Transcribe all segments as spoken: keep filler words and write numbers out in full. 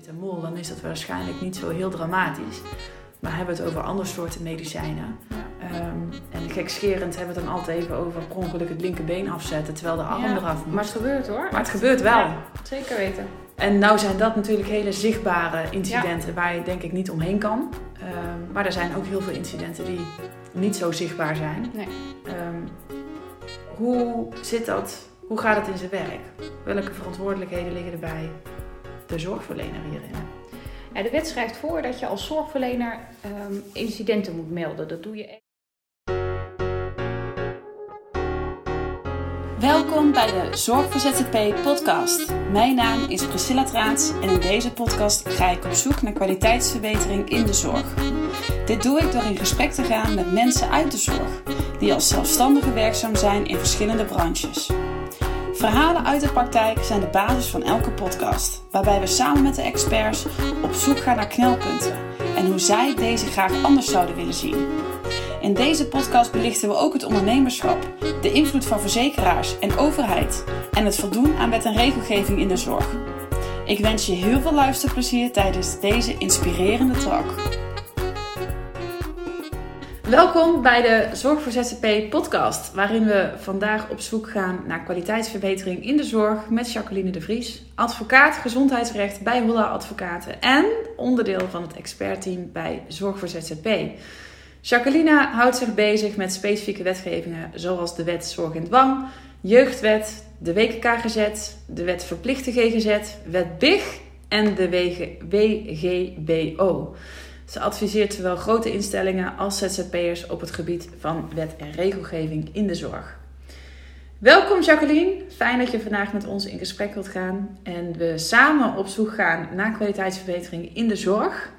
paracetamol, dan is dat waarschijnlijk niet zo heel dramatisch. Maar hebben we het over andere soorten medicijnen. Ja. Um, en gekscherend hebben we het dan altijd even over per ongeluk het linkerbeen afzetten terwijl de arm ja, eraf moet. Maar het gebeurt hoor. Maar het gebeurt wel. Ja, zeker weten. En nou zijn dat natuurlijk hele zichtbare incidenten ja. waar je denk ik niet omheen kan. Um, maar er zijn ook heel veel incidenten die niet zo zichtbaar zijn. Nee. Um, hoe zit dat? Hoe gaat het in zijn werk? Welke verantwoordelijkheden liggen er bij de zorgverlener hierin? Ja, de wet schrijft voor dat je als zorgverlener um, incidenten moet melden. Dat doe je. Welkom bij de Zorg voor Z Z P podcast. Mijn naam is Priscilla Traats en in deze podcast ga ik op zoek naar kwaliteitsverbetering in de zorg. Dit doe ik door in gesprek te gaan met mensen uit de zorg, die als zelfstandigen werkzaam zijn in verschillende branches. Verhalen uit de praktijk zijn de basis van elke podcast, waarbij we samen met de experts op zoek gaan naar knelpunten en hoe zij deze graag anders zouden willen zien. In deze podcast belichten we ook het ondernemerschap, de invloed van verzekeraars en overheid en het voldoen aan wet en regelgeving in de zorg. Ik wens je heel veel luisterplezier tijdens deze inspirerende talk. Welkom bij de Zorg voor Z Z P podcast, waarin we vandaag op zoek gaan naar kwaliteitsverbetering in de zorg met Jacqueline de Vries, advocaat gezondheidsrecht bij Holla Advocaten en onderdeel van het expertteam bij Zorg voor Z Z P. Jacqueline houdt zich bezig met specifieke wetgevingen zoals de wet Zorg in Dwang, Jeugdwet, de W K K G Z, de wet Verplichte G G Z, wet B I G en de W G B O. Ze adviseert zowel grote instellingen als Z Z P'ers op het gebied van wet en regelgeving in de zorg. Welkom Jacqueline, fijn dat je vandaag met ons in gesprek wilt gaan en we samen op zoek gaan naar kwaliteitsverbetering in de zorg.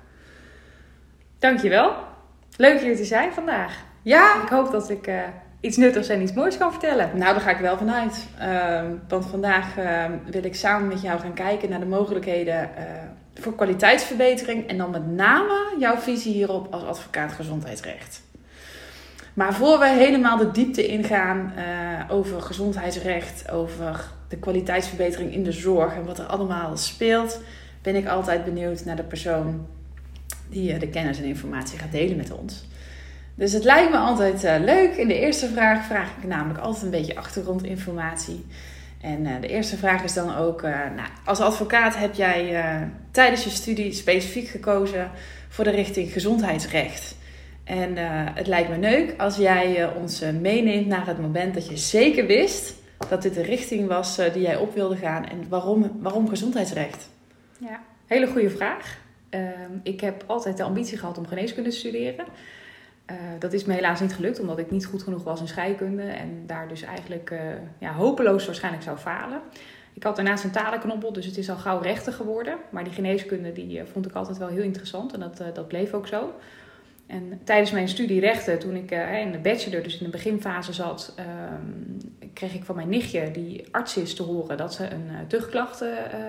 Dankjewel. Leuk hier te zijn vandaag. Ja. Ik hoop dat ik uh, iets nuttigs en iets moois kan vertellen. Nou, daar ga ik wel vanuit. Uh, want vandaag uh, wil ik samen met jou gaan kijken naar de mogelijkheden uh, voor kwaliteitsverbetering. En dan met name jouw visie hierop als advocaat gezondheidsrecht. Maar voor we helemaal de diepte ingaan uh, over gezondheidsrecht, over de kwaliteitsverbetering in de zorg en wat er allemaal speelt, ben ik altijd benieuwd naar de persoon die de kennis en informatie gaat delen met ons. Dus het lijkt me altijd uh, leuk. In de eerste vraag vraag ik namelijk altijd een beetje achtergrondinformatie. En uh, de eerste vraag is dan ook, uh, nou, als advocaat heb jij uh, tijdens je studie specifiek gekozen voor de richting gezondheidsrecht. En uh, het lijkt me leuk als jij uh, ons uh, meeneemt naar het moment dat je zeker wist dat dit de richting was uh, die jij op wilde gaan. En waarom, waarom gezondheidsrecht? Ja, hele goede vraag. Uh, ik heb altijd de ambitie gehad om geneeskunde te studeren. Uh, dat is me helaas niet gelukt, omdat ik niet goed genoeg was in scheikunde. En daar dus eigenlijk uh, ja, hopeloos waarschijnlijk zou falen. Ik had daarnaast een talenknobbel, dus het is al gauw rechten geworden. Maar die geneeskunde die, uh, vond ik altijd wel heel interessant. En dat, uh, dat bleef ook zo. En tijdens mijn studie rechten, toen ik uh, in de bachelor, dus in de beginfase zat, uh, kreeg ik van mijn nichtje, die arts is, te horen dat ze een uh, tuchtklacht... Uh,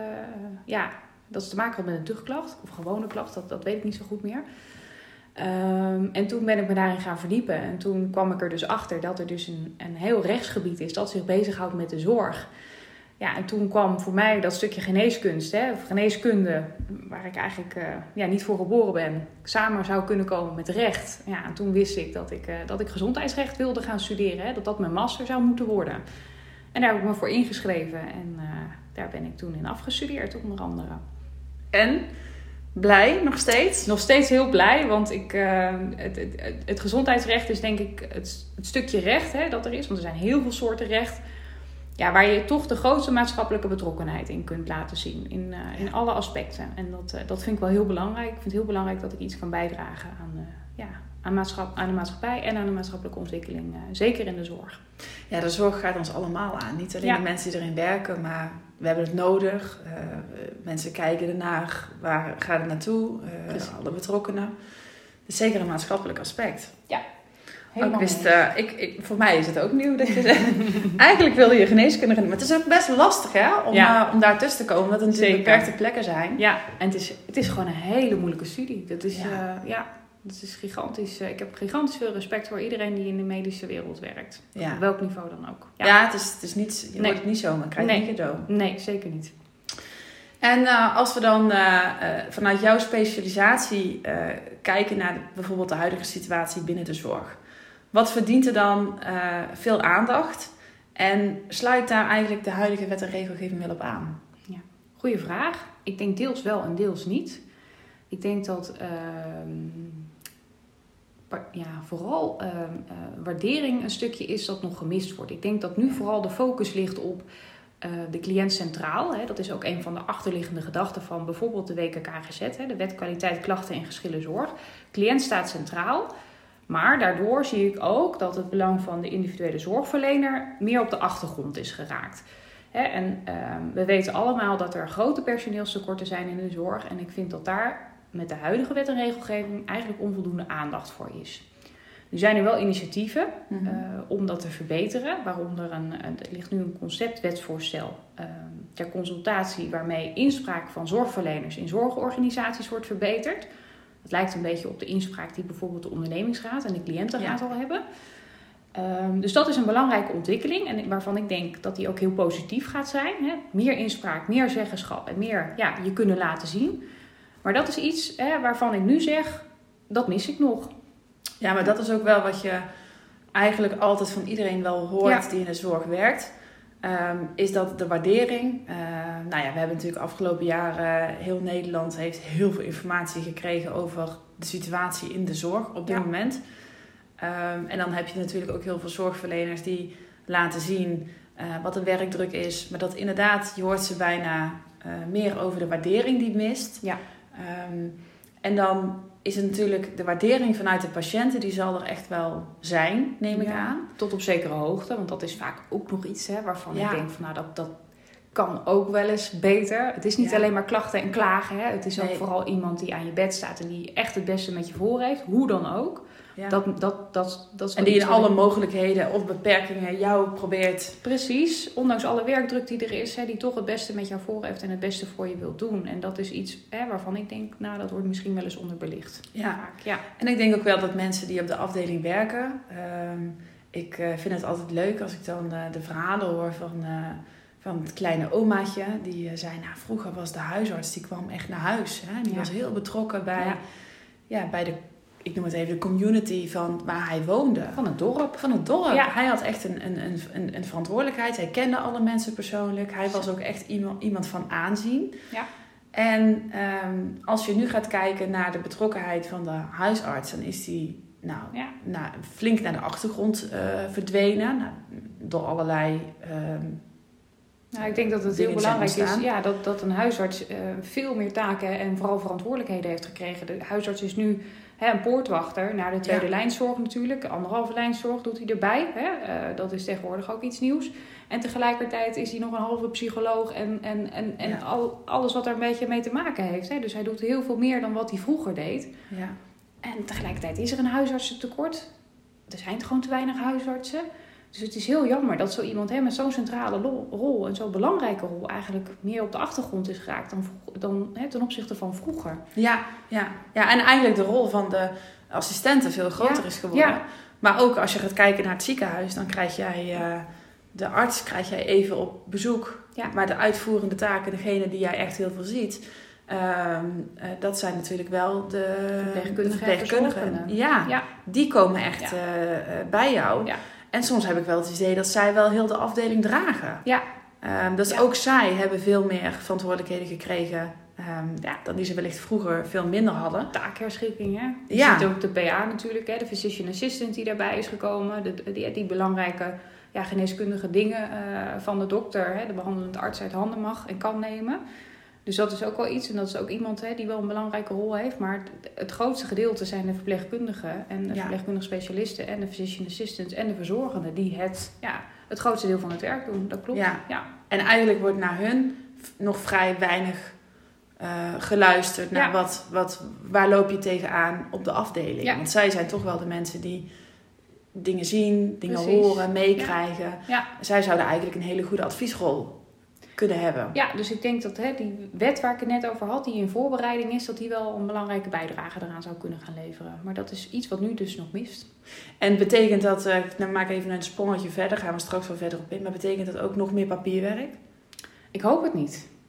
ja, dat ze te maken had met een tuchtklacht, of een gewone klacht, dat, dat weet ik niet zo goed meer. Um, en toen ben ik me daarin gaan verdiepen. En toen kwam ik er dus achter dat er dus een, een heel rechtsgebied is dat zich bezighoudt met de zorg. Ja, en toen kwam voor mij dat stukje geneeskunst, hè, of geneeskunde, waar ik eigenlijk uh, ja, niet voor geboren ben, samen zou kunnen komen met recht. Ja, en toen wist ik dat ik, uh, dat ik gezondheidsrecht wilde gaan studeren, hè, dat dat mijn master zou moeten worden. En daar heb ik me voor ingeschreven en uh, daar ben ik toen in afgestudeerd, onder andere. En blij, nog steeds? Nog steeds heel blij, want ik, uh, het, het, het gezondheidsrecht is denk ik het, het stukje recht hè, dat er is. Want er zijn heel veel soorten recht. Ja, waar je toch de grootste maatschappelijke betrokkenheid in kunt laten zien. In, uh, in alle aspecten. En dat, uh, dat vind ik wel heel belangrijk. Ik vind het heel belangrijk dat ik iets kan bijdragen aan, uh, ja, aan, maatschap, aan de maatschappij en aan de maatschappelijke ontwikkeling. Uh, zeker in de zorg. Ja, de zorg gaat ons allemaal aan. Niet alleen ja. de mensen die erin werken, maar we hebben het nodig. Uh, mensen kijken ernaar. Waar gaat het naartoe? Uh, alle betrokkenen. Het is zeker een maatschappelijk aspect. Ja. Ik wist, uh, ik, ik, voor mij is het ook nieuw dat je zegt. Eigenlijk wilde je geneeskunde gaan doen. Maar het is ook best lastig hè, om, ja. uh, om daar tussen te komen. Omdat er natuurlijk beperkte plekken zijn. Ja, en het is, het is gewoon een hele moeilijke studie. Dat is, ja. Uh, ja, dat is gigantisch. Uh, ik heb gigantisch veel respect voor iedereen die in de medische wereld werkt. Ja. Op welk niveau dan ook. Ja, ja het, is, het is niet, je nee. wordt het niet zomaar. Krijg je nee. niet cadeau. Nee, zeker niet. En uh, als we dan uh, uh, vanuit jouw specialisatie uh, kijken naar de, bijvoorbeeld de huidige situatie binnen de zorg. Wat verdient er dan uh, veel aandacht? En sluit daar eigenlijk de huidige wet en regelgeving wel op aan? Ja, goeie vraag. Ik denk deels wel en deels niet. Ik denk dat uh, ja, vooral uh, uh, waardering een stukje is dat nog gemist wordt. Ik denk dat nu vooral de focus ligt op uh, de cliënt centraal. Hè. Dat is ook een van de achterliggende gedachten van bijvoorbeeld de W K K G Z. Hè, de Wet Kwaliteit Klachten en Geschillen Zorg. Cliënt staat centraal. Maar daardoor zie ik ook dat het belang van de individuele zorgverlener meer op de achtergrond is geraakt. He, en uh, we weten allemaal dat er grote personeelstekorten zijn in de zorg. En ik vind dat daar met de huidige wet en regelgeving eigenlijk onvoldoende aandacht voor is. Nu zijn er wel initiatieven mm-hmm. uh, om dat te verbeteren. Waaronder een, er ligt nu een conceptwetsvoorstel uh, ter consultatie waarmee inspraak van zorgverleners in zorgorganisaties wordt verbeterd. Het lijkt een beetje op de inspraak die bijvoorbeeld de ondernemingsraad en de cliëntenraad ja. al hebben. Um, dus dat is een belangrijke ontwikkeling en waarvan ik denk dat die ook heel positief gaat zijn. Hè? Meer inspraak, meer zeggenschap en meer ja, je kunnen laten zien. Maar dat is iets hè, waarvan ik nu zeg, dat mis ik nog. Ja, maar dat is ook wel wat je eigenlijk altijd van iedereen wel hoort ja. die in de zorg werkt. Um, is dat de waardering. Uh, nou ja, we hebben natuurlijk afgelopen jaren, heel Nederland heeft heel veel informatie gekregen over de situatie in de zorg op dit ja. moment. Um, en dan heb je natuurlijk ook heel veel zorgverleners die laten zien uh, wat de werkdruk is. Maar dat inderdaad, je hoort ze bijna uh, meer over de waardering die mist. Ja. Um, en dan is het natuurlijk de waardering vanuit de patiënten, die zal er echt wel zijn, neem ik ja, aan. Tot op zekere hoogte, want dat is vaak ook nog iets hè, waarvan ja. ik denk van nou dat, dat kan ook wel eens beter. Het is niet ja. alleen maar klachten en klagen. Hè. Het is ook nee. vooral iemand die aan je bed staat en die echt het beste met je voor heeft, hoe dan ook. Ja. Dat, dat, dat, dat is en die in alle ik... mogelijkheden of beperkingen jou probeert. Precies, ondanks alle werkdruk die er is, hè, die toch het beste met jou voor heeft en het beste voor je wil doen. En dat is iets hè, waarvan ik denk, nou dat wordt misschien wel eens onderbelicht. Ja. Vaak, ja. En ik denk ook wel dat mensen die op de afdeling werken, um, ik uh, vind het altijd leuk als ik dan uh, de verhalen hoor van, uh, van het kleine omaatje. Die uh, zei, nou vroeger was de huisarts, die kwam echt naar huis. Hè? Die ja. was heel betrokken bij, ja. Ja, bij de... ik noem het even de community van waar hij woonde. Van het dorp. Van het dorp. Ja. Hij had echt een, een, een, een verantwoordelijkheid. Hij kende alle mensen persoonlijk. Hij was ook echt iemand, iemand van aanzien. Ja. En um, als je nu gaat kijken naar de betrokkenheid van de huisarts, dan is die nou, ja. nou, flink naar de achtergrond uh, verdwenen. Nou, door allerlei... Um, Nou, ik denk dat het heel belangrijk is ja, dat, dat een huisarts uh, veel meer taken en vooral verantwoordelijkheden heeft gekregen. De huisarts is nu hè, een poortwachter naar de tweede ja. lijnzorg natuurlijk. Anderhalve lijnzorg doet hij erbij. Hè. Uh, dat is tegenwoordig ook iets nieuws. En tegelijkertijd is hij nog een halve psycholoog en, en, en, en ja. al, alles wat er een beetje mee te maken heeft. Hè. Dus hij doet heel veel meer dan wat hij vroeger deed. Ja. En tegelijkertijd is er een huisartsentekort. Er zijn gewoon te weinig huisartsen. Dus het is heel jammer dat zo iemand hè, met zo'n centrale rol en zo'n belangrijke rol eigenlijk meer op de achtergrond is geraakt dan, dan hè, ten opzichte van vroeger. Ja, ja. ja, en eigenlijk de rol van de assistenten veel groter ja. is geworden. Ja. Maar ook als je gaat kijken naar het ziekenhuis, dan krijg jij uh, de arts krijg jij even op bezoek. Ja. Maar de uitvoerende taken, degene die jij echt heel veel ziet, uh, uh, dat zijn natuurlijk wel de verpleegkundigen. De verpleegkundigen. Ja, ja, die komen echt ja. uh, uh, bij jou. Ja. En soms heb ik wel het idee dat zij wel heel de afdeling dragen. Ja. Um, dus ja. ook zij hebben veel meer verantwoordelijkheden gekregen um, ja, dan die ze wellicht vroeger veel minder hadden. Taakherschikking, hè? Je ja. ziet ook de P A natuurlijk, hè? De physician assistant die daarbij is gekomen. De, die, die belangrijke ja, geneeskundige dingen uh, van de dokter, hè? De behandelende arts uit handen mag en kan nemen. Dus dat is ook wel iets. En dat is ook iemand hè, die wel een belangrijke rol heeft. Maar het grootste gedeelte zijn de verpleegkundigen en de ja. verpleegkundige specialisten en de physician assistants en de verzorgenden die het, ja, het grootste deel van het werk doen. Dat klopt. Ja. Ja. En eigenlijk wordt naar hun nog vrij weinig uh, geluisterd naar ja. wat, wat, waar loop je tegenaan op de afdeling. Ja. Want zij zijn toch wel de mensen die dingen zien, dingen Precies. horen, meekrijgen. Ja. Ja. Zij zouden eigenlijk een hele goede adviesrol kunnen hebben. Ja, dus ik denk dat hè, die wet waar ik het net over had, die in voorbereiding is, dat die wel een belangrijke bijdrage eraan zou kunnen gaan leveren. Maar dat is iets wat nu dus nog mist. En betekent dat, uh, nou maak even een sprongetje verder, gaan we straks wel verder op in, maar betekent dat ook nog meer papierwerk? Ik hoop het niet.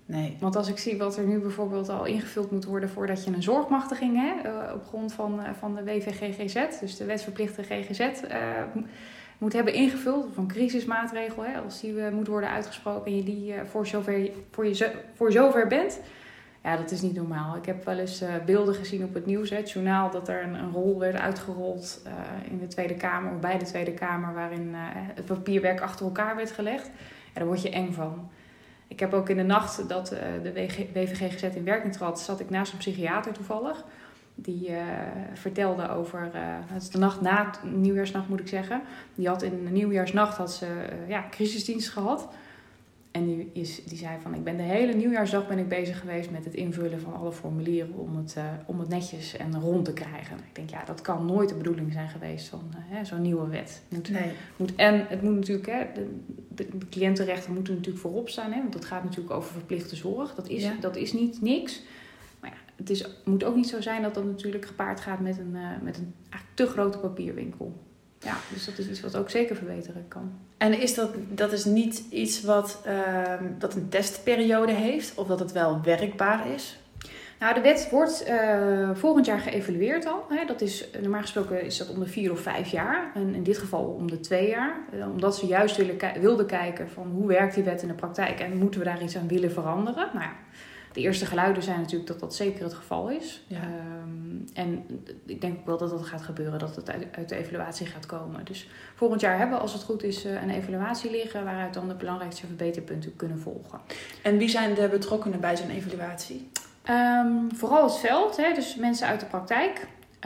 Nee. Want als ik zie wat er nu bijvoorbeeld al ingevuld moet worden voordat je een zorgmachtiging hè, uh, op grond van, uh, van de W V G G Z, dus de wetsverplichte G G Z, uh, moet hebben ingevuld, of een crisismaatregel, hè, als die uh, moet worden uitgesproken en je die uh, voor, zover, voor, je zo, voor zover bent. Ja, dat is niet normaal. Ik heb wel eens uh, beelden gezien op het nieuws, hè, het journaal, dat er een, een rol werd uitgerold uh, in de Tweede Kamer, of bij de Tweede Kamer, waarin uh, het papierwerk achter elkaar werd gelegd. Ja, daar word je eng van. Ik heb ook in de nacht dat uh, de W V G G Z in werking trad, zat ik naast een psychiater toevallig. Die uh, vertelde over, uh, het is de nacht na nieuwjaarsnacht moet ik zeggen. Die had in de nieuwjaarsnacht had ze uh, ja, crisisdienst gehad. En die, is, die zei van, ik ben de hele nieuwjaarsdag ben ik bezig geweest met het invullen van alle formulieren om het, uh, om het netjes en rond te krijgen. Ik denk, ja, dat kan nooit de bedoeling zijn geweest van uh, zo'n nieuwe wet. Moet, Nee. Moet, en het moet natuurlijk, hè, de, de, de cliëntenrechten moeten natuurlijk voorop staan. Hè, want het gaat natuurlijk over verplichte zorg. Dat is, Ja. dat is niet niks. Maar ja, het is, moet ook niet zo zijn dat dat natuurlijk gepaard gaat met een, uh, met een eigenlijk te grote papierwinkel. Ja, dus dat is iets wat ook zeker verbeteren kan. En is dat, dat is niet iets wat uh, dat een testperiode heeft? Of dat het wel werkbaar is? Nou, de wet wordt uh, volgend jaar geëvalueerd al. Hè. Dat is, normaal gesproken is dat om de vier of vijf jaar. En in dit geval om de twee jaar. Uh, omdat ze juist willen, wilden kijken van hoe werkt die wet in de praktijk. En moeten we daar iets aan willen veranderen? Nou ja, de eerste geluiden zijn natuurlijk dat dat zeker het geval is. Ja. Um, en ik denk ook wel dat dat gaat gebeuren. Dat het uit, uit de evaluatie gaat komen. Dus volgend jaar hebben we, als het goed is, een evaluatie liggen. Waaruit dan de belangrijkste verbeterpunten kunnen volgen. En wie zijn de betrokkenen bij zo'n evaluatie? Um, vooral het veld, hè, dus mensen uit de praktijk,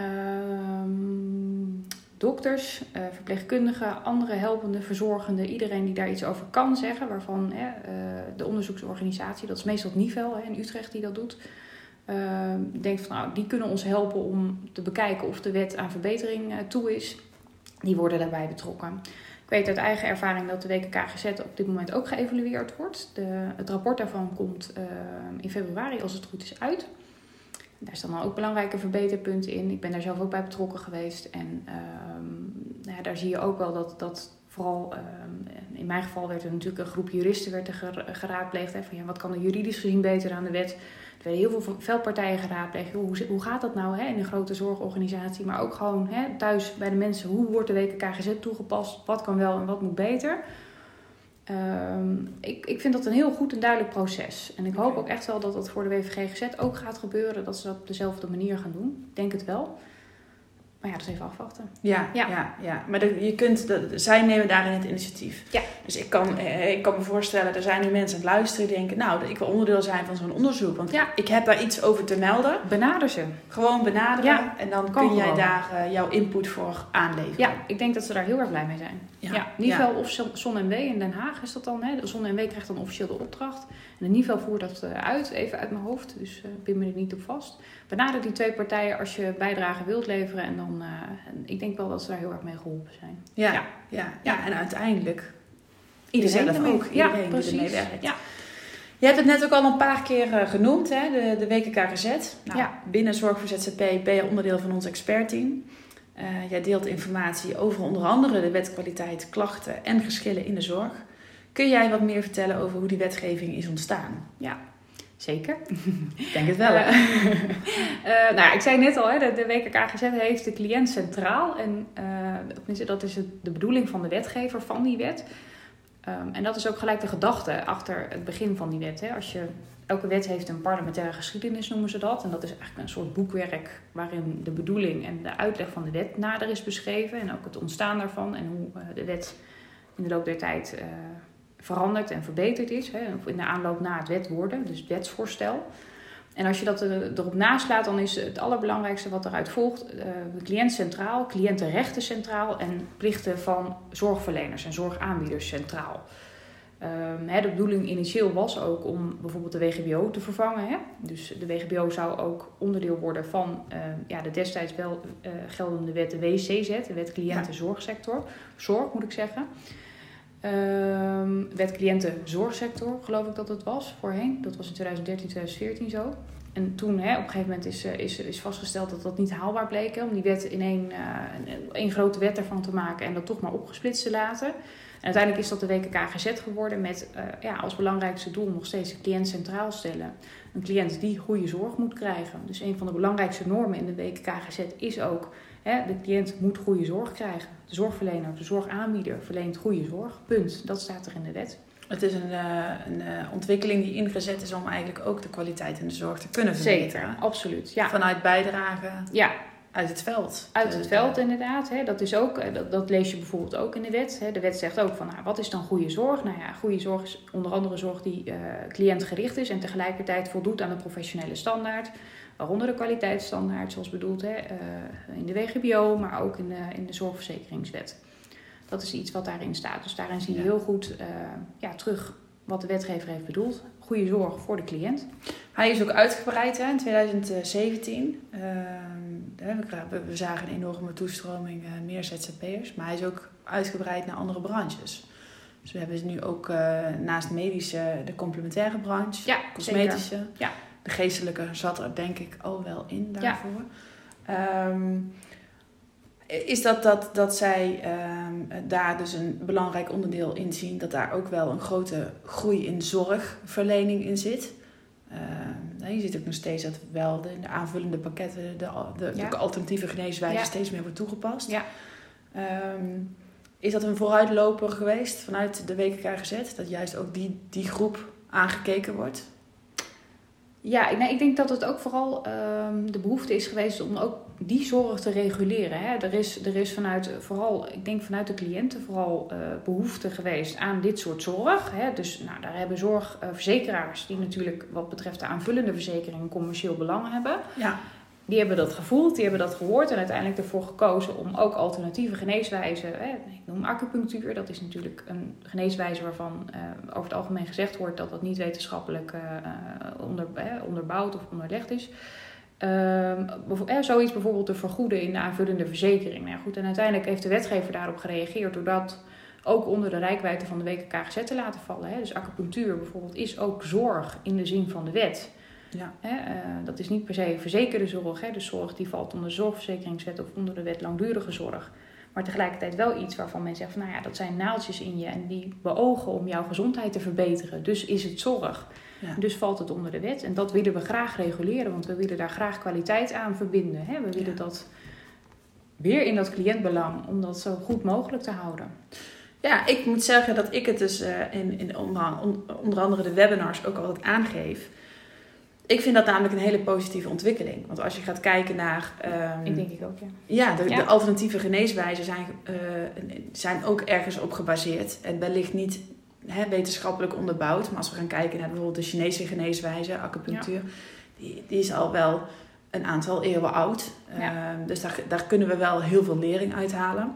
um, dokters, uh, verpleegkundigen, andere helpende, verzorgenden, iedereen die daar iets over kan zeggen, waarvan hè, uh, de onderzoeksorganisatie, dat is meestal het Nivel hè, in Utrecht die dat doet, uh, denkt van nou, die kunnen ons helpen om te bekijken of de wet aan verbetering uh, toe is. Die worden daarbij betrokken. Ik weet uit eigen ervaring dat de W K K G Z op dit moment ook geëvalueerd wordt. De, het rapport daarvan komt uh, in februari, als het goed is, uit. Daar staan dan ook belangrijke verbeterpunten in. Ik ben daar zelf ook bij betrokken geweest. En um, nou ja, daar zie je ook wel dat, dat vooral, um, in mijn geval werd er natuurlijk een groep juristen werd er geraadpleegd. Hè, van ja, wat kan er juridisch gezien beter aan de wet? Er werden heel veel veldpartijen geraadpleegd. Hoe, hoe gaat dat nou hè, in een grote zorgorganisatie? Maar ook gewoon hè, thuis bij de mensen. Hoe wordt de W K K G Z toegepast? Wat kan wel en wat moet beter? Um, ik, ik vind dat een heel goed en duidelijk proces. En ik hoop Okay. ook echt wel dat dat voor de W V G G Z ook gaat gebeuren. Dat ze dat op dezelfde manier gaan doen. Ik denk het wel. Maar ja, dat is even afwachten. Ja, ja. ja, ja. Maar de, je kunt, de, zij nemen daarin het initiatief. Ja. Dus ik kan, eh, ik kan me voorstellen, er zijn nu mensen aan het luisteren die denken, nou, ik wil onderdeel zijn van zo'n onderzoek. Want Ja. ik heb daar iets over te melden. Benader ze. Gewoon benaderen. Ja, en dan kan kun jij gewoon. daar uh, jouw input voor aanleveren. Ja, ik denk dat ze daar heel erg blij mee zijn. Ja. Ja, Nivel of Zon en W in Den Haag is dat dan. Hè? De Zon en W krijgt dan officieel de opdracht. En de Nivel voert dat uh, uit, even uit mijn hoofd. Dus uh, pin me er niet op vast. Benader die twee partijen als je bijdrage wilt leveren. En dan, uh, ik denk wel dat ze daar heel erg mee geholpen zijn. Ja, ja. Ja. ja, ja. En uiteindelijk Iedereen zelf ermee. ook. Ja, Iedereen die precies. ermee werkt. Ja. Je hebt het net ook al een paar keer uh, genoemd, hè? De, de W K K G Z. Nou, Ja. Binnen Zorg voor Z Z P ben je onderdeel van ons expertteam. Uh, jij deelt informatie over onder andere de wetkwaliteit, klachten en geschillen in de zorg. Kun jij wat meer vertellen over hoe die wetgeving is ontstaan? Ja, zeker. Ik denk het wel. Uh, uh, nou, ik zei net al, hè, de, de W K K G Z heeft de cliënt centraal. En uh, dat is het, de bedoeling van de wetgever van die wet. Um, en dat is ook gelijk de gedachte achter het begin van die wet. Hè. Als je, elke wet heeft een parlementaire geschiedenis, noemen ze dat. En dat is eigenlijk een soort boekwerk waarin de bedoeling en de uitleg van de wet nader is beschreven. En ook het ontstaan daarvan en hoe uh, de wet in de loop der tijd uh, veranderd en verbeterd is. Hè. In de aanloop na het wet worden, dus het wetsvoorstel. En als je dat erop naslaat, dan is het allerbelangrijkste wat eruit volgt uh, de cliënt centraal, cliëntenrechten centraal en plichten van zorgverleners en zorgaanbieders centraal. Um, hè, de bedoeling initieel was ook om bijvoorbeeld de W G B O te vervangen. Hè? Dus de W G B O zou ook onderdeel worden van uh, ja, de destijds wel uh, geldende wet, de W C Z, de wet cliëntenzorgsector. Zorg moet ik zeggen. Um, wet cliëntenzorgsector, geloof ik dat het was voorheen. Dat was in twintig dertien, twintig veertien zo. En toen hè, op een gegeven moment is, is, is vastgesteld dat dat niet haalbaar bleek. Hè, om die wet in één, uh, één grote wet ervan te maken en dat toch maar opgesplitst te laten. En uiteindelijk is dat de W K K G Z geworden met uh, ja, als belangrijkste doel nog steeds de cliënt centraal stellen. Een cliënt die goede zorg moet krijgen. Dus een van de belangrijkste normen in de W K K G Z is ook, hè, de cliënt moet goede zorg krijgen. De zorgverlener, de zorgaanbieder verleent goede zorg. Punt. Dat staat er in de wet. Het is een, uh, een uh, ontwikkeling die ingezet is om eigenlijk ook de kwaliteit in de zorg te kunnen verbeteren. Zeker, absoluut. Ja. Vanuit bijdragen ja. uit het veld. Uit het veld inderdaad. Hè. Dat, is ook, dat, dat lees je bijvoorbeeld ook in de wet. Hè. De wet zegt ook van, nou, wat is dan goede zorg? Nou ja, goede zorg is onder andere zorg die uh, cliëntgericht is en tegelijkertijd voldoet aan de professionele standaard. Waaronder de kwaliteitsstandaard, zoals bedoeld hè, uh, in de W G B O, maar ook in de, in de zorgverzekeringswet. Dat is iets wat daarin staat. Dus daarin zie je ja. heel goed uh, ja, terug wat de wetgever heeft bedoeld. Goede zorg voor de cliënt. Hij is ook uitgebreid hè, in twintig zeventien. Uh, we, we zagen een enorme toestroming, uh, meer Z Z P'ers. Maar hij is ook uitgebreid naar andere branches. Dus we hebben nu ook uh, naast medische de complementaire branche, ja, cosmetische. Ja. De geestelijke zat er denk ik al wel in daarvoor. Ja. Um, Is dat, dat, dat zij uh, daar dus een belangrijk onderdeel in zien, dat daar ook wel een grote groei in zorgverlening in zit? Uh, je ziet ook nog steeds dat wel de, de aanvullende pakketten, de, de, ja. de alternatieve geneeswijzen ja. steeds meer wordt toegepast. Ja. Um, is dat een vooruitloper geweest vanuit de W K K G Z, dat juist ook die, die groep aangekeken wordt? Ja, nee, ik denk dat het ook vooral um, de behoefte is geweest om ook die zorg te reguleren. Hè. Er is, er is vanuit, vooral, ik denk vanuit de cliënten vooral uh, behoefte geweest aan dit soort zorg. Hè. Dus nou, daar hebben zorgverzekeraars die natuurlijk wat betreft de aanvullende verzekering een commercieel belang hebben. Ja. Die hebben dat gevoeld, die hebben dat gehoord en uiteindelijk ervoor gekozen om ook alternatieve geneeswijzen, hè, ik noem acupunctuur, dat is natuurlijk een geneeswijze waarvan uh, over het algemeen gezegd wordt dat dat niet wetenschappelijk uh, onder, eh, onderbouwd of onderlegd is. Uh, eh, zoiets bijvoorbeeld te vergoeden in de aanvullende verzekering. Nou ja, goed, en uiteindelijk heeft de wetgever daarop gereageerd door dat ook onder de reikwijdte van de W K K G Z te laten vallen. Hè. Dus acupunctuur bijvoorbeeld is ook zorg in de zin van de wet. Ja. Hè, uh, dat is niet per se verzekerde zorg. Hè. De zorg die valt onder de zorgverzekeringswet of onder de wet langdurige zorg. Maar tegelijkertijd wel iets waarvan men zegt van, nou ja, dat zijn naaldjes in je en die beogen om jouw gezondheid te verbeteren. Dus is het zorg. Ja. Dus valt het onder de wet. En dat willen we graag reguleren, want we willen daar graag kwaliteit aan verbinden. Hè. We willen ja. dat weer in dat cliëntbelang, om dat zo goed mogelijk te houden. Ja, ik moet zeggen dat ik het dus uh, in, in onder, onder andere de webinars ook altijd aangeef. Ik vind dat namelijk een hele positieve ontwikkeling. Want als je gaat kijken naar... Um, ik denk ik ook, ja. Ja, de, ja. de alternatieve geneeswijzen zijn, uh, zijn ook ergens op gebaseerd. En wellicht niet hè, wetenschappelijk onderbouwd. Maar als we gaan kijken naar bijvoorbeeld de Chinese geneeswijze, acupunctuur. Ja. Die, die is al wel een aantal eeuwen oud. Ja. Uh, dus daar, daar kunnen we wel heel veel lering uithalen.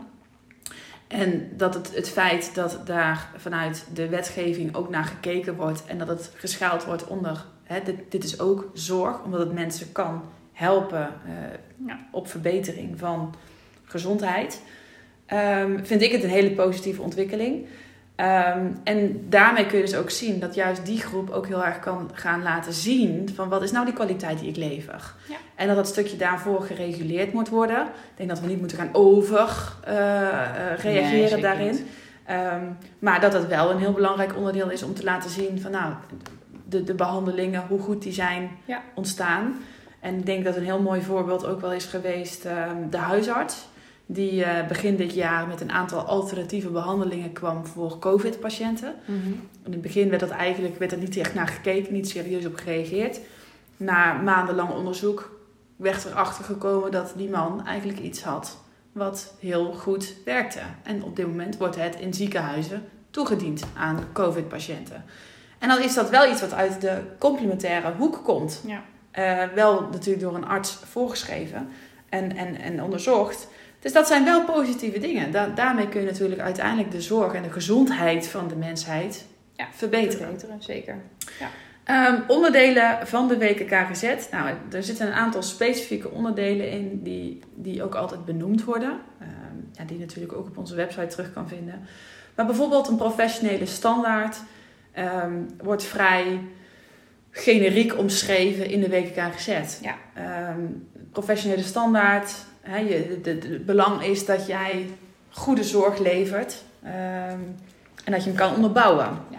En dat het, het feit dat daar vanuit de wetgeving ook naar gekeken wordt. En dat het geschaald wordt onder... He, dit, dit is ook zorg, omdat het mensen kan helpen uh, ja. op verbetering van gezondheid. Um, vind ik het een hele positieve ontwikkeling. Um, en daarmee kun je dus ook zien dat juist die groep ook heel erg kan gaan laten zien van wat is nou die kwaliteit die ik lever. Ja. En dat dat stukje daarvoor gereguleerd moet worden. Ik denk dat we niet moeten gaan over uh, uh, reageren nee, daarin. Um, maar dat het wel een heel belangrijk onderdeel is om te laten zien van nou... De, de behandelingen, hoe goed die zijn ja. ontstaan. En ik denk dat een heel mooi voorbeeld ook wel is geweest um, de huisarts. Die uh, begin dit jaar met een aantal alternatieve behandelingen kwam voor COVID-patiënten. Mm-hmm. In het begin werd dat eigenlijk werd er niet echt naar gekeken, niet serieus op gereageerd. Na maandenlang onderzoek werd erachter gekomen dat die man eigenlijk iets had wat heel goed werkte. En op dit moment wordt het in ziekenhuizen toegediend aan COVID-patiënten. En dan is dat wel iets wat uit de complementaire hoek komt. Ja. Uh, wel natuurlijk door een arts voorgeschreven en, en, en onderzocht. Dus dat zijn wel positieve dingen. Da- daarmee kun je natuurlijk uiteindelijk de zorg en de gezondheid van de mensheid ja, verbeteren. verbeteren. Zeker. Ja. Um, onderdelen van de W K K G Z. Nou, er zitten een aantal specifieke onderdelen in die, die ook altijd benoemd worden. Um, ja, die je natuurlijk ook op onze website terug kan vinden. Maar bijvoorbeeld een professionele standaard... Um, wordt vrij generiek omschreven in de W K K G Z. Ja. Um, professionele standaard. Hè, je, de, de, het belang is dat jij goede zorg levert. Um, en dat je hem kan onderbouwen. Ja.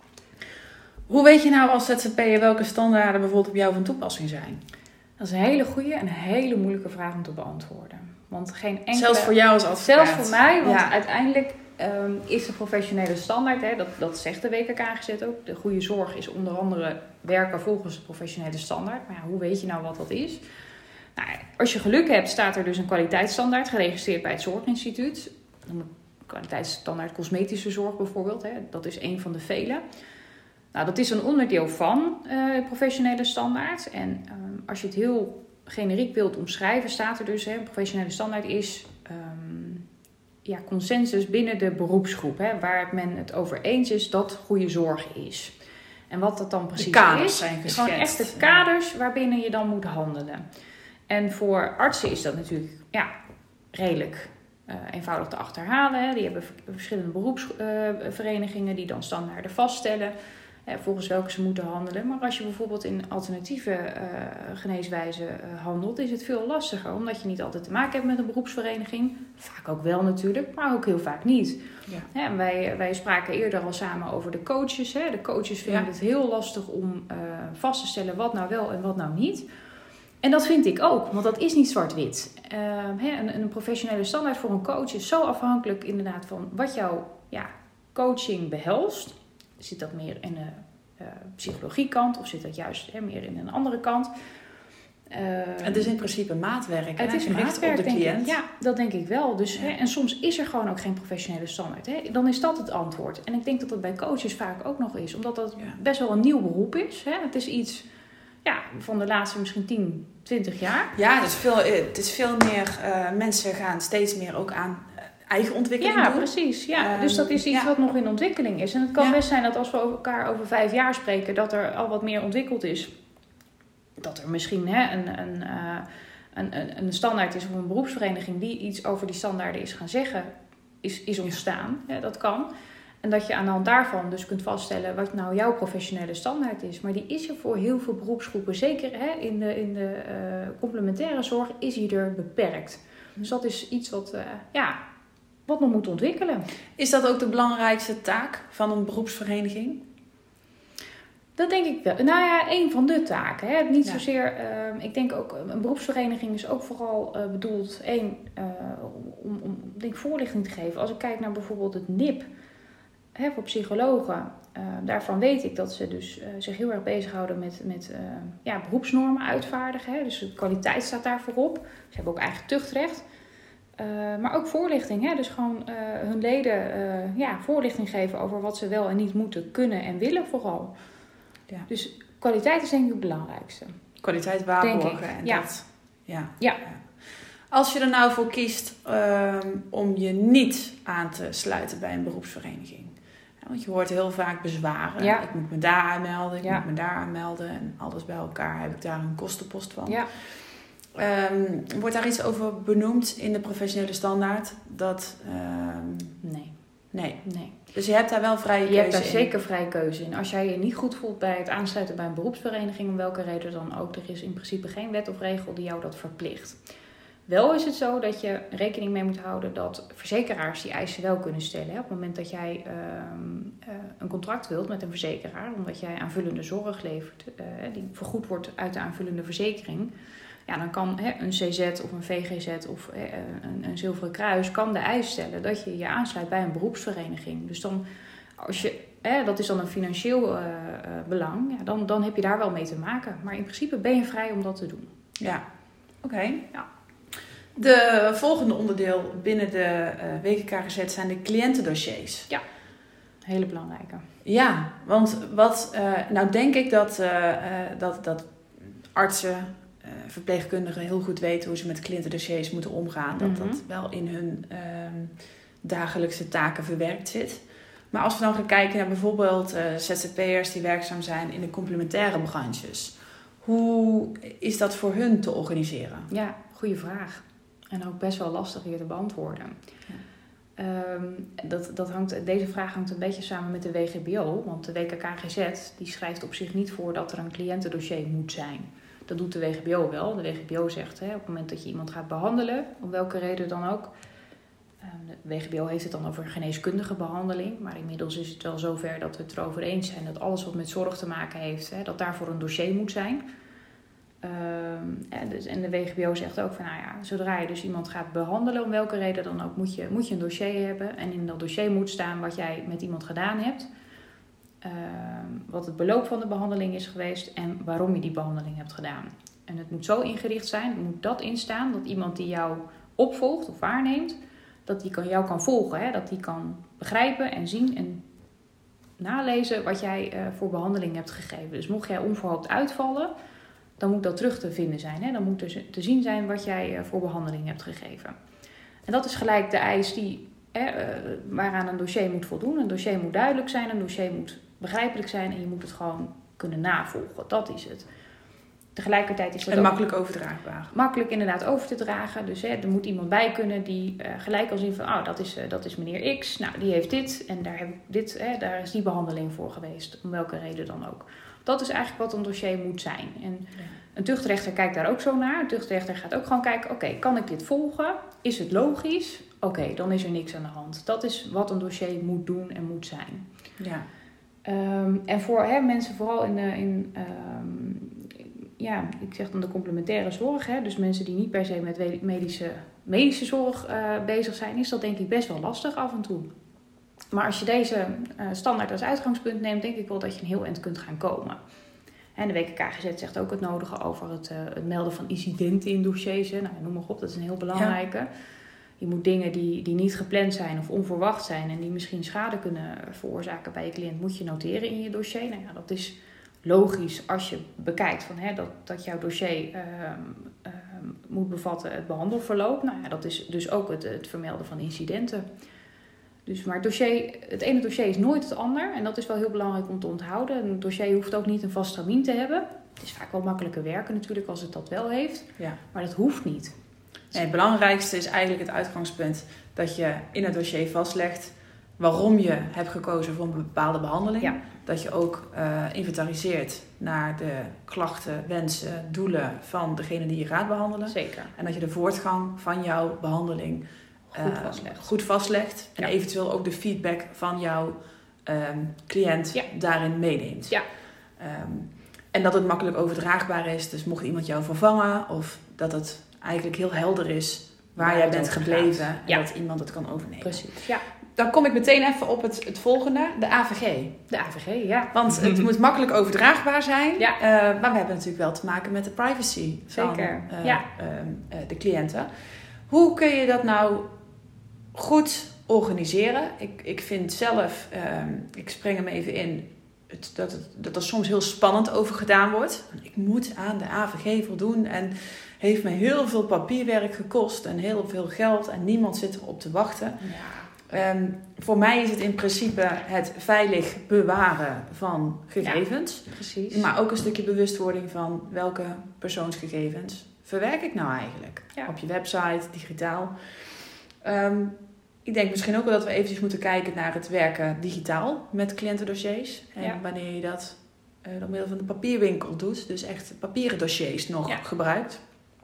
Hoe weet je nou als Z Z P'er welke standaarden bijvoorbeeld op jou van toepassing zijn? Dat is een hele goede en een hele moeilijke vraag om te beantwoorden. Want geen enkele... Zelfs voor jou als advocaat. Zelfs voor mij, want ja. uiteindelijk um, is de professionele standaard, hè, dat, dat zegt de W K K G Z ook. De goede zorg is onder andere werken volgens de professionele standaard. Maar ja, hoe weet je nou wat dat is? Nou, als je geluk hebt, staat er dus een kwaliteitsstandaard geregistreerd bij het Zorginstituut. Een kwaliteitsstandaard cosmetische zorg bijvoorbeeld. Hè. Dat is een van de vele. Nou, dat is een onderdeel van uh, de professionele standaard. En um, als je het heel generiek wilt omschrijven, staat er dus, hè, een professionele standaard is um, ja, consensus binnen de beroepsgroep. Hè, waar men het over eens is dat goede zorg is. En wat dat dan precies de kaders is, zijn is gewoon echt de kaders waarbinnen je dan moet handelen. En voor artsen is dat natuurlijk ja, redelijk uh, eenvoudig te achterhalen. Hè. Die hebben verschillende beroepsverenigingen uh, die dan standaarden vaststellen. Volgens welke ze moeten handelen. Maar als je bijvoorbeeld in alternatieve uh, geneeswijzen uh, handelt, is het veel lastiger. Omdat je niet altijd te maken hebt met een beroepsvereniging. Vaak ook wel natuurlijk, maar ook heel vaak niet. Ja. Ja, en wij, wij spraken eerder al samen over de coaches. Hè. De coaches vinden ja. het heel lastig om uh, vast te stellen wat nou wel en wat nou niet. En dat vind ik ook, want dat is niet zwart-wit. Uh, hè, een, een professionele standaard voor een coach is zo afhankelijk inderdaad van wat jouw ja, coaching behelst. Zit dat meer in de uh, psychologiekant of zit dat juist hè, meer in een andere kant? Uh, het is in principe maatwerk. Het is maatwerk, op de cliënt. Ik. Ja, dat denk ik wel. Dus, ja. hè, en soms is er gewoon ook geen professionele standaard. Hè. Dan is dat het antwoord. En ik denk dat dat bij coaches vaak ook nog is. Omdat dat ja. best wel een nieuw beroep is. Hè. Het is iets ja, van de laatste misschien tien, twintig jaar. Ja, het is veel, het is veel meer... Uh, mensen gaan steeds meer ook aan... eigen ontwikkeling ja, doen. Precies. Ja, um, dus dat is iets ja. wat nog in ontwikkeling is. En het kan ja. best zijn dat als we over elkaar over vijf jaar spreken, dat er al wat meer ontwikkeld is. Dat er misschien hè, een, een, uh, een, een, een standaard is of een beroepsvereniging die iets over die standaarden is gaan zeggen, is, is ontstaan. Ja, dat kan. En dat je aan de hand daarvan dus kunt vaststellen wat nou jouw professionele standaard is. Maar die is er voor heel veel beroepsgroepen. Zeker hè, in de, in de uh, complementaire zorg is die er beperkt. Dus dat is iets wat... Uh, ja, wat nog moet ontwikkelen. Is dat ook de belangrijkste taak van een beroepsvereniging? Dat denk ik wel. Nou ja, een van de taken. Hè. Niet ja. zozeer... Uh, ik denk ook, een beroepsvereniging is ook vooral uh, bedoeld... één, uh, om, om denk, voorlichting te geven. Als ik kijk naar bijvoorbeeld het N I P... Hè, voor psychologen... Uh, daarvan weet ik dat ze dus uh, zich heel erg bezighouden met, met uh, ja, beroepsnormen uitvaardigen. Hè. Dus de kwaliteit staat daar voorop. Ze hebben ook eigen tuchtrecht... Uh, maar ook voorlichting. Hè? Dus gewoon uh, hun leden uh, ja, voorlichting geven over wat ze wel en niet moeten kunnen en willen vooral. Ja. Dus kwaliteit is denk ik het belangrijkste. Kwaliteit waarborgen. En ja. Dat, ja. Ja. ja. Als je er nou voor kiest um, om je niet aan te sluiten bij een beroepsvereniging. Ja, want je hoort heel vaak bezwaren. Ja. Ik moet me daar aanmelden, ik ja. moet me daar aanmelden. En alles bij elkaar heb ik daar een kostenpost van. Ja. Um, wordt daar iets over benoemd in de professionele standaard? Dat, um... nee. nee. Nee. Dus je hebt daar wel vrije je keuze in? Je hebt daar zeker vrije keuze in. Als jij je niet goed voelt bij het aansluiten bij een beroepsvereniging, om welke reden dan ook, er is in principe geen wet of regel die jou dat verplicht. Wel is het zo dat je rekening mee moet houden dat verzekeraars die eisen wel kunnen stellen. Hè? Op het moment dat jij um, uh, een contract wilt met een verzekeraar, omdat jij aanvullende zorg levert, uh, die vergoed wordt uit de aanvullende verzekering. Ja, dan kan hè, een C Z of een V G Z of hè, een, een Zilveren Kruis kan de eis stellen dat je je aansluit bij een beroepsvereniging. Dus dan, als je, hè, dat is dan een financieel uh, uh, belang, ja, dan, dan heb je daar wel mee te maken. Maar in principe ben je vrij om dat te doen. Ja, oké. Okay. Ja. De volgende onderdeel binnen de uh, W K K G Z zijn de cliëntendossiers. Ja, hele belangrijke. Ja, want wat, uh, nou denk ik dat, uh, uh, dat, dat artsen... Uh, verpleegkundigen heel goed weten hoe ze met cliëntendossiers moeten omgaan. Dat mm-hmm. dat wel in hun uh, dagelijkse taken verwerkt zit. Maar als we dan gaan kijken naar bijvoorbeeld uh, Z Z P'ers die werkzaam zijn in de complementaire branches. Hoe is dat voor hun te organiseren? Ja, goede vraag. En ook best wel lastig hier te beantwoorden. Ja. Um, dat, dat hangt, deze vraag hangt een beetje samen met de W G B O. Want de W K K G Z die schrijft op zich niet voor dat er een cliëntendossier moet zijn. Dat doet de W G B O wel. De W G B O zegt, hè, op het moment dat je iemand gaat behandelen, om welke reden dan ook, uh, De W G B O heeft het dan over een geneeskundige behandeling. Maar inmiddels is het wel zover dat we het erover eens zijn dat alles wat met zorg te maken heeft, hè, dat daarvoor een dossier moet zijn. Um, en, dus, en de W G B O zegt ook van, nou ja, zodra je dus iemand gaat behandelen, om welke reden dan ook, moet je, moet je een dossier hebben. En in dat dossier moet staan wat jij met iemand gedaan hebt. Um, wat het beloop van de behandeling is geweest en waarom je die behandeling hebt gedaan. En het moet zo ingericht zijn, er moet dat instaan, dat iemand die jou opvolgt of waarneemt, dat die kan, jou kan volgen. Hè? Dat die kan begrijpen en zien en nalezen wat jij uh, voor behandeling hebt gegeven. Dus mocht jij onverhoopt uitvallen, dan moet dat terug te vinden zijn. Hè? Dan moet er te zien zijn wat jij uh, voor behandeling hebt gegeven. En dat is gelijk de eis die, uh, waaraan een dossier moet voldoen. Een dossier moet duidelijk zijn, een dossier moet begrijpelijk zijn en je moet het gewoon kunnen navolgen. Dat is het. Tegelijkertijd is dat en ook makkelijk overdraagbaar. Makkelijk inderdaad over te dragen. Dus hè, er moet iemand bij kunnen die uh, gelijk al zien van, oh, dat is, uh, dat is meneer X. Nou, die heeft dit en daar, heb ik dit, hè, daar is die behandeling voor geweest. Om welke reden dan ook. Dat is eigenlijk wat een dossier moet zijn. En ja. Een tuchtrechter kijkt daar ook zo naar. Een tuchtrechter gaat ook gewoon kijken, oké, okay, kan ik dit volgen? Is het logisch? Oké, okay, dan is er niks aan de hand. Dat is wat een dossier moet doen en moet zijn. Ja. Um, en voor hè, mensen vooral in, uh, in um, ja, ik zeg dan de complementaire zorg, hè, dus mensen die niet per se met medische, medische zorg uh, bezig zijn, is dat denk ik best wel lastig af en toe. Maar als je deze uh, standaard als uitgangspunt neemt, denk ik wel dat je een heel eind kunt gaan komen. En de W K K G Z zegt ook het nodige over het, uh, het melden van incidenten in dossiers. Hè. Nou, noem maar op, dat is een heel belangrijke. Ja. Je moet dingen die, die niet gepland zijn of onverwacht zijn en die misschien schade kunnen veroorzaken bij je cliënt, moet je noteren in je dossier. Nou ja, dat is logisch als je bekijkt van, hè, dat, dat jouw dossier uh, uh, moet bevatten het behandelverloop. Nou ja, dat is dus ook het, het vermelden van incidenten. Dus, maar het, dossier, het ene dossier is nooit het ander. En dat is wel heel belangrijk om te onthouden. Een dossier hoeft ook niet een vast termijn te hebben. Het is vaak wel makkelijker werken natuurlijk als het dat wel heeft. Ja. Maar dat hoeft niet. Nee, het belangrijkste is eigenlijk het uitgangspunt dat je in het dossier vastlegt waarom je hebt gekozen voor een bepaalde behandeling. Ja. Dat je ook uh, inventariseert naar de klachten, wensen, doelen van degene die je gaat behandelen. Zeker. En dat je de voortgang van jouw behandeling goed uh, vastlegt. Goed vastlegt. En ja. eventueel ook de feedback van jouw um, cliënt ja. daarin meeneemt. Ja. Um, en dat het makkelijk overdraagbaar is. Dus mocht iemand jou vervangen of dat het eigenlijk heel helder is waar, waar jij bent gebleven en ja. dat iemand het kan overnemen. Precies, ja. Dan kom ik meteen even op het, het volgende, de A V G. De A V G, ja. Want het moet makkelijk overdraagbaar zijn. Ja. Uh, maar we hebben natuurlijk wel te maken met de privacy van Zeker. Uh, ja. uh, uh, de cliënten. Hoe kun je dat nou goed organiseren? Ik, ik vind zelf, uh, ik spring hem even in, het, dat, het, dat er soms heel spannend over gedaan wordt. Ik moet aan de A V G voldoen en heeft me heel veel papierwerk gekost en heel veel geld en niemand zit erop te wachten. Ja. Um, voor mij is het in principe het veilig bewaren van gegevens. Ja, precies. Maar ook een stukje bewustwording van welke persoonsgegevens verwerk ik nou eigenlijk. Ja. Op je website, digitaal. Um, ik denk misschien ook wel dat we eventjes moeten kijken naar het werken digitaal met cliëntendossiers. En ja. wanneer je dat uh, door middel van de papierwinkel doet. Dus echt papieren dossiers nog ja. gebruikt.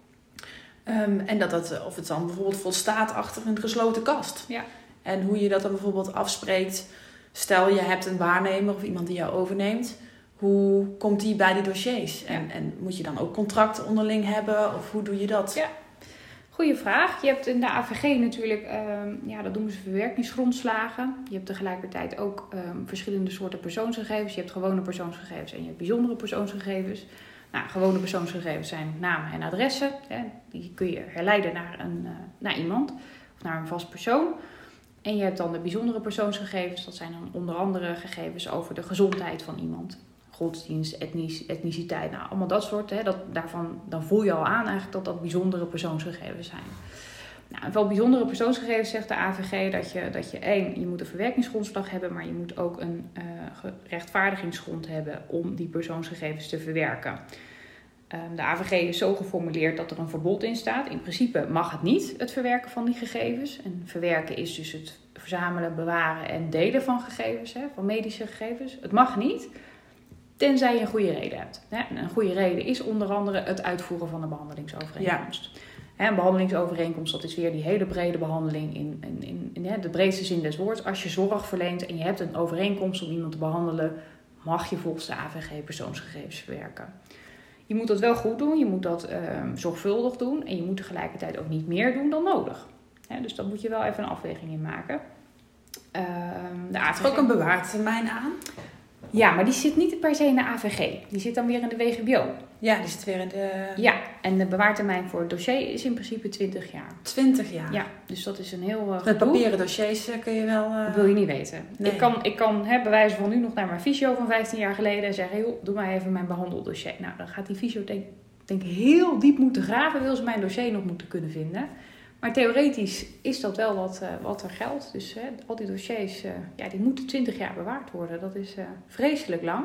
Um, en dat dat, of het dan bijvoorbeeld volstaat achter een gesloten kast. Ja. En hoe je dat dan bijvoorbeeld afspreekt. Stel je hebt een waarnemer of iemand die jou overneemt. Hoe komt die bij die dossiers? Ja. En, en moet je dan ook contracten onderling hebben? Of hoe doe je dat? Ja, goeie vraag. Je hebt in de A V G natuurlijk, um, ja, dat noemen ze verwerkingsgrondslagen. Je hebt tegelijkertijd ook um, verschillende soorten persoonsgegevens. Je hebt gewone persoonsgegevens en je hebt bijzondere persoonsgegevens. Nou, gewone persoonsgegevens zijn namen en adressen. Hè. Die kun je herleiden naar, een, uh, naar iemand of naar een vast persoon. En je hebt dan de bijzondere persoonsgegevens. Dat zijn dan onder andere gegevens over de gezondheid van iemand. Godsdienst, etnisch, etniciteit, nou allemaal dat soort. Hè, dat, daarvan, dan voel je al aan eigenlijk dat dat bijzondere persoonsgegevens zijn. Nou, en voor bijzondere persoonsgegevens zegt de A V G dat je, dat je één, je moet een verwerkingsgrondslag hebben, maar je moet ook een uh, rechtvaardigingsgrond hebben om die persoonsgegevens te verwerken. Um, de A V G is zo geformuleerd dat er een verbod in staat. In principe mag het niet, het verwerken van die gegevens. En verwerken is dus het verzamelen, bewaren en delen van gegevens, hè, van medische gegevens. Het mag niet, tenzij je een goede reden hebt. Hè. En een goede reden is onder andere het uitvoeren van de behandelingsovereenkomst. Ja. Hè, een behandelingsovereenkomst, dat is weer die hele brede behandeling in, in, in, in hè, de breedste zin des woords. Als je zorg verleent en je hebt een overeenkomst om iemand te behandelen, mag je volgens de A V G persoonsgegevens verwerken. Je moet dat wel goed doen, je moet dat uh, zorgvuldig doen en je moet tegelijkertijd ook niet meer doen dan nodig. Hè, dus daar moet je wel even een afweging in maken. Uh, de A V G... Er is ook een bewaartermijn aan. Ja, maar die zit niet per se in de A V G. Die zit dan weer in de W G B O. Ja, die zit weer in de... Ja, en de bewaartermijn voor het dossier is in principe twintig jaar. twintig jaar? Ja, dus dat is een heel... Uh, Met papieren dossiers uh, kun je wel... Uh... Dat wil je niet weten. Nee. Ik kan, ik kan hè, bewijzen van nu nog naar mijn fysio van vijftien jaar geleden en zeggen, joh, doe maar even mijn behandeldossier. Nou, dan gaat die fysio denk, denk heel diep moeten graven, wil ze mijn dossier nog moeten kunnen vinden. Maar theoretisch is dat wel wat, uh, wat er geldt. Dus hè, al die dossiers, uh, ja, die moeten twintig jaar bewaard worden. Dat is uh, vreselijk lang.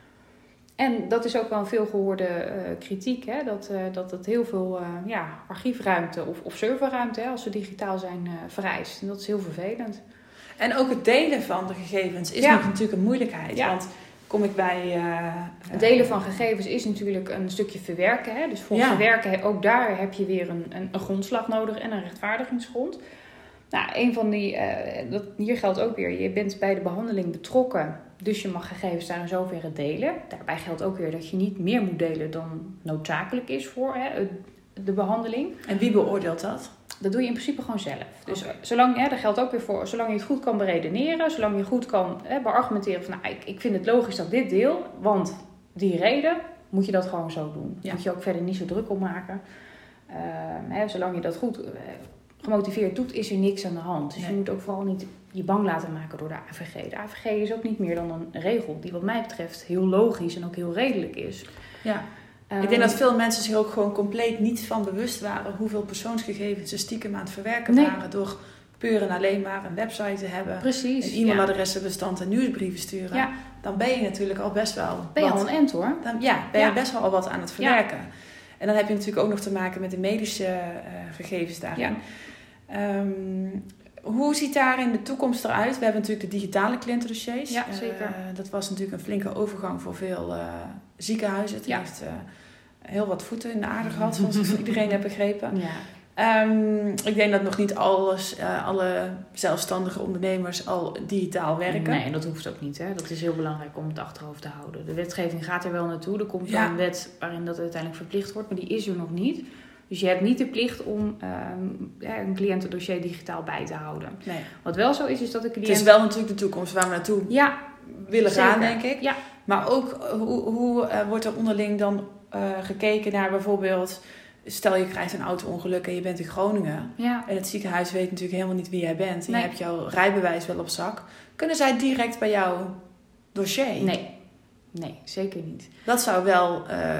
En dat is ook wel een veelgehoorde uh, kritiek. Hè? Dat, uh, dat het heel veel uh, ja, archiefruimte of, of serverruimte, hè, als ze digitaal zijn, uh, vereist. En dat is heel vervelend. En ook het delen van de gegevens is ja. nog natuurlijk een moeilijkheid. Ja. Want kom ik bij... Uh, het delen van gegevens is natuurlijk een stukje verwerken. Hè? Dus voor ja. verwerken, ook daar heb je weer een, een, een grondslag nodig en een rechtvaardigingsgrond. Nou, een van die, uh, dat, hier geldt ook weer, je bent bij de behandeling betrokken. Dus je mag gegevens daar in zoverre delen. Daarbij geldt ook weer dat je niet meer moet delen dan noodzakelijk is voor hè, de behandeling. En wie beoordeelt dat? Dat doe je in principe gewoon zelf. Dus okay. zolang, hè, dat geldt ook weer voor, zolang je het goed kan beredeneren, zolang je goed kan hè, beargumenteren van, nou, ik, ik vind het logisch dat ik dit deel, want die reden, moet je dat gewoon zo doen. Ja. Moet je ook verder niet zo druk om maken. Uh, hè, zolang je dat goed uh, gemotiveerd doet, is er niks aan de hand. Dus nee. je moet ook vooral niet je bang laten maken door de A V G. De A V G is ook niet meer dan een regel die wat mij betreft heel logisch en ook heel redelijk is. Ja. Ik denk dat veel mensen zich ook gewoon compleet niet van bewust waren hoeveel persoonsgegevens ze stiekem aan het verwerken nee. waren door puur en alleen maar een website te hebben. Precies. Een e-mailadressenbestand en nieuwsbrieven sturen. Ja. Dan ben je natuurlijk al best wel... Ben je wat, al een end hoor. Dan, ja, ben je ja. best wel al wat aan het verwerken. Ja. En dan heb je natuurlijk ook nog te maken met de medische uh, gegevens daarin. Ja. Um, hoe ziet daar in de toekomst eruit? We hebben natuurlijk de digitale cliëntendossiers. Ja, zeker. Uh, dat was natuurlijk een flinke overgang voor veel uh, ziekenhuizen. Het ja. heeft uh, heel wat voeten in de aarde gehad, zoals ik van iedereen heb begrepen. Ja. Um, ik denk dat nog niet alles, uh, alle zelfstandige ondernemers al digitaal werken. Nee, dat hoeft ook niet. Hè? Dat is heel belangrijk om het achterhoofd te houden. De wetgeving gaat er wel naartoe. Er komt wel ja. een wet waarin dat uiteindelijk verplicht wordt, maar die is er nog niet. Dus je hebt niet de plicht om um, ja, een cliëntendossier digitaal bij te houden. Nee. Wat wel zo is, is dat de cliënt... Het is wel natuurlijk de toekomst waar we naartoe ja, willen zeker. gaan, denk ik. Ja. Maar ook, hoe, hoe uh, wordt er onderling dan uh, gekeken naar bijvoorbeeld... Stel je krijgt een auto-ongeluk en je bent in Groningen. Ja. En het ziekenhuis weet natuurlijk helemaal niet wie jij bent. En nee. je hebt jouw rijbewijs wel op zak. Kunnen zij direct bij jouw dossier? Nee, nee, zeker niet. Dat zou wel... Uh,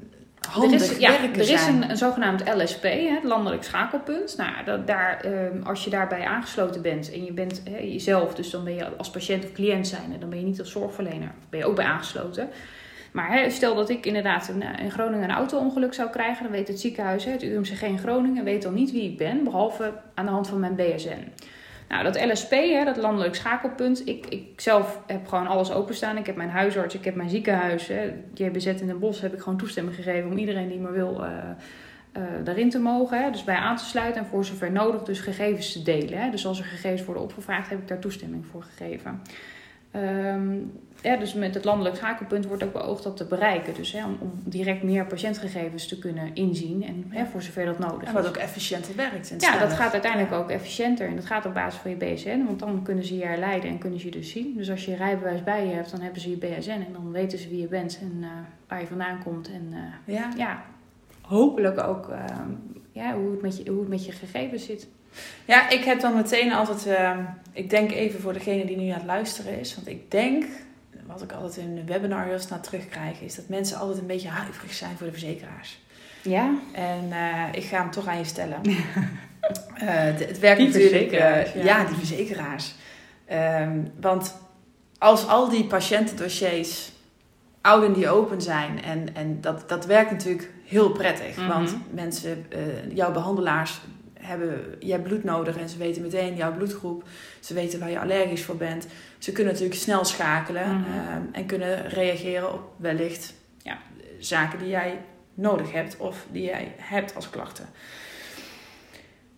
handig er is, ja, werken er is zijn. een, een zogenaamd L S P, het landelijk schakelpunt. Nou, dat, daar, um, als je daarbij aangesloten bent en je bent he, jezelf, dus dan ben je als patiënt of cliënt zijn, dan ben je niet als zorgverlener, ben je ook bij aangesloten. Maar he, stel dat ik inderdaad een, in Groningen een auto-ongeluk zou krijgen, dan weet het ziekenhuis, he, het U M C G in Groningen, weet dan niet wie ik ben, behalve aan de hand van mijn B S N. Nou, dat L S P, hè, dat landelijk schakelpunt, ik, ik zelf heb gewoon alles openstaan. Ik heb mijn huisarts, ik heb mijn ziekenhuis, hè, J B Z in Den Bosch heb ik gewoon toestemming gegeven om iedereen die maar wil uh, uh, daarin te mogen. Hè, dus bij aan te sluiten en voor zover nodig dus gegevens te delen. Hè. Dus als er gegevens worden opgevraagd, heb ik daar toestemming voor gegeven. Um, ja, dus met het landelijk schakelpunt wordt ook beoogd dat te bereiken. Dus hè, om, om direct meer patiëntgegevens te kunnen inzien. En hè, voor zover dat nodig is. En wat ook efficiënter werkt. Ja, dat gaat uiteindelijk ook efficiënter. En dat gaat op basis van je B S N. Want dan kunnen ze je herleiden en kunnen ze je dus zien. Dus als je je rijbewijs bij je hebt, dan hebben ze je B S N. En dan weten ze wie je bent en uh, waar je vandaan komt. En uh, ja. ja, hopelijk ook uh, ja, hoe, het met je, hoe het met je gegevens zit. Ja, ik heb dan meteen altijd... Uh, ik denk even voor degene die nu aan het luisteren is. Want ik denk, wat ik altijd in de webinar heel snel terugkrijg... is dat mensen altijd een beetje huiverig zijn voor de verzekeraars. Ja. En uh, ik ga hem toch aan je stellen. uh, de, het werkt die natuurlijk... Uh, ja. ja, die verzekeraars. Um, want als al die patiëntendossiers oud en die open zijn... en, en dat, dat werkt natuurlijk heel prettig. Mm-hmm. Want mensen, uh, jouw behandelaars... hebben jij bloed nodig en ze weten meteen jouw bloedgroep. Ze weten waar je allergisch voor bent. Ze kunnen natuurlijk snel schakelen mm-hmm. um, en kunnen reageren op wellicht ja, zaken die jij nodig hebt of die jij hebt als klachten.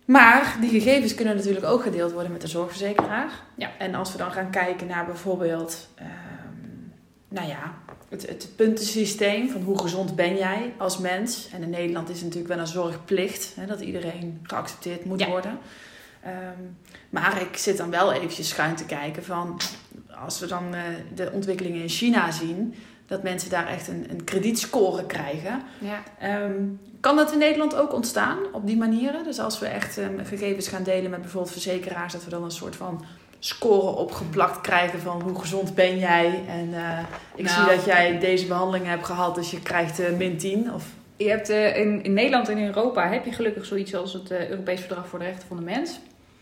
Maar die gegevens kunnen natuurlijk ook gedeeld worden met de zorgverzekeraar. Ja. En als we dan gaan kijken naar bijvoorbeeld, um, nou ja, het, het puntensysteem van hoe gezond ben jij als mens. En in Nederland is het natuurlijk wel een zorgplicht, hè, dat iedereen geaccepteerd moet ja. worden. Um, maar ik zit dan wel eventjes schuin te kijken van, als we dan uh, de ontwikkelingen in China zien, dat mensen daar echt een, een kredietscore krijgen. Ja. Um, kan dat in Nederland ook ontstaan op die manieren? Dus als we echt um, gegevens gaan delen met bijvoorbeeld verzekeraars, dat we dan een soort van score opgeplakt krijgen van hoe gezond ben jij? En uh, ik nou, zie dat jij deze behandeling hebt gehad, dus je krijgt uh, min tien. Of... Je hebt, uh, in, in Nederland en in Europa heb je gelukkig zoiets als het uh, Europees Verdrag voor de Rechten van de Mens.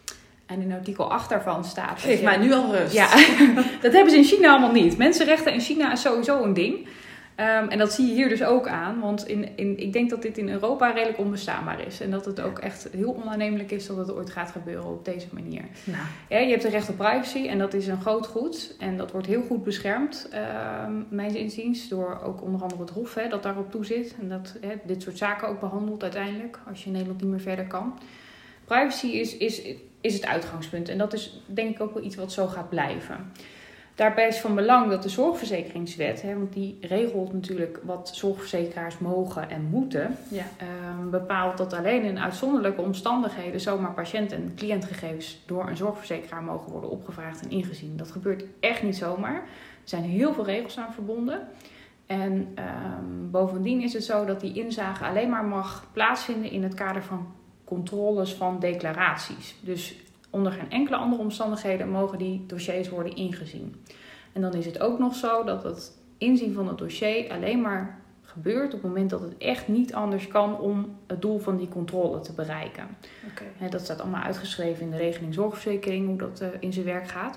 En in artikel acht daarvan staat... Geef je, mij nu al rust. Ja, dat hebben ze in China allemaal niet. Mensenrechten in China is sowieso een ding. Um, en dat zie je hier dus ook aan. Want in, in, ik denk dat dit in Europa redelijk onbestaanbaar is. En dat het ook echt heel onaannemelijk is dat het ooit gaat gebeuren op deze manier. Nou. Ja, je hebt een recht op privacy en dat is een groot goed. En dat wordt heel goed beschermd, um, mijns inziens, door ook onder andere het Hof, hè, dat daarop toezit. En dat hè, dit soort zaken ook behandelt uiteindelijk, als je in Nederland niet meer verder kan. Privacy is, is, is het uitgangspunt. En dat is denk ik ook wel iets wat zo gaat blijven. Daarbij is van belang dat de zorgverzekeringswet, hè, want die regelt natuurlijk wat zorgverzekeraars mogen en moeten, ja. um, bepaalt dat alleen in uitzonderlijke omstandigheden zomaar patiënt- en cliëntgegevens door een zorgverzekeraar mogen worden opgevraagd en ingezien. Dat gebeurt echt niet zomaar. Er zijn heel veel regels aan verbonden. En um, bovendien is het zo dat die inzage alleen maar mag plaatsvinden in het kader van controles van declaraties. Dus onder geen enkele andere omstandigheden mogen die dossiers worden ingezien. En dan is het ook nog zo dat het inzien van het dossier alleen maar gebeurt op het moment dat het echt niet anders kan om het doel van die controle te bereiken. Okay. He, dat staat allemaal uitgeschreven in de regeling zorgverzekering, hoe dat uh, in zijn werk gaat.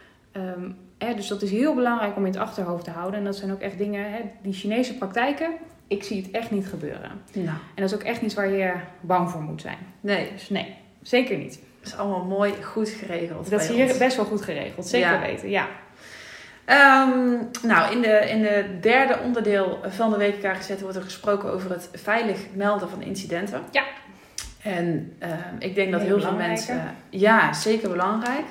Um, he, dus dat is heel belangrijk om in het achterhoofd te houden. En dat zijn ook echt dingen, he, die Chinese praktijken, ik zie het echt niet gebeuren. Nou. En dat is ook echt niets waar je bang voor moet zijn. Nee. Dus nee, zeker niet. Dat is allemaal mooi goed geregeld. Dat is hier ons. Best wel goed geregeld, zeker ja. weten, ja. Um, nou, in de, in de derde onderdeel van de W K K G Z wordt er gesproken over het veilig melden van incidenten. Ja. En um, ik denk dat heel, heel veel mensen... Ja, zeker belangrijk.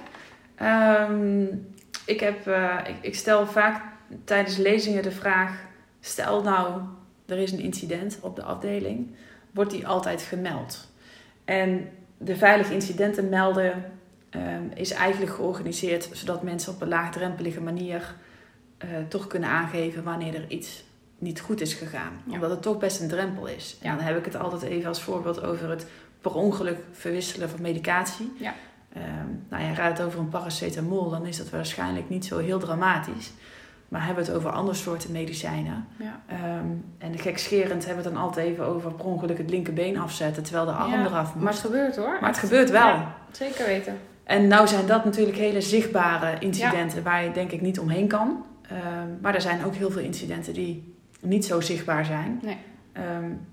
Um, ik, heb, uh, ik, ik stel vaak tijdens lezingen de vraag, stel nou, er is een incident op de afdeling, wordt die altijd gemeld? En de veilig incidenten melden um, is eigenlijk georganiseerd zodat mensen op een laagdrempelige manier uh, toch kunnen aangeven wanneer er iets niet goed is gegaan. Ja. Omdat het toch best een drempel is. Ja. En dan heb ik het altijd even als voorbeeld over het per ongeluk verwisselen van medicatie. Ja. Um, nou ja, gaat het over een paracetamol, dan is dat waarschijnlijk niet zo heel dramatisch. Maar hebben we het over andere soorten medicijnen. Ja. Um, en gekscherend hebben we het dan altijd even over per ongeluk het linkerbeen afzetten terwijl de arm ja, eraf moet. Maar het gebeurt hoor. Maar het gebeurt wel. Ja, zeker weten. En nou zijn dat natuurlijk hele zichtbare incidenten ja. waar je denk ik niet omheen kan. Um, maar er zijn ook heel veel incidenten die niet zo zichtbaar zijn. Nee. Um,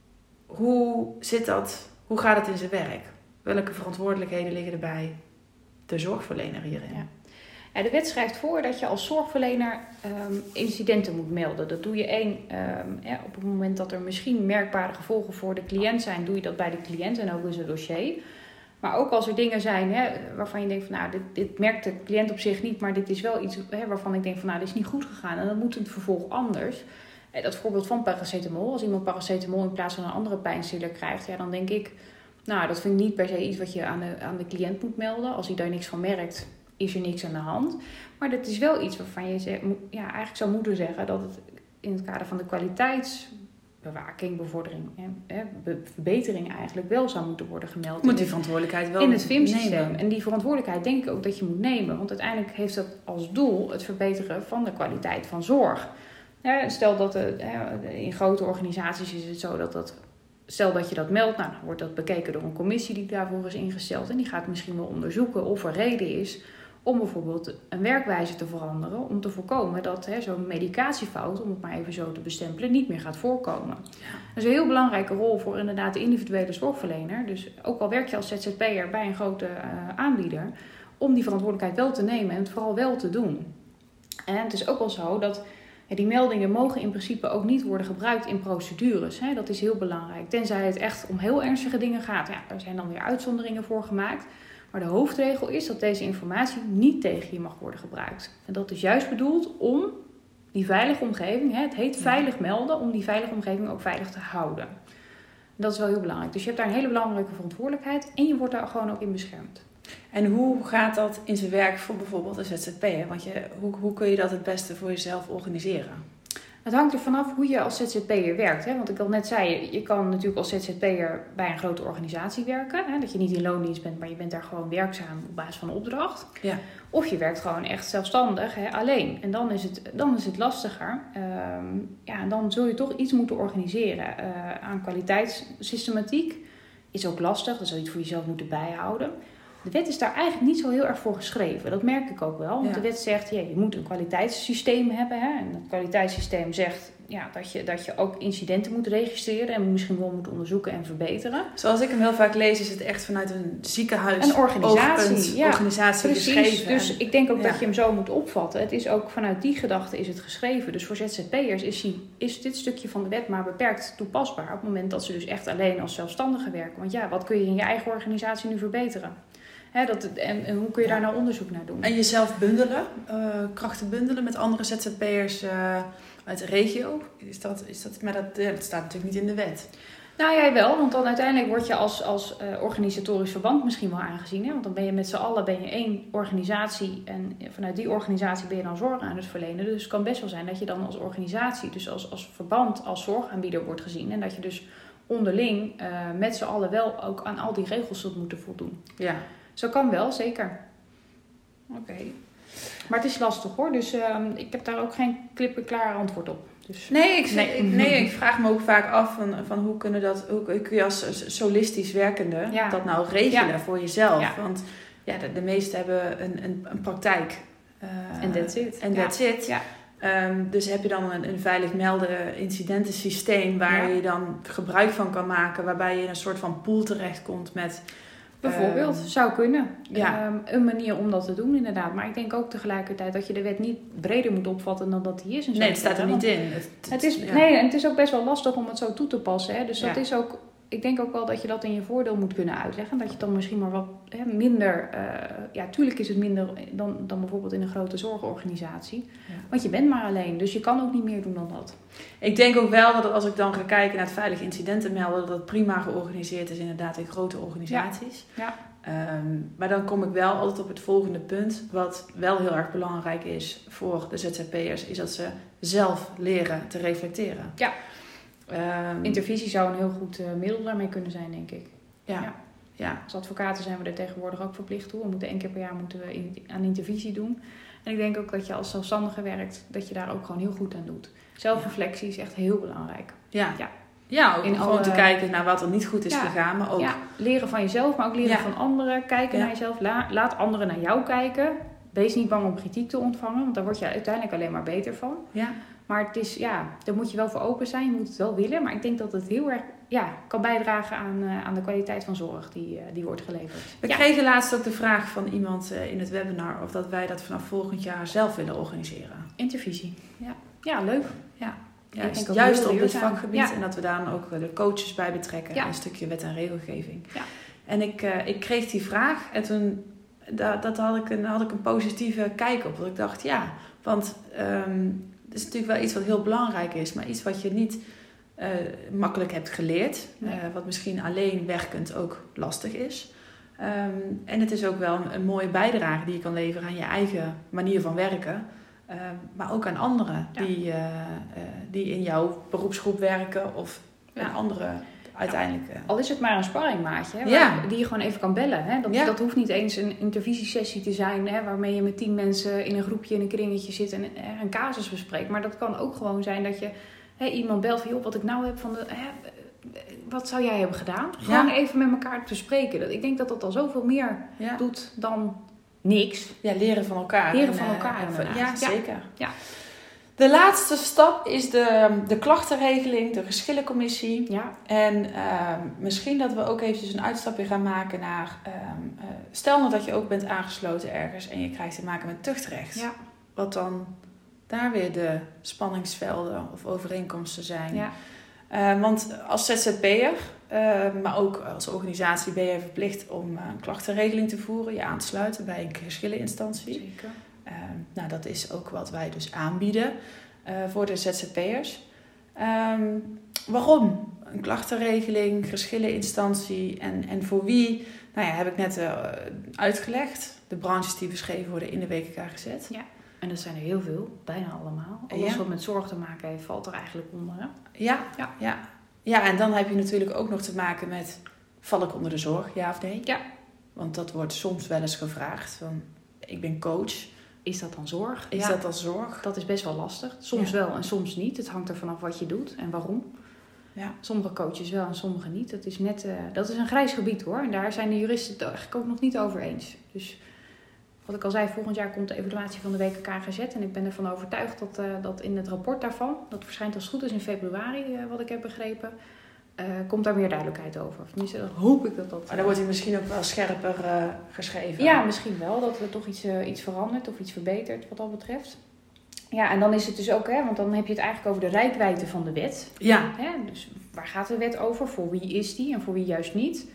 hoe zit dat? Hoe gaat het in zijn werk? Welke verantwoordelijkheden liggen er bij de zorgverlener hierin? Ja. Ja, de wet schrijft voor dat je als zorgverlener um, incidenten moet melden. Dat doe je één, um, ja, op het moment dat er misschien merkbare gevolgen voor de cliënt zijn, doe je dat bij de cliënt en ook in zijn dossier. Maar ook als er dingen zijn hè, waarvan je denkt van nou, dit, dit merkt de cliënt op zich niet, maar dit is wel iets hè, waarvan ik denk van nou, dit is niet goed gegaan en dan moet het vervolg anders. Dat voorbeeld van paracetamol, als iemand paracetamol in plaats van een andere pijnstiller krijgt, ja, dan denk ik, nou, dat vind ik niet per se iets wat je aan de, aan de cliënt moet melden. Als hij daar niks van merkt, is er niks aan de hand. Maar dat is wel iets waarvan je zeg, ja, eigenlijk zou moeten zeggen dat het in het kader van de kwaliteitsbewaking, bevordering en verbetering eigenlijk wel zou moeten worden gemeld. Moet die verantwoordelijkheid wel in het V I M-systeem. En die verantwoordelijkheid denk ik ook dat je moet nemen. Want uiteindelijk heeft dat als doel het verbeteren van de kwaliteit van zorg. Ja, stel dat de, in grote organisaties is het zo dat dat... Stel dat je dat meldt, nou, dan wordt dat bekeken door een commissie die daarvoor is ingesteld. En die gaat misschien wel onderzoeken of er reden is om bijvoorbeeld een werkwijze te veranderen. Om te voorkomen dat hè, zo'n medicatiefout, om het maar even zo te bestempelen, niet meer gaat voorkomen. Ja. Dat is een heel belangrijke rol voor inderdaad de individuele zorgverlener. Dus ook al werk je als Z Z P'er bij een grote uh, aanbieder, om die verantwoordelijkheid wel te nemen en het vooral wel te doen. En het is ook wel zo dat... Ja, die meldingen mogen in principe ook niet worden gebruikt in procedures. Hè? Dat is heel belangrijk. Tenzij het echt om heel ernstige dingen gaat. Ja, daar zijn dan weer uitzonderingen voor gemaakt. Maar de hoofdregel is dat deze informatie niet tegen je mag worden gebruikt. En dat is juist bedoeld om die veilige omgeving, hè, het heet veilig melden, om die veilige omgeving ook veilig te houden. En dat is wel heel belangrijk. Dus je hebt daar een hele belangrijke verantwoordelijkheid en je wordt daar gewoon ook in beschermd. En hoe gaat dat in zijn werk voor bijvoorbeeld een Z Z P'er? Want je, hoe, hoe kun je dat het beste voor jezelf organiseren? Het hangt er vanaf hoe je als Z Z P'er werkt. Hè? Want ik al net zei, je kan natuurlijk als Z Z P'er bij een grote organisatie werken. Hè? Dat je niet in loondienst bent, maar je bent daar gewoon werkzaam op basis van een opdracht. Ja. Of je werkt gewoon echt zelfstandig, hè, alleen. En dan is het, dan is het lastiger. Um, ja, en dan zul je toch iets moeten organiseren. Uh, aan kwaliteitssystematiek is ook lastig. Dan zul je het voor jezelf moeten bijhouden. De wet is daar eigenlijk niet zo heel erg voor geschreven. Dat merk ik ook wel. Want ja. de wet zegt, ja, je moet een kwaliteitssysteem hebben. Hè? En het kwaliteitssysteem zegt ja, dat, je, dat je ook incidenten moet registreren. En misschien wel moet onderzoeken en verbeteren. Zoals ik hem heel vaak lees, is het echt vanuit een ziekenhuis. Een organisatie. Ja, organisatie precies. Beschreven. Dus ik denk ook ja. dat je hem zo moet opvatten. Het is ook vanuit die gedachte is het geschreven. Dus voor Z Z P'ers is, die, is dit stukje van de wet maar beperkt toepasbaar. Op het moment dat ze dus echt alleen als zelfstandige werken. Want ja, wat kun je in je eigen organisatie nu verbeteren? He, dat, en, en hoe kun je daar nou onderzoek naar doen? En jezelf bundelen, uh, krachten bundelen met andere Z Z P'ers uh, uit de regio. Is dat, is dat, maar dat, dat staat natuurlijk niet in de wet. Nou ja, wel, want dan uiteindelijk word je als, als uh, organisatorisch verband misschien wel aangezien. Hè? Want dan ben je met z'n allen ben je één organisatie en vanuit die organisatie ben je dan zorg aan het verlenen. Dus het kan best wel zijn dat je dan als organisatie, dus als, als verband, als zorgaanbieder wordt gezien. En dat je dus onderling uh, met z'n allen wel ook aan al die regels zult moeten voldoen. Ja. Zo kan wel, zeker. Oké. Okay. Maar het is lastig hoor, dus uh, ik heb daar ook geen klip-en-klaar antwoord op. Dus, nee, ik, nee. Ik, nee, ik vraag me ook vaak af van, van hoe, kunnen dat, hoe kun je als solistisch werkende ja. dat nou regelen ja. voor jezelf. Ja. Want ja, de, de meesten hebben een, een, een praktijk. En uh, that's it. En that's ja. it. Ja. Um, dus heb je dan een, een veilig melden incidentensysteem waar ja. je dan gebruik van kan maken. Waarbij je in een soort van pool terechtkomt met... Bijvoorbeeld, um, zou kunnen. Ja. Um, een manier om dat te doen inderdaad. Maar ik denk ook tegelijkertijd dat je de wet niet breder moet opvatten dan dat die is. En zo nee, het staat er niet in. Het, het, het is, ja. Nee, en het is ook best wel lastig om het zo toe te passen. Hè? Dus dat ja. is ook... Ik denk ook wel dat je dat in je voordeel moet kunnen uitleggen. Dat je dan misschien maar wat hè, minder... Uh, ja, tuurlijk is het minder dan, dan bijvoorbeeld in een grote zorgorganisatie. Ja. Want je bent maar alleen. Dus je kan ook niet meer doen dan dat. Ik denk ook wel dat als ik dan ga kijken naar het veilig incidenten melden... dat het prima georganiseerd is inderdaad in grote organisaties. Ja. Ja. Um, maar dan kom ik wel altijd op het volgende punt. Wat wel heel erg belangrijk is voor de Z Z P'ers... is dat ze zelf leren te reflecteren. Ja. Um, Intervisie zou een heel goed uh, middel daarmee kunnen zijn, denk ik. Ja. Ja. Ja. Als advocaten zijn we er tegenwoordig ook verplicht toe. We moeten één keer per jaar moeten we in, aan intervisie doen. En ik denk ook dat je als zelfstandige werkt, dat je daar ook gewoon heel goed aan doet. Zelfreflectie is echt heel belangrijk. Ja. Ja. Ja, ook om gewoon te kijken naar wat er niet goed is ja, gegaan, maar ook... Ja, leren van jezelf, maar ook leren ja. van anderen. Kijken ja. naar jezelf. La, laat anderen naar jou kijken. Wees niet bang om kritiek te ontvangen, want daar word je uiteindelijk alleen maar beter van. Ja. Maar het is, ja, daar moet je wel voor open zijn. Je moet het wel willen. Maar ik denk dat het heel erg ja, kan bijdragen aan, uh, aan de kwaliteit van zorg die, uh, die wordt geleverd. We ja. kregen laatst ook de vraag van iemand uh, in het webinar... of dat wij dat vanaf volgend jaar zelf willen organiseren. Intervisie. Ja, ja leuk. Ja. Juist, juist op dit vakgebied. Ja. En dat we daar dan ook de coaches bij betrekken. Ja. En een stukje wet en regelgeving. Ja. En ik, uh, ik kreeg die vraag. En toen dat, dat had, ik een, had ik een positieve kijk op. Want ik dacht, ja, want... Um, het is natuurlijk wel iets wat heel belangrijk is, maar iets wat je niet uh, makkelijk hebt geleerd. Nee. Uh, wat misschien alleen werkend ook lastig is. Um, en het is ook wel een, een mooie bijdrage die je kan leveren aan je eigen manier van werken. Uh, maar ook aan anderen ja. die, uh, uh, die in jouw beroepsgroep werken of ja. een andere uiteindelijk. Uh... Al is het maar een sparringmaatje, hè, ja. die je gewoon even kan bellen. Hè? Dat, ja. dat hoeft niet eens een intervisiesessie te zijn, hè, waarmee je met tien mensen in een groepje in een kringetje zit en hè, een casus bespreekt. Maar dat kan ook gewoon zijn dat je hè, iemand belt van, joh, wat ik nou heb van de... Hè, wat zou jij hebben gedaan? Gewoon ja. even met elkaar te spreken. Dat, ik denk dat dat al zoveel meer ja. doet dan niks. Ja, leren van elkaar. Leren van elkaar, en, ja, ja, zeker. Ja. De laatste stap is de, de klachtenregeling, de geschillencommissie. Ja. En uh, misschien dat we ook eventjes een uitstapje gaan maken naar... Uh, uh, stel nou dat je ook bent aangesloten ergens en je krijgt te maken met tuchtrecht. Ja. Wat dan daar weer de spanningsvelden of overeenkomsten zijn. Ja. Uh, want als Z Z P'er, uh, maar ook als organisatie ben je verplicht om uh, een klachtenregeling te voeren. Je aan te sluiten bij een geschilleninstantie. Zeker. Uh, nou, dat is ook wat wij dus aanbieden uh, voor de Z Z P'ers. Um, waarom? Een klachtenregeling, geschilleninstantie en, en voor wie? Nou ja, heb ik net uh, uitgelegd. De branches die beschreven worden in de W K K G Z. Ja, en dat zijn er heel veel, bijna allemaal. Alles Ja. wat met zorg te maken heeft, valt er eigenlijk onder. Hè? Ja, Ja. ja. Ja, en dan heb je natuurlijk ook nog te maken met... val ik onder de zorg, ja of nee? Ja. Want dat wordt soms wel eens gevraagd. Van, ik ben coach. Is dat dan zorg? Is Ja, dat dan zorg? dat is best wel lastig. Soms Ja. wel en soms niet. Het hangt er vanaf wat je doet en waarom. Ja. Sommige coaches wel en sommige niet. Dat is, net, uh, dat is een grijs gebied hoor. En daar zijn de juristen het eigenlijk ook nog niet over eens. Dus wat ik al zei, volgend jaar komt de evaluatie van de W K K G Z. En ik ben ervan overtuigd dat, uh, dat in het rapport daarvan, dat verschijnt als het goed is in februari, uh, wat ik heb begrepen, uh, komt daar meer duidelijkheid over. Tenminste, dan hoop ik dat dat... Uh, Maar dan wordt hij misschien ook wel scherper uh, geschreven. Ja, misschien wel. Dat er toch iets, uh, iets verandert of iets verbetert wat dat betreft. Ja, en dan is het dus ook, hè, want dan heb je het eigenlijk over de reikwijdte van de wet. Ja. Hè, dus waar gaat de wet over? Voor wie is die en voor wie juist niet?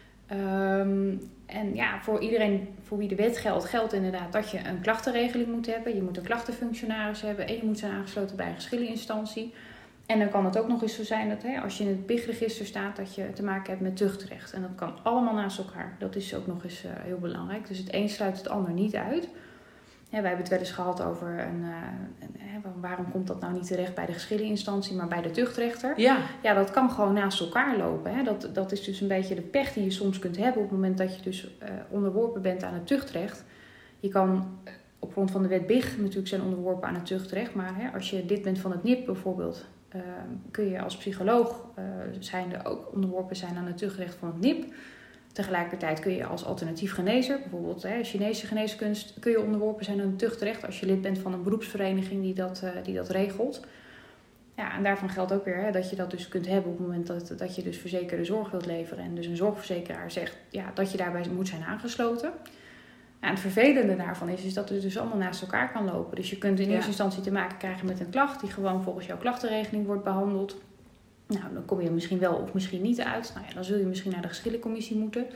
Um, en ja, voor iedereen voor wie de wet geldt, geldt inderdaad dat je een klachtenregeling moet hebben. Je moet een klachtenfunctionaris hebben en je moet zijn aangesloten bij een geschilleninstantie. En dan kan het ook nog eens zo zijn dat hè, als je in het B I G-register staat, dat je te maken hebt met tuchtrecht. En dat kan allemaal naast elkaar. Dat is ook nog eens uh, heel belangrijk. Dus het een sluit het ander niet uit. Ja, wij hebben het wel eens gehad over een, uh, een, hè, waarom komt dat nou niet terecht bij de geschilleninstantie, maar bij de tuchtrechter. Ja. Ja, dat kan gewoon naast elkaar lopen. Hè. Dat, dat is dus een beetje de pech die je soms kunt hebben op het moment dat je dus uh, onderworpen bent aan het tuchtrecht. Je kan uh, op grond van de wet B I G natuurlijk zijn onderworpen aan het tuchtrecht, maar hè, als je lid bent van het N I P bijvoorbeeld, uh, kun je als psycholoog uh, zijnde ook onderworpen zijn aan het tuchtrecht van het N I P. Tegelijkertijd kun je als alternatief genezer, bijvoorbeeld hè, Chinese geneeskunst, kun je onderworpen zijn aan het tuchtrecht als je lid bent van een beroepsvereniging die dat, uh, die dat regelt. Ja, en daarvan geldt ook weer hè, dat je dat dus kunt hebben op het moment dat, dat je dus verzekerde zorg wilt leveren. En dus een zorgverzekeraar zegt ja, dat je daarbij moet zijn aangesloten. Ja, en het vervelende daarvan is, is dat het dus allemaal naast elkaar kan lopen. Dus je kunt in Ja. eerste instantie te maken krijgen met een klacht die gewoon volgens jouw klachtenregeling wordt behandeld. Nou, dan kom je misschien wel of misschien niet uit. Nou ja, dan zul je misschien naar de geschillencommissie moeten.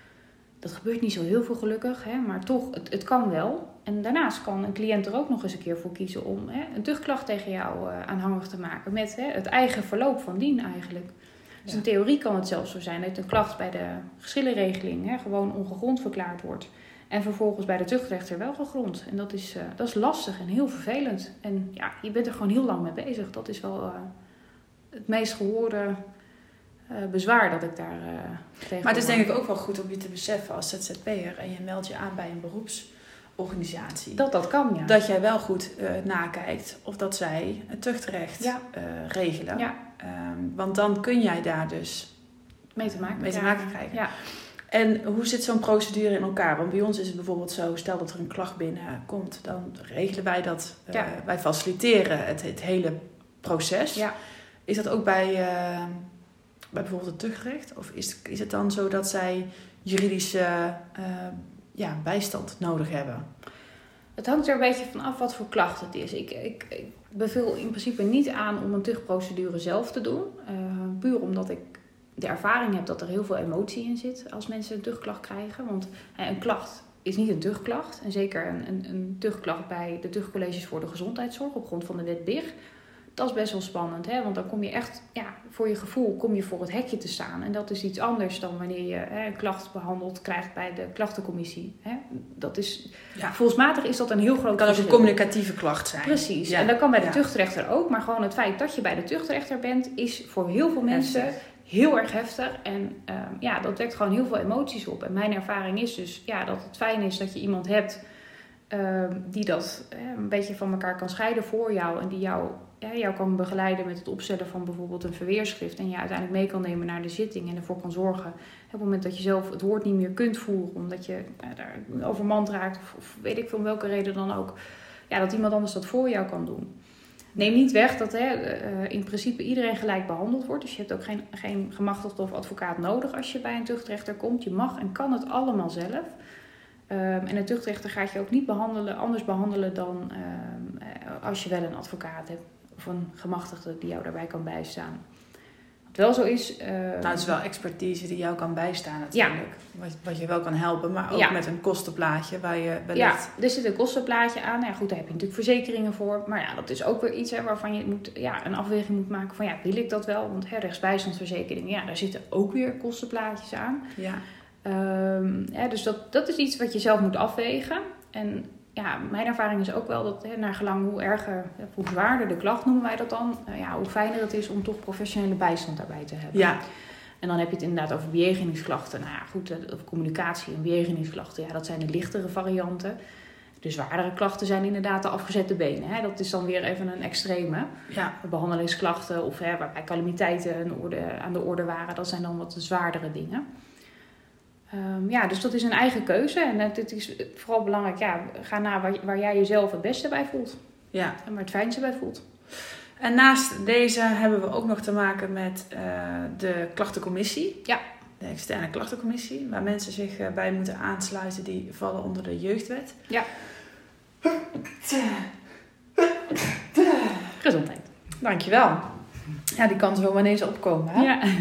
Dat gebeurt niet zo heel veel gelukkig, hè, maar toch, het, het kan wel. En daarnaast kan een cliënt er ook nog eens een keer voor kiezen om hè, een tuchtklacht tegen jou uh, aanhangig te maken. Met hè, het eigen verloop van dien eigenlijk. Dus Ja. in theorie kan het zelfs zo zijn dat een klacht bij de geschillenregeling hè, gewoon ongegrond verklaard wordt. En vervolgens bij de tuchtrechter wel gegrond. En dat is, uh, dat is lastig en heel vervelend. En ja, je bent er gewoon heel lang mee bezig. Dat is wel... Uh, het meest gehoorde uh, bezwaar dat ik daar uh, tegen. Maar het is denk ik ook wel goed om je te beseffen als Z Z P'er en je meldt je aan bij een beroepsorganisatie. Dat dat kan, ja. Dat jij wel goed uh, nakijkt of dat zij het tuchtrecht Ja. uh, regelen. Ja. Um, want dan kun jij daar dus mee te maken, mee te krijgen. maken krijgen. Ja. En hoe zit zo'n procedure in elkaar? Want bij ons is het bijvoorbeeld zo, stel dat er een klacht binnenkomt, dan regelen wij dat. Uh, Ja. Wij faciliteren het, het hele proces. Ja. Is dat ook bij, uh, bij bijvoorbeeld het tuchtrecht? Of is, is het dan zo dat zij juridische uh, ja, bijstand nodig hebben? Het hangt er een beetje van af wat voor klacht het is. Ik, ik, ik beveel in principe niet aan om een tuchtprocedure zelf te doen. Uh, puur omdat ik de ervaring heb dat er heel veel emotie in zit als mensen een tuchtklacht krijgen. Want uh, een klacht is niet een tuchtklacht. En zeker een, een, een tuchtklacht bij de tuchtcolleges voor de gezondheidszorg op grond van de wet B I G. Dat is best wel spannend, hè? Want dan kom je echt, ja, voor je gevoel kom je voor het hekje te staan. En dat is iets anders dan wanneer je hè, een klacht behandeld krijgt bij de klachtencommissie. Hè? Dat is, Ja. gevoelsmatig is dat een heel groot Het kan ook een verschil. communicatieve klacht zijn. Precies, Ja. en dat kan bij de Ja. tuchtrechter ook. Maar gewoon het feit dat je bij de tuchtrechter bent, is voor heel veel mensen Heftig. heel erg heftig. En uh, ja, dat wekt gewoon heel veel emoties op. En mijn ervaring is dus ja, dat het fijn is dat je iemand hebt uh, die dat uh, een beetje van elkaar kan scheiden voor jou. En die jou, ja, jou kan begeleiden met het opstellen van bijvoorbeeld een verweerschrift. En je uiteindelijk mee kan nemen naar de zitting en ervoor kan zorgen. Op het moment dat je zelf het woord niet meer kunt voeren, omdat je uh, daar overmand raakt of, of weet ik veel om welke reden dan ook. Ja, dat iemand anders dat voor jou kan doen. Neem niet weg dat hè, uh, in principe iedereen gelijk behandeld wordt. Dus je hebt ook geen, geen gemachtigde of advocaat nodig als je bij een tuchtrechter komt. Je mag en kan het allemaal zelf. Um, en een tuchtrechter gaat je ook niet behandelen, anders behandelen dan um, uh, als je wel een advocaat hebt of een gemachtigde die jou daarbij kan bijstaan. Wat wel zo is... Uh, nou, het is wel expertise die jou kan bijstaan natuurlijk. Ja. Wat, wat je wel kan helpen, maar ook ja. met een kostenplaatje waar je wellicht... Ja, er zit een kostenplaatje aan. Nou ja, goed, daar heb je natuurlijk verzekeringen voor. Maar ja, dat is ook weer iets hè, waarvan je moet, ja, een afweging moet maken van... ja, wil ik dat wel? Want hè, rechtsbijstandsverzekeringen, ja, daar zitten ook weer kostenplaatjes aan. Ja. Um, ja, dus dat, dat is iets wat je zelf moet afwegen. En ja, mijn ervaring is ook wel dat hè, naar gelang hoe erger, hoe zwaarder de klacht noemen wij dat dan... Uh, ja, hoe fijner het is om toch professionele bijstand daarbij te hebben. Ja. En dan heb je het inderdaad over bejegeningsklachten. Nou ja, goed, over communicatie en bejegeningsklachten. Ja, dat zijn de lichtere varianten. De zwaardere klachten zijn inderdaad de afgezette benen. Hè. Dat is dan weer even een extreme. Ja. Behandelingsklachten of hè, waarbij calamiteiten een orde, aan de orde waren. Dat zijn dan wat zwaardere dingen. Um, ja, dus dat is een eigen keuze. En het is vooral belangrijk, ja, ga naar waar, waar jij jezelf het beste bij voelt. Ja. En waar het fijnste bij voelt. En naast deze hebben we ook nog te maken met uh, de klachtencommissie. Ja. De externe klachtencommissie. Waar mensen zich uh, bij moeten aansluiten die vallen onder de jeugdwet. Ja. Gezondheid. Dankjewel. Ja, die kan zo ineens opkomen. Hè? Ja.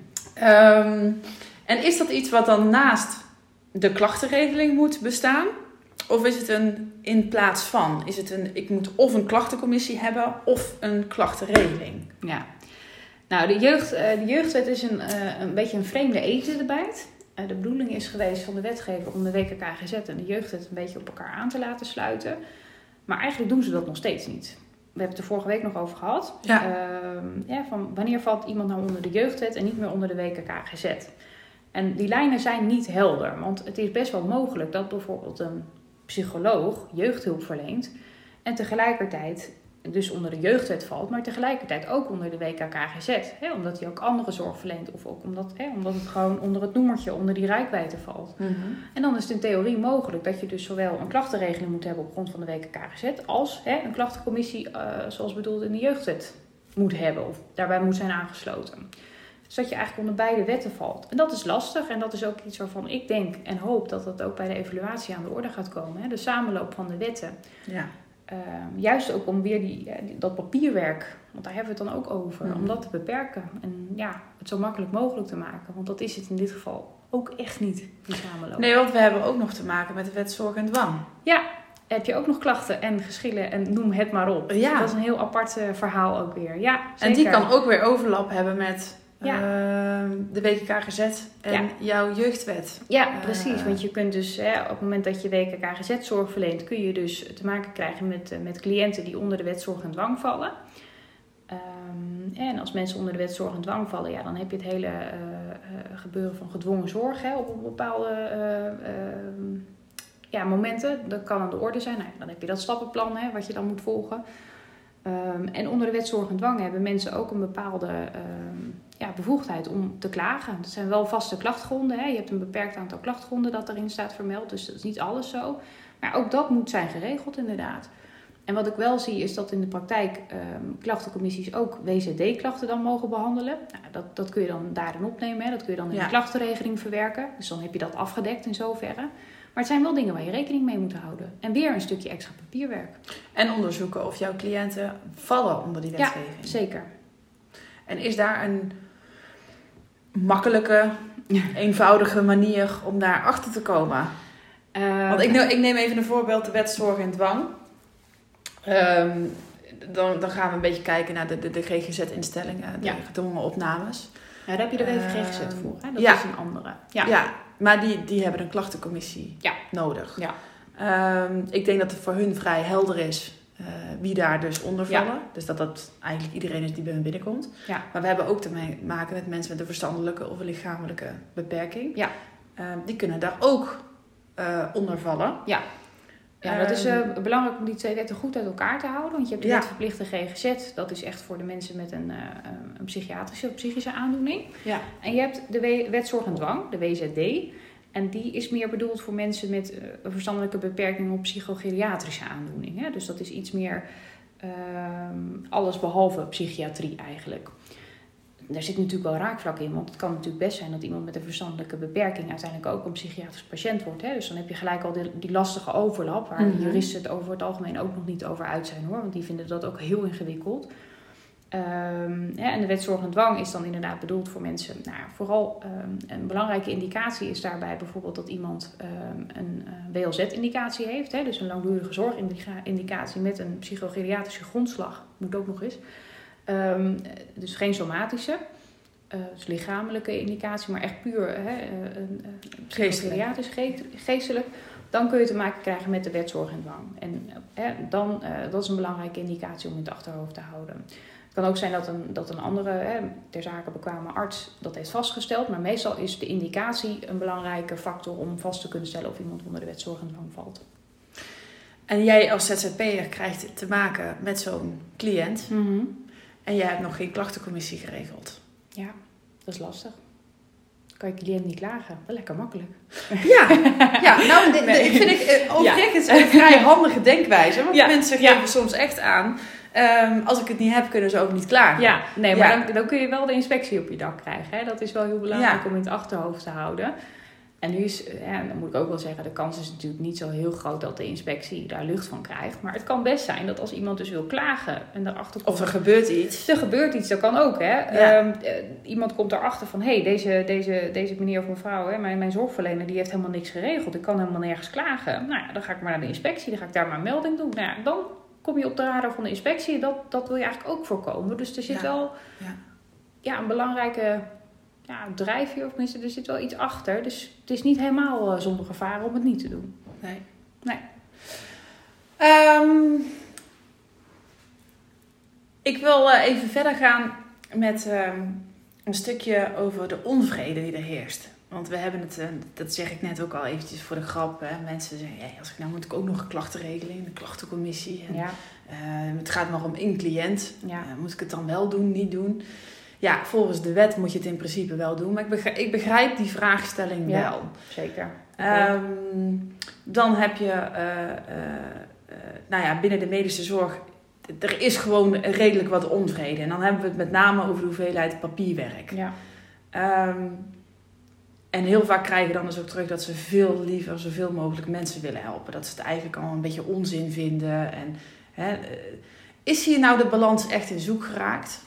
um, en is dat iets wat dan naast de klachtenregeling moet bestaan? Of is het een in plaats van? Is het een, ik moet of een klachtencommissie hebben of een klachtenregeling? Ja. Nou, de, jeugd, de jeugdwet is een, een beetje een vreemde eend in de bijt. De bedoeling is geweest van de wetgever om de W K K G Z en de jeugdwet een beetje op elkaar aan te laten sluiten. Maar eigenlijk doen ze dat nog steeds niet. We hebben het er vorige week nog over gehad. Ja. Uh, ja, van wanneer valt iemand nou onder de jeugdwet en niet meer onder de W K K G Z? En die lijnen zijn niet helder. Want het is best wel mogelijk dat bijvoorbeeld een psycholoog jeugdhulp verleent en tegelijkertijd dus onder de jeugdwet valt, maar tegelijkertijd ook onder de W K K G Z. Hè, omdat hij ook andere zorg verleent of ook omdat, hè, omdat het gewoon onder het noemertje, onder die reikwijdte valt. Mm-hmm. En dan is het in theorie mogelijk dat je dus zowel een klachtenregeling moet hebben op grond van de W K K G Z als hè, een klachtencommissie uh, zoals bedoeld in de jeugdwet moet hebben of daarbij moet zijn aangesloten. Dus dat je eigenlijk onder beide wetten valt. En dat is lastig en dat is ook iets waarvan ik denk en hoop dat dat ook bij de evaluatie aan de orde gaat komen. Hè? De samenloop van de wetten. Ja. Uh, juist ook om weer die, ja, die, dat papierwerk, want daar hebben we het dan ook over, mm. om dat te beperken. En ja, het zo makkelijk mogelijk te maken. Want dat is het in dit geval ook echt niet, die samenloop. Nee, want we hebben ook nog te maken met de wet zorg en dwang. Ja, heb je ook nog klachten en geschillen en noem het maar op. Ja. Dat is een heel apart uh, verhaal ook weer. Ja, zeker. En die kan ook weer overlap hebben met... Ja. Uh, de W K K G Z en ja. jouw jeugdwet. Ja, precies. Uh, want je kunt dus hè, op het moment dat je W K K G Z zorg verleent, kun je dus te maken krijgen met, uh, met cliënten die onder de wet zorg en dwang vallen. Um, en als mensen onder de wet zorg en dwang vallen, ja, dan heb je het hele uh, uh, gebeuren van gedwongen zorg hè, op bepaalde uh, uh, ja, momenten. Dat kan aan de orde zijn. Nou, dan heb je dat stappenplan hè, wat je dan moet volgen. Um, en onder de wet zorg en dwang hebben mensen ook een bepaalde um, ja, bevoegdheid om te klagen. Dat zijn wel vaste klachtgronden. Hè. Je hebt een beperkt aantal klachtgronden dat erin staat vermeld. Dus dat is niet alles zo. Maar ook dat moet zijn geregeld inderdaad. En wat ik wel zie is dat in de praktijk um, klachtencommissies ook W Z D-klachten dan mogen behandelen. Nou, dat, dat kun je dan daarin opnemen. Hè. Dat kun je dan in ja. de klachtenregeling verwerken. Dus dan heb je dat afgedekt in zoverre. Maar het zijn wel dingen waar je rekening mee moet houden. En weer een stukje extra papierwerk. En onderzoeken of jouw cliënten vallen onder die wetgeving. Ja, zeker. En is daar een makkelijke, eenvoudige manier om daar achter te komen? Uh, Want ik, ik neem even een voorbeeld, de wet zorg en dwang. Um, dan, dan gaan we een beetje kijken naar de, de, de G G Z-instellingen, de ja. gedwongen opnames. Ja, daar heb je de W V G G Z uh, voor. Hè? Dat ja. is een andere. Ja, ja maar die, die hebben een klachtencommissie ja. nodig. Ja. Um, ik denk dat het voor hun vrij helder is uh, wie daar dus onder vallen. Ja. Dus dat dat eigenlijk iedereen is die bij hun binnenkomt. Ja. Maar we hebben ook te maken met mensen met een verstandelijke of een lichamelijke beperking. Ja. Uh, die kunnen daar ook uh, onder vallen. Ja. Ja, dat is uh, belangrijk om die twee wetten goed uit elkaar te houden. Want je hebt de ja. wet verplichte G G Z. Dat is echt voor de mensen met een, uh, een psychiatrische of psychische aandoening. Ja. En je hebt de wet zorg en dwang, de W Z D. En die is meer bedoeld voor mensen met uh, een verstandelijke beperking of psychogeriatrische aandoening. Hè? Dus dat is iets meer uh, alles behalve psychiatrie eigenlijk. daar zit natuurlijk wel raakvlak in. Want het kan natuurlijk best zijn dat iemand met een verstandelijke beperking uiteindelijk ook een psychiatrisch patiënt wordt. Hè? Dus dan heb je gelijk al die, die lastige overlap. Waar mm-hmm. juristen het over het algemeen ook nog niet over uit zijn, hoor. Want die vinden dat ook heel ingewikkeld. Um, ja, en de wet zorg en dwang is dan inderdaad bedoeld voor mensen. Nou, vooral um, een belangrijke indicatie is daarbij bijvoorbeeld dat iemand um, een uh, W L Z-indicatie heeft. Hè, dus een langdurige zorgindicatie met een psychogeriatrische grondslag. Moet ook nog eens. Um, dus geen somatische, uh, dus lichamelijke indicatie, maar echt puur hè, een, een psychogeriatrisch, geestelijk. Dan kun je te maken krijgen met de wet zorg en dwang. En hè, dan, uh, dat is een belangrijke indicatie om in het achterhoofd te houden. Het kan ook zijn dat een, dat een andere, hè, ter zake bekwame arts dat heeft vastgesteld. Maar meestal is de indicatie een belangrijke factor om vast te kunnen stellen of iemand onder de wet zorg en dwang valt. En jij als Z Z P'er krijgt te maken met zo'n cliënt. Mm-hmm. En jij hebt nog geen klachtencommissie geregeld. Ja, dat is lastig. Kan je cliënt niet klagen? Wel lekker makkelijk. Ja, ja nou, dit, nee. dit vind ik overigens ja. een vrij handige denkwijze. Want ja. mensen geven ja. soms echt aan... Um, als ik het niet heb, kunnen ze ook niet klagen. Ja, nee, maar ja. dan, dan kun je wel de inspectie op je dak krijgen. Hè? Dat is wel heel belangrijk ja. om in het achterhoofd te houden. En nu is, ja, dan moet ik ook wel zeggen, de kans is natuurlijk niet zo heel groot dat de inspectie daar lucht van krijgt. Maar het kan best zijn dat als iemand dus wil klagen en daarachter komt... Of er gebeurt iets. Er gebeurt iets, dat kan ook, hè. Ja. Um, iemand komt erachter van, hé, hey, deze, deze, deze meneer of mevrouw, hè, mijn, mijn zorgverlener, die heeft helemaal niks geregeld. Ik kan helemaal nergens klagen. Nou ja, dan ga ik maar naar de inspectie, dan ga ik daar maar een melding doen. Nou ja, dan kom je op de radar van de inspectie. Dat, dat wil je eigenlijk ook voorkomen. Dus er zit ja. wel ja. Ja, een belangrijke... Ja, drijfveer, of tenminste, er zit wel iets achter. Dus het is niet helemaal uh, zonder gevaar om het niet te doen. Nee. Nee. Um, ik wil uh, even verder gaan met um, een stukje over de onvrede die er heerst. Want we hebben het, uh, dat zeg ik net ook al eventjes voor de grap. Hè. Mensen zeggen, hey, als ik nou moet ik ook nog een klachten regelen in de klachtencommissie. En, ja. uh, het gaat maar om één cliënt. Ja. Uh, moet ik het dan wel doen, niet doen? Ja, volgens de wet moet je het in principe wel doen. Maar ik begrijp, ik begrijp die vraagstelling ja, wel. Zeker. Um, dan heb je, uh, uh, uh, nou ja, binnen de medische zorg... Er is gewoon redelijk wat onvrede. En dan hebben we het met name over de hoeveelheid papierwerk. Ja. Um, en heel vaak krijgen dan dus ook terug dat ze veel liever zoveel mogelijk mensen willen helpen. Dat ze het eigenlijk al een beetje onzin vinden. En, hè, is hier nou de balans echt in zoek geraakt?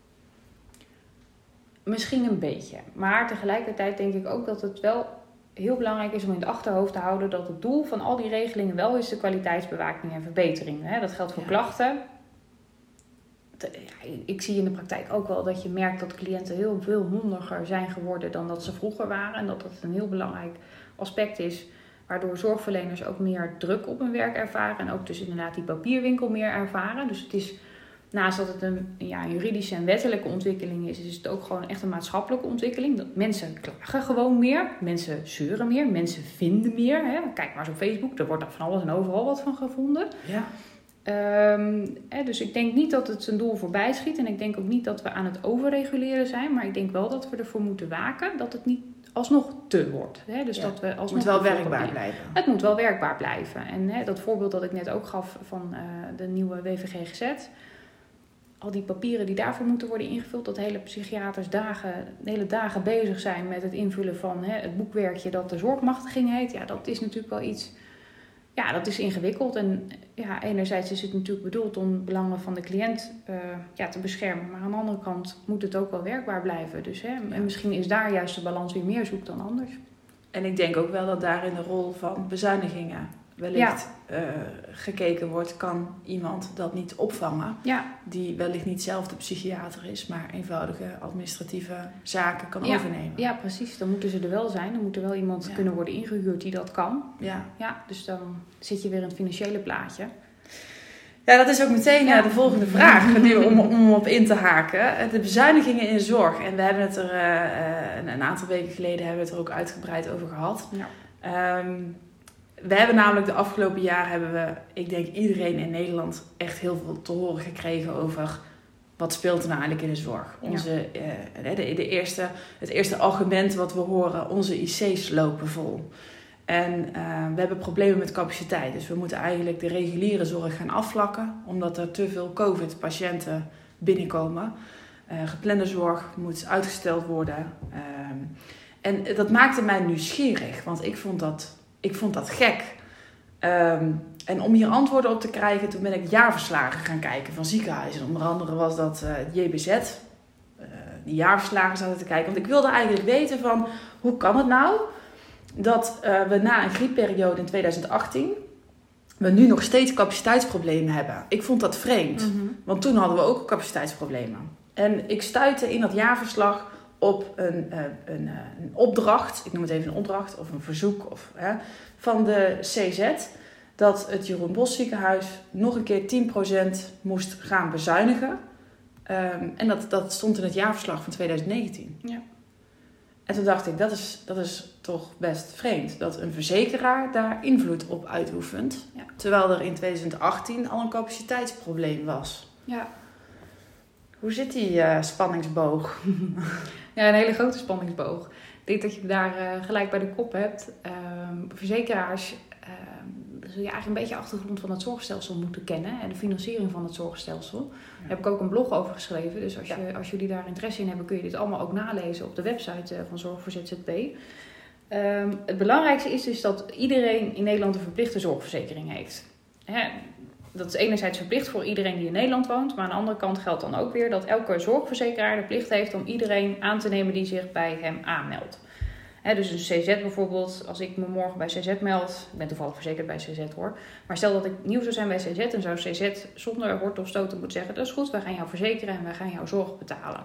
Misschien een beetje. Maar tegelijkertijd denk ik ook dat het wel heel belangrijk is om in het achterhoofd te houden dat het doel van al die regelingen wel is de kwaliteitsbewaking en verbetering. Dat geldt voor ja. klachten. Ik zie in de praktijk ook wel dat je merkt dat cliënten heel veel mondiger zijn geworden dan dat ze vroeger waren. En dat dat een heel belangrijk aspect is, waardoor zorgverleners ook meer druk op hun werk ervaren. En ook dus inderdaad die papierwinkel meer ervaren. Dus het is, naast dat het een, ja, een juridische en wettelijke ontwikkeling is, is het ook gewoon echt een maatschappelijke ontwikkeling. Dat mensen klagen gewoon meer, mensen zeuren meer, mensen vinden meer. Hè. Kijk maar eens op Facebook, er wordt er van alles en overal wat van gevonden. Ja. Um, hè, dus ik denk niet dat het zijn doel voorbij schiet. En ik denk ook niet dat we aan het overreguleren zijn. Maar ik denk wel dat we ervoor moeten waken dat het niet alsnog te wordt. Hè. Dus ja. dat we alsnog het moet wel werkbaar blijven. Het moet wel werkbaar blijven. En hè, dat voorbeeld dat ik net ook gaf van uh, de nieuwe W V G G Z. Al die papieren die daarvoor moeten worden ingevuld. Dat hele psychiaters dagen, hele dagen bezig zijn met het invullen van hè, het boekwerkje dat de zorgmachtiging heet. Ja, dat is natuurlijk wel iets... Ja, dat is ingewikkeld. En ja, enerzijds is het natuurlijk bedoeld om belangen van de cliënt uh, ja, te beschermen. Maar aan de andere kant moet het ook wel werkbaar blijven. Dus, hè, en misschien is daar juist de balans weer meer zoek dan anders. En ik denk ook wel dat daarin de rol van bezuinigingen wellicht ja. uh, gekeken wordt. Kan iemand dat niet opvangen? Ja. Die wellicht niet zelf de psychiater is, maar eenvoudige administratieve zaken kan ja. overnemen. Ja, precies. Dan moeten ze er wel zijn. Dan moet er wel iemand ja. kunnen worden ingehuurd die dat kan. Ja. Ja, dus dan zit je weer in het financiële plaatje. Ja, dat is ook meteen ja. de volgende vraag om, om op in te haken. De bezuinigingen in de zorg. En we hebben het er uh, een, een aantal weken geleden hebben we het er ook uitgebreid over gehad. Ja. Um, we hebben namelijk de afgelopen jaar hebben we, ik denk iedereen in Nederland, echt heel veel te horen gekregen over wat speelt er nou eigenlijk in de zorg. Onze, ja. uh, de, de eerste, het eerste argument wat we horen, onze I C's lopen vol. En uh, we hebben problemen met capaciteit. Dus we moeten eigenlijk de reguliere zorg gaan afvlakken, omdat er te veel COVID-patiënten binnenkomen. Uh, geplande zorg moet uitgesteld worden. Uh, en dat maakte mij nieuwsgierig, want ik vond dat, ik vond dat gek. Um, en om hier antwoorden op te krijgen, toen ben ik jaarverslagen gaan kijken van ziekenhuizen. Onder andere was dat uh, J B Z, uh, die jaarverslagen zaten te kijken. Want ik wilde eigenlijk weten van, hoe kan het nou dat uh, we na een griepperiode in twintig achttien... we nu nog steeds capaciteitsproblemen hebben. Ik vond dat vreemd, mm-hmm. want toen hadden we ook capaciteitsproblemen. En ik stuitte in dat jaarverslag op een, uh, een, uh, een opdracht, ik noem het even een opdracht of een verzoek of, uh, van de C Z, dat het Jeroen Bosch ziekenhuis nog een keer tien procent moest gaan bezuinigen. Um, en dat, dat stond in het jaarverslag van twintig negentien. Ja. En toen dacht ik, dat is, dat is toch best vreemd. Dat een verzekeraar daar invloed op uitoefent. Ja. Terwijl er in twintig achttien al een capaciteitsprobleem was. Ja. Hoe zit die uh, spanningsboog? Ja, een hele grote spanningsboog. Ik denk dat je daar uh, gelijk bij de kop hebt. Uh, verzekeraars uh, zul je eigenlijk een beetje de achtergrond van het zorgstelsel moeten kennen. En de financiering van het zorgstelsel. Ja. Daar heb ik ook een blog over geschreven. Dus als, je, ja. als jullie daar interesse in hebben, kun je dit allemaal ook nalezen op de website uh, van Zorg voor Z Z P. Um, het belangrijkste is dus dat iedereen in Nederland een verplichte zorgverzekering heeft. Hè? Dat is enerzijds verplicht voor iedereen die in Nederland woont. Maar aan de andere kant geldt dan ook weer dat elke zorgverzekeraar de plicht heeft om iedereen aan te nemen die zich bij hem aanmeldt. He, dus een C Z bijvoorbeeld, als ik me morgen bij C Z meld, ik ben toevallig verzekerd bij C Z hoor. Maar stel dat ik nieuw zou zijn bij C Z en zou C Z zonder hort of stoten moeten zeggen, dat is goed, wij gaan jou verzekeren en wij gaan jouw zorg betalen.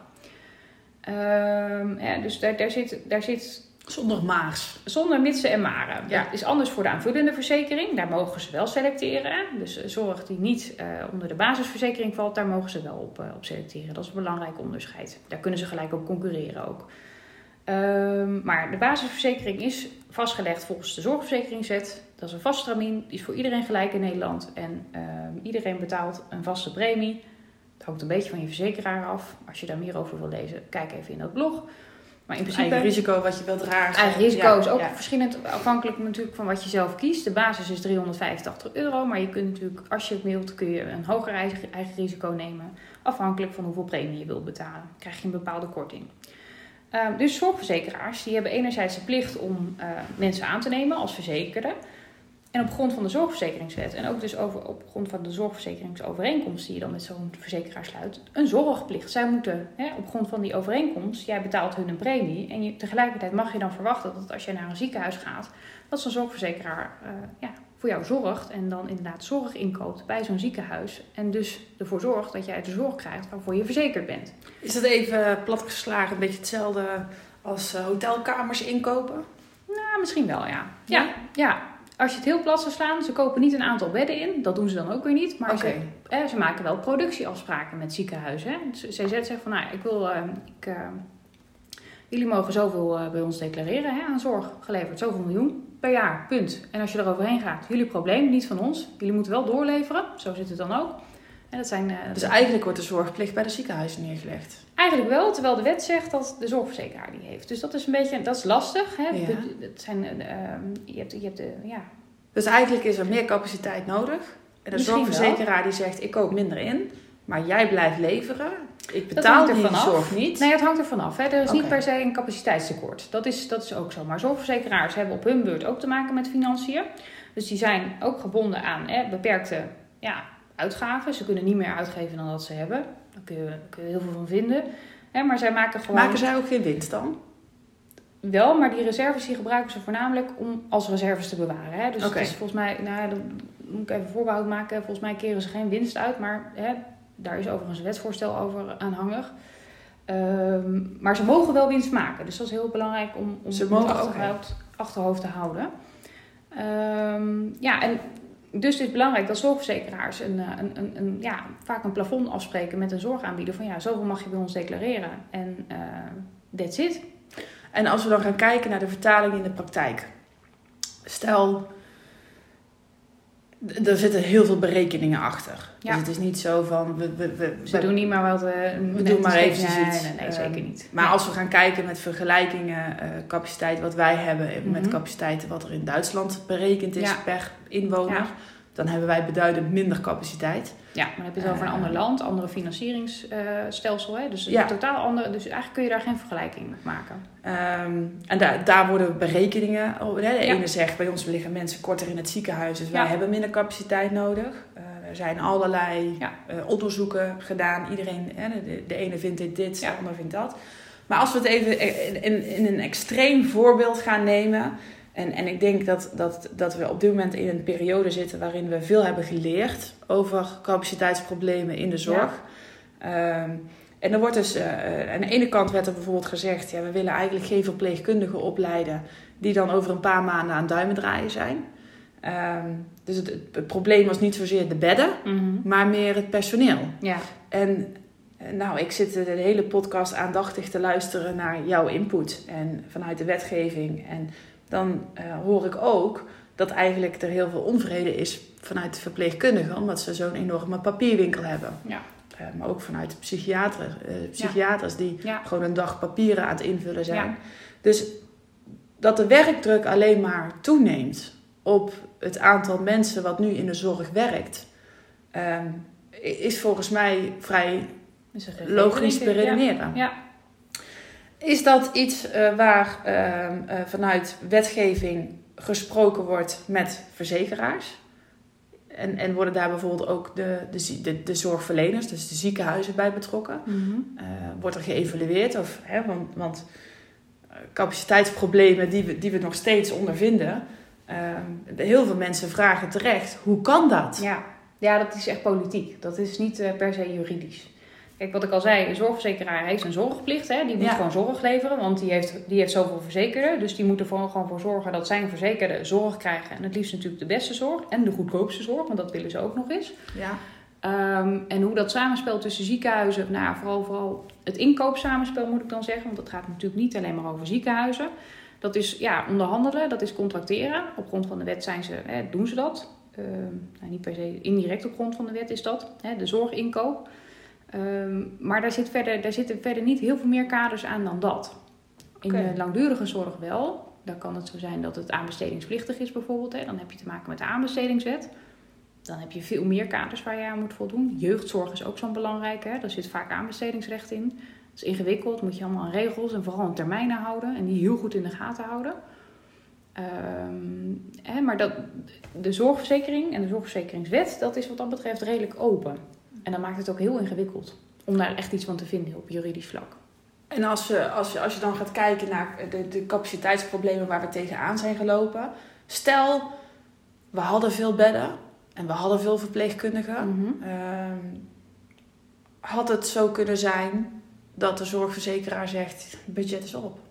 Um, ja, dus daar, daar zit... Daar zit Zonder maars. Zonder mitsen en maren. Ja. Dat is anders voor de aanvullende verzekering. Daar mogen ze wel selecteren. Dus zorg die niet uh, onder de basisverzekering valt, daar mogen ze wel op, uh, op selecteren. Dat is een belangrijk onderscheid. Daar kunnen ze gelijk op concurreren ook. Um, maar de basisverzekering is vastgelegd volgens de zorgverzekeringswet. Dat is een vast stramien. Die is voor iedereen gelijk in Nederland. En um, iedereen betaalt een vaste premie. Het hangt een beetje van je verzekeraar af. Als je daar meer over wil lezen, kijk even in dat blog. Maar in principe, eigen risico wat je wilt dragen. Eigen risico is ja, ook ja. verschillend afhankelijk natuurlijk van wat je zelf kiest. De basis is driehonderdvijfentachtig euro. Maar je kunt natuurlijk, als je het wilt, kun je een hoger eigen, eigen risico nemen. Afhankelijk van hoeveel premie je wilt betalen. Dan krijg je een bepaalde korting. Uh, dus zorgverzekeraars die hebben enerzijds de plicht om uh, mensen aan te nemen als verzekerde. En op grond van de zorgverzekeringswet en ook dus over, op grond van de zorgverzekeringsovereenkomst die je dan met zo'n verzekeraar sluit, een zorgplicht. Zij moeten hè, op grond van die overeenkomst, jij betaalt hun een premie en je, tegelijkertijd mag je dan verwachten dat als jij naar een ziekenhuis gaat, dat zo'n zorgverzekeraar uh, ja, voor jou zorgt en dan inderdaad zorg inkoopt bij zo'n ziekenhuis. En dus ervoor zorgt dat jij de zorg krijgt waarvoor je verzekerd bent. Is dat even platgeslagen een beetje hetzelfde als uh, hotelkamers inkopen? Nou, misschien wel, ja. Ja, ja. ja. Als je het heel plat zou slaan, ze kopen niet een aantal bedden in. Dat doen ze dan ook weer niet. Maar okay. ze, eh, ze maken wel productieafspraken met ziekenhuizen. Hè. C Z zegt van, nou, ik wil, uh, ik, uh, jullie mogen zoveel uh, bij ons declareren hè, aan zorg geleverd. Zoveel miljoen per jaar, punt. En als je er overheen gaat, jullie probleem, niet van ons. Jullie moeten wel doorleveren. Zo zit het dan ook. En dat zijn, uh, dus eigenlijk wordt de zorgplicht bij de ziekenhuizen neergelegd? Eigenlijk wel, terwijl de wet zegt dat de zorgverzekeraar die heeft. Dus dat is een beetje, dat is lastig. Hè? Ja. Het zijn, uh, je hebt, je hebt de, ja. Dus eigenlijk is er meer capaciteit nodig. En de Misschien zorgverzekeraar wel. Die zegt, ik koop minder in, maar jij blijft leveren. Ik betaal die zorg niet. Nee, het hangt er vanaf. Hè? Er is okay. niet per se een capaciteitstekort. Dat is, dat is ook zo. Maar zorgverzekeraars hebben op hun beurt ook te maken met financiën. Dus die zijn ook gebonden aan hè, beperkte ja, uitgaven. Ze kunnen niet meer uitgeven dan dat ze hebben. Daar kun je, daar kun je heel veel van vinden. Hè, maar zij maken gewoon... Maken zij ook geen winst dan? Wel, maar die reserves die gebruiken ze voornamelijk om als reserves te bewaren. Hè? Dus okay. het is volgens mij, nou, dan moet ik even voorbehoud maken. Volgens mij keren ze geen winst uit, maar hè, daar is overigens een wetsvoorstel over aanhangig. Um, maar ze mogen wel winst maken. Dus dat is heel belangrijk om, om ze het achterhoofd, achterhoofd te houden. Um, ja, en dus het is belangrijk dat zorgverzekeraars een, een, een, een, ja, vaak een plafond afspreken met een zorgaanbieder. Van ja, zoveel mag je bij ons declareren. En uh, that's it. En als we dan gaan kijken naar de vertaling in de praktijk. Stel, er zitten heel veel berekeningen achter. Ja. Dus het is niet zo van... We, we, we, Ze we, doen niet maar wat... Uh, we doen maar eventjes nee, iets. Nee, nee, nee zeker niet. Maar nee. als we gaan kijken met vergelijkingen, uh, capaciteit wat wij hebben... Mm-hmm. met capaciteiten wat er in Duitsland berekend is ja. per inwoner... Ja. dan hebben wij beduidend minder capaciteit. Ja, maar dan heb je het over een Uh, ander land, andere financieringsstelsel. Uh, dus ja. totaal andere. Dus eigenlijk kun je daar geen vergelijking mee maken. Um, en daar, daar worden berekeningen. Oh, hè, de ja. ene zegt, bij ons liggen mensen korter in het ziekenhuis, dus wij ja. hebben minder capaciteit nodig. Uh, er zijn allerlei ja. uh, onderzoeken gedaan. Iedereen, hè, de, de ene vindt dit, dit, ja. de ander vindt dat. Maar als we het even in, in, in een extreem voorbeeld gaan nemen. En, en ik denk dat, dat, dat we op dit moment in een periode zitten waarin we veel hebben geleerd over capaciteitsproblemen in de zorg. Ja. Um, en er wordt dus, uh, aan de ene kant werd er bijvoorbeeld gezegd, ja, we willen eigenlijk geen verpleegkundigen opleiden die dan over een paar maanden aan duimen draaien zijn. Um, dus het, het probleem was niet zozeer de bedden, mm-hmm. maar meer het personeel. Ja. En nou, ik zit de hele podcast aandachtig te luisteren naar jouw input en vanuit de wetgeving. En dan uh, hoor ik ook dat eigenlijk er heel veel onvrede is vanuit de verpleegkundigen, omdat ze zo'n enorme papierwinkel hebben. Ja. Uh, maar ook vanuit de psychiater, uh, psychiaters die ja. gewoon een dag papieren aan het invullen zijn. Ja. Dus dat de werkdruk alleen maar toeneemt op het aantal mensen wat nu in de zorg werkt, uh, is volgens mij vrij logisch te redeneren. Ja. Ja. Is dat iets uh, waar uh, uh, vanuit wetgeving gesproken wordt met verzekeraars? En, en worden daar bijvoorbeeld ook de, de, de, de zorgverleners, dus de ziekenhuizen bij betrokken? Mm-hmm. Uh, wordt er geëvalueerd? Of, hè, want, want capaciteitsproblemen die we, die we nog steeds ondervinden. Uh, heel veel mensen vragen terecht, hoe kan dat? Ja. ja, dat is echt politiek. Dat is niet uh, per se juridisch. Kijk, wat ik al zei, een zorgverzekeraar heeft een zorgplicht. Hè? Die moet ja. gewoon zorg leveren, want die heeft, die heeft zoveel verzekerden. Dus die moet er gewoon voor zorgen dat zijn verzekerden zorg krijgen. En het liefst natuurlijk de beste zorg en de goedkoopste zorg, want dat willen ze ook nog eens. Ja. Um, en hoe dat samenspel tussen ziekenhuizen, nou ja, vooral, vooral het inkoopsamenspel moet ik dan zeggen. Want dat gaat natuurlijk niet alleen maar over ziekenhuizen. Dat is ja, onderhandelen, dat is contracteren. Op grond van de wet zijn ze, hè, doen ze dat. Uh, nou, niet per se indirect op grond van de wet is dat, hè, de zorginkoop. Um, maar daar, zit verder, daar zitten verder niet heel veel meer kaders aan dan dat. In okay. de langdurige zorg wel. Dan kan het zo zijn dat het aanbestedingsplichtig is bijvoorbeeld. Hè. Dan heb je te maken met de aanbestedingswet. Dan heb je veel meer kaders waar je aan moet voldoen. Jeugdzorg is ook zo'n belangrijke. Hè. Daar zit vaak aanbestedingsrecht in. Dat is ingewikkeld. Moet je allemaal aan regels en vooral aan termijnen houden. En die heel goed in de gaten houden. Um, hè, maar dat, de zorgverzekering en de zorgverzekeringswet, dat is wat dat betreft redelijk open. En dan maakt het ook heel ingewikkeld om daar echt iets van te vinden op juridisch vlak. En als je, als je, als je dan gaat kijken naar de, de capaciteitsproblemen waar we tegenaan zijn gelopen. Stel, we hadden veel bedden en we hadden veel verpleegkundigen. Mm-hmm. Um, had het zo kunnen zijn dat de zorgverzekeraar zegt, budget is op.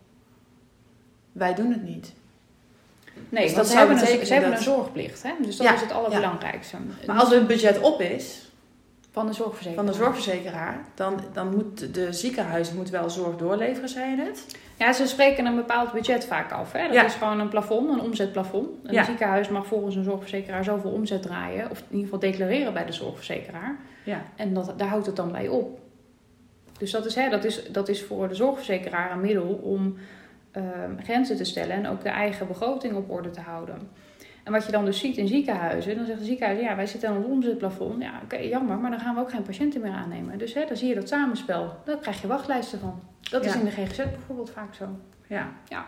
Wij doen het niet. Nee, dus want dat ze, hebben een, dat... ze hebben een zorgplicht. Hè? Dus dat ja, is het allerbelangrijkste. Ja. Maar als het budget op is van de zorgverzekeraar, van de zorgverzekeraar dan, dan moet de ziekenhuizen moet wel zorg doorleveren, zei je het? Ja, ze spreken een bepaald budget vaak af. Hè? Dat ja. is gewoon een plafond, een omzetplafond. Een ja. ziekenhuis mag volgens een zorgverzekeraar zoveel omzet draaien. Of in ieder geval declareren bij de zorgverzekeraar. Ja. En dat, daar houdt het dan bij op. Dus dat is, hè, dat is, dat is voor de zorgverzekeraar een middel om uh, grenzen te stellen. En ook de eigen begroting op orde te houden. En wat je dan dus ziet in ziekenhuizen, dan zeggen de ziekenhuizen, ja, wij zitten aan het omzetplafond. Ja, oké, okay, jammer, maar dan gaan we ook geen patiënten meer aannemen. Dus hè, dan zie je dat samenspel. Daar krijg je wachtlijsten van. Dat is ja. in de G G Z bijvoorbeeld vaak zo. Ja. ja.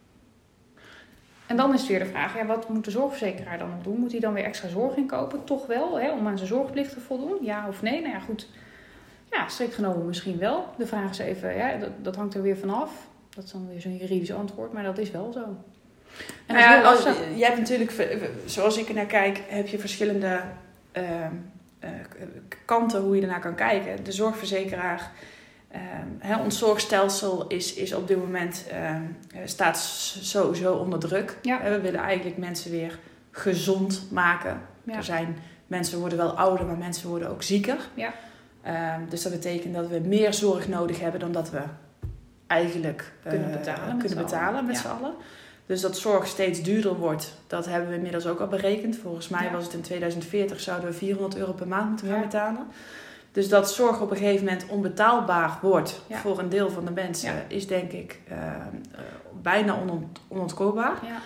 En dan is het weer de vraag, ja, wat moet de zorgverzekeraar dan nog doen? Moet hij dan weer extra zorg inkopen? Toch wel, hè, om aan zijn zorgplicht te voldoen? Ja of nee? Nou ja, goed. Ja, strikt genomen misschien wel. De vraag is even, ja, dat, dat hangt er weer vanaf. Dat is dan weer zo'n juridisch antwoord, maar dat is wel zo. En nou ja, als, je hebt natuurlijk, zoals ik er naar kijk, heb je verschillende uh, uh, kanten hoe je ernaar kan kijken. De zorgverzekeraar, uh, hè, ons zorgstelsel is, is op dit moment uh, staat sowieso onder druk. Ja. We willen eigenlijk mensen weer gezond maken. Ja. Er zijn, mensen worden wel ouder, maar mensen worden ook zieker. Ja. Uh, dus dat betekent dat we meer zorg nodig hebben dan dat we eigenlijk uh, kunnen betalen met kunnen z'n betalen allen. Met Ja. z'n allen. Dus dat zorg steeds duurder wordt, dat hebben we inmiddels ook al berekend. Volgens mij ja. was het in tweeduizend veertig zouden we vierhonderd euro per maand moeten gaan ja. betalen. Dus dat zorg op een gegeven moment onbetaalbaar wordt ja. voor een deel van de mensen, ja. is denk ik uh, uh, bijna onont- onontkoopbaar. Ja.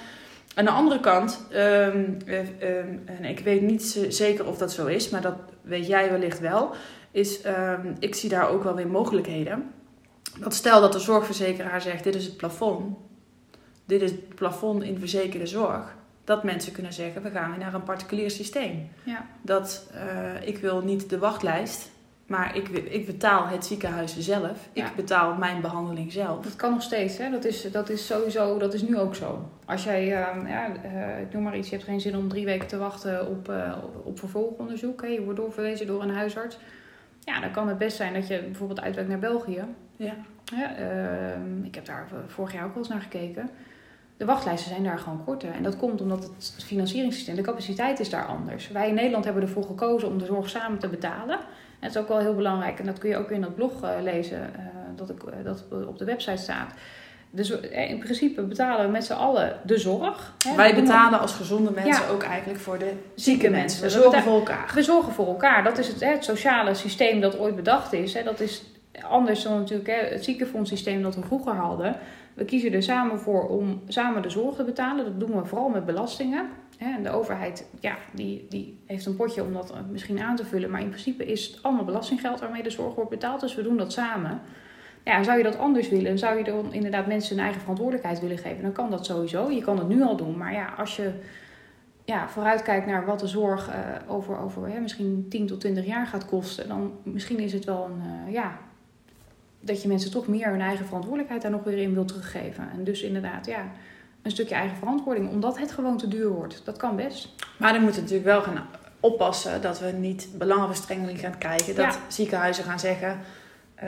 aan de andere kant, um, uh, um, en ik weet niet z- zeker of dat zo is, maar dat weet jij wellicht wel, is um, ik zie daar ook wel weer mogelijkheden. Dat stel dat de zorgverzekeraar zegt, dit is het plafond, dit is het plafond in verzekerde zorg. Dat mensen kunnen zeggen, we gaan weer naar een particulier systeem. Ja. Dat uh, ik wil niet de wachtlijst, maar ik, ik betaal het ziekenhuis zelf. Ja. Ik betaal mijn behandeling zelf. Dat kan nog steeds, hè? Dat is, dat is sowieso, dat is nu ook zo. Als jij, uh, ja, uh, ik noem maar iets, je hebt geen zin om drie weken te wachten op, uh, op vervolgonderzoek. Hè? Je wordt doorverwezen door een huisarts. Ja, dan kan het best zijn dat je bijvoorbeeld uitwijkt naar België. Ja. Ja, uh, ik heb daar vorig jaar ook wel eens naar gekeken. De wachtlijsten zijn daar gewoon korter. En dat komt omdat het financieringssysteem, de capaciteit is daar anders. Wij in Nederland hebben ervoor gekozen om de zorg samen te betalen. En dat is ook wel heel belangrijk. En dat kun je ook in dat blog uh, lezen, uh, dat, ik, uh, dat op de website staat. Dus in principe betalen we met z'n allen de zorg. Hè. Wij betalen als gezonde mensen ja. ook eigenlijk voor de zieke, zieke mensen. mensen. We We zorgen beta- voor elkaar. We zorgen voor elkaar. Dat is het, hè, het sociale systeem dat ooit bedacht is. Hè. Dat is anders dan natuurlijk hè, het ziekenfondssysteem dat we vroeger hadden. We kiezen er samen voor om samen de zorg te betalen. Dat doen we vooral met belastingen. En de overheid ja, die, die heeft een potje om dat misschien aan te vullen. Maar in principe is het allemaal belastinggeld waarmee de zorg wordt betaald. Dus we doen dat samen. Ja, zou je dat anders willen? Zou je dan inderdaad mensen hun eigen verantwoordelijkheid willen geven? Dan kan dat sowieso. Je kan het nu al doen. Maar ja, als je ja, vooruitkijkt naar wat de zorg uh, over, over hè, misschien tien tot twintig jaar gaat kosten. Dan misschien is het wel een... Uh, ja, dat je mensen toch meer hun eigen verantwoordelijkheid daar nog weer in wil teruggeven. En dus inderdaad, ja, een stukje eigen verantwoording. Omdat het gewoon te duur wordt. Dat kan best. Maar dan moeten we natuurlijk wel gaan oppassen dat we niet belangenverstrengeling gaan krijgen. Dat Ja. ziekenhuizen gaan zeggen... Uh,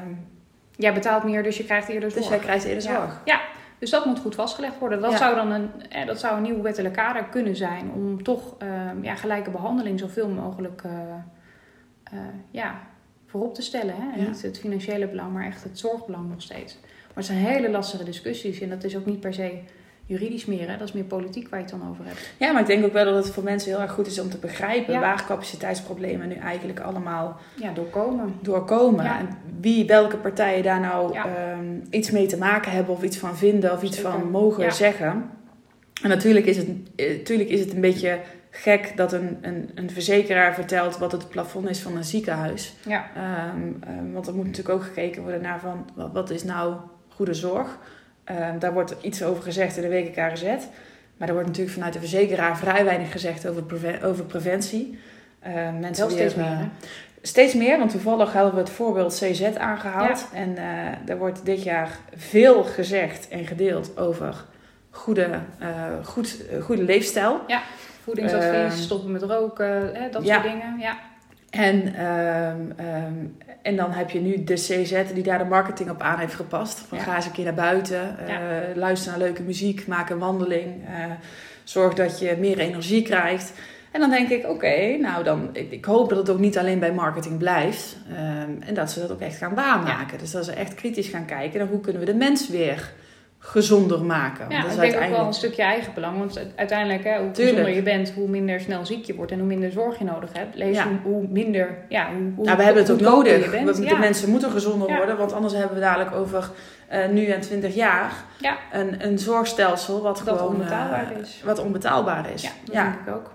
Jij betaalt meer, dus je krijgt eerder zorg. dus jij krijgt eerder zorg. Ja, ja. Dus dat moet goed vastgelegd worden. Dat, Ja. zou dan een, eh, dat zou een nieuw wettelijk kader kunnen zijn. Om toch uh, ja, gelijke behandeling zoveel mogelijk uh, uh, ja, voorop te stellen. Hè? En Ja. niet het financiële belang, maar echt het zorgbelang nog steeds. Maar het zijn hele lastige discussies. En dat is ook niet per se juridisch meer. Hè? Dat is meer politiek waar je het dan over hebt. Ja, maar ik denk ook wel dat het voor mensen heel erg goed is om te begrijpen... Ja. waar capaciteitsproblemen nu eigenlijk allemaal Ja, doorkomen. doorkomen. Ja. En wie, welke partijen daar nou Ja. um, iets mee te maken hebben... of iets van vinden of iets Zeker. van mogen Ja. zeggen. En natuurlijk is het, natuurlijk is het een beetje gek dat een, een, een verzekeraar vertelt... wat het plafond is van een ziekenhuis. Ja. Um, um, want er moet natuurlijk ook gekeken worden naar van... wat, wat is nou goede zorg? Um, daar wordt iets over gezegd in de W K K Z. Maar er wordt natuurlijk vanuit de verzekeraar vrij weinig gezegd over, preven- over preventie. Uh, mensen Wel steeds weer, meer, uh, hè? Steeds meer, want toevallig hadden we het voorbeeld C Z aangehaald. Ja. En uh, er wordt dit jaar veel gezegd en gedeeld over goede, uh, goed, uh, goede leefstijl. Ja, voedingsadvies, Uh, stoppen met roken, hè, dat ja. soort dingen. Ja. En, um, um, en dan heb je nu de C Z die daar de marketing op aan heeft gepast. Van Ja. ga eens een keer naar buiten, uh, Ja. luister naar leuke muziek, maak een wandeling. Uh, zorg dat je meer energie krijgt. En dan denk ik, oké, okay, nou dan, ik, ik hoop dat het ook niet alleen bij marketing blijft. Um, en dat ze dat ook echt gaan waarmaken. Ja. Dus dat ze echt kritisch gaan kijken naar hoe kunnen we de mens weer gezonder maken. Ja, dat is ik denk ook wel een stukje eigen belang. Want uiteindelijk, hè, hoe Tuurlijk. gezonder je bent, hoe minder snel ziek je wordt en hoe minder zorg je nodig hebt. Lees Ja. hoe, hoe minder, ja, hoe, hoe Nou, we hebben het ook goedkoper nodig. je bent. We, de Ja. mensen moeten gezonder Ja. worden, want anders hebben we dadelijk over uh, nu en twintig jaar Ja. een, een zorgstelsel wat Dat gewoon onbetaalbaar uh, is. Wat onbetaalbaar is. Ja, dat Ja. denk ik ook.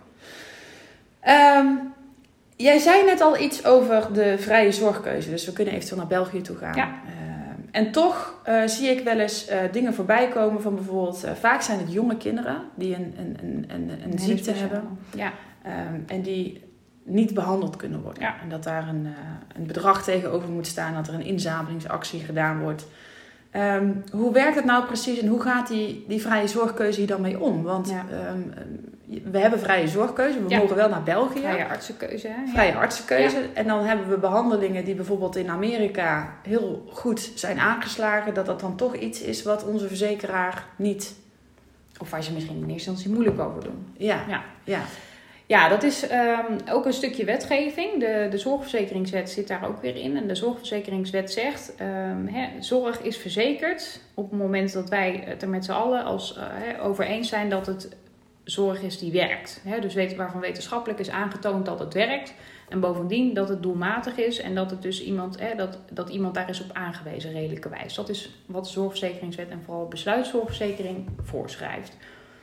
Um, jij zei net al iets over de vrije zorgkeuze, dus we kunnen eventueel naar België toe gaan. Ja. Uh, en toch uh, zie ik wel eens uh, dingen voorbij komen van bijvoorbeeld, uh, vaak zijn het jonge kinderen die een, een, een, een, een ziekte speciaal. hebben. Ja. Um, en die niet behandeld kunnen worden. Ja. En dat daar een, uh, een bedrag tegenover moet staan, dat er een inzamelingsactie gedaan wordt. Um, hoe werkt het nou precies en hoe gaat die, die vrije zorgkeuze hier dan mee om? Want Ja. um, we hebben vrije zorgkeuze, we Ja. mogen wel naar België. Vrije artsenkeuze. Hè? Vrije Ja. artsenkeuze. Ja. En dan hebben we behandelingen die bijvoorbeeld in Amerika heel goed zijn aangeslagen. Dat dat dan toch iets is wat onze verzekeraar niet... Of waar ze misschien in eerste instantie moeilijk over doen. Ja, Ja. ja. Ja, dat is um, ook een stukje wetgeving. De, de zorgverzekeringswet zit daar ook weer in. En de zorgverzekeringswet zegt, um, hè, zorg is verzekerd op het moment dat wij het er met z'n allen als, uh, hè, over eens zijn dat het zorg is die werkt. Hè, dus weet, waarvan wetenschappelijk is aangetoond dat het werkt. En bovendien dat het doelmatig is en dat, het dus iemand, hè, dat, dat iemand daar is op aangewezen, redelijkerwijs. Dat is wat de zorgverzekeringswet en vooral besluitzorgverzekering voorschrijft.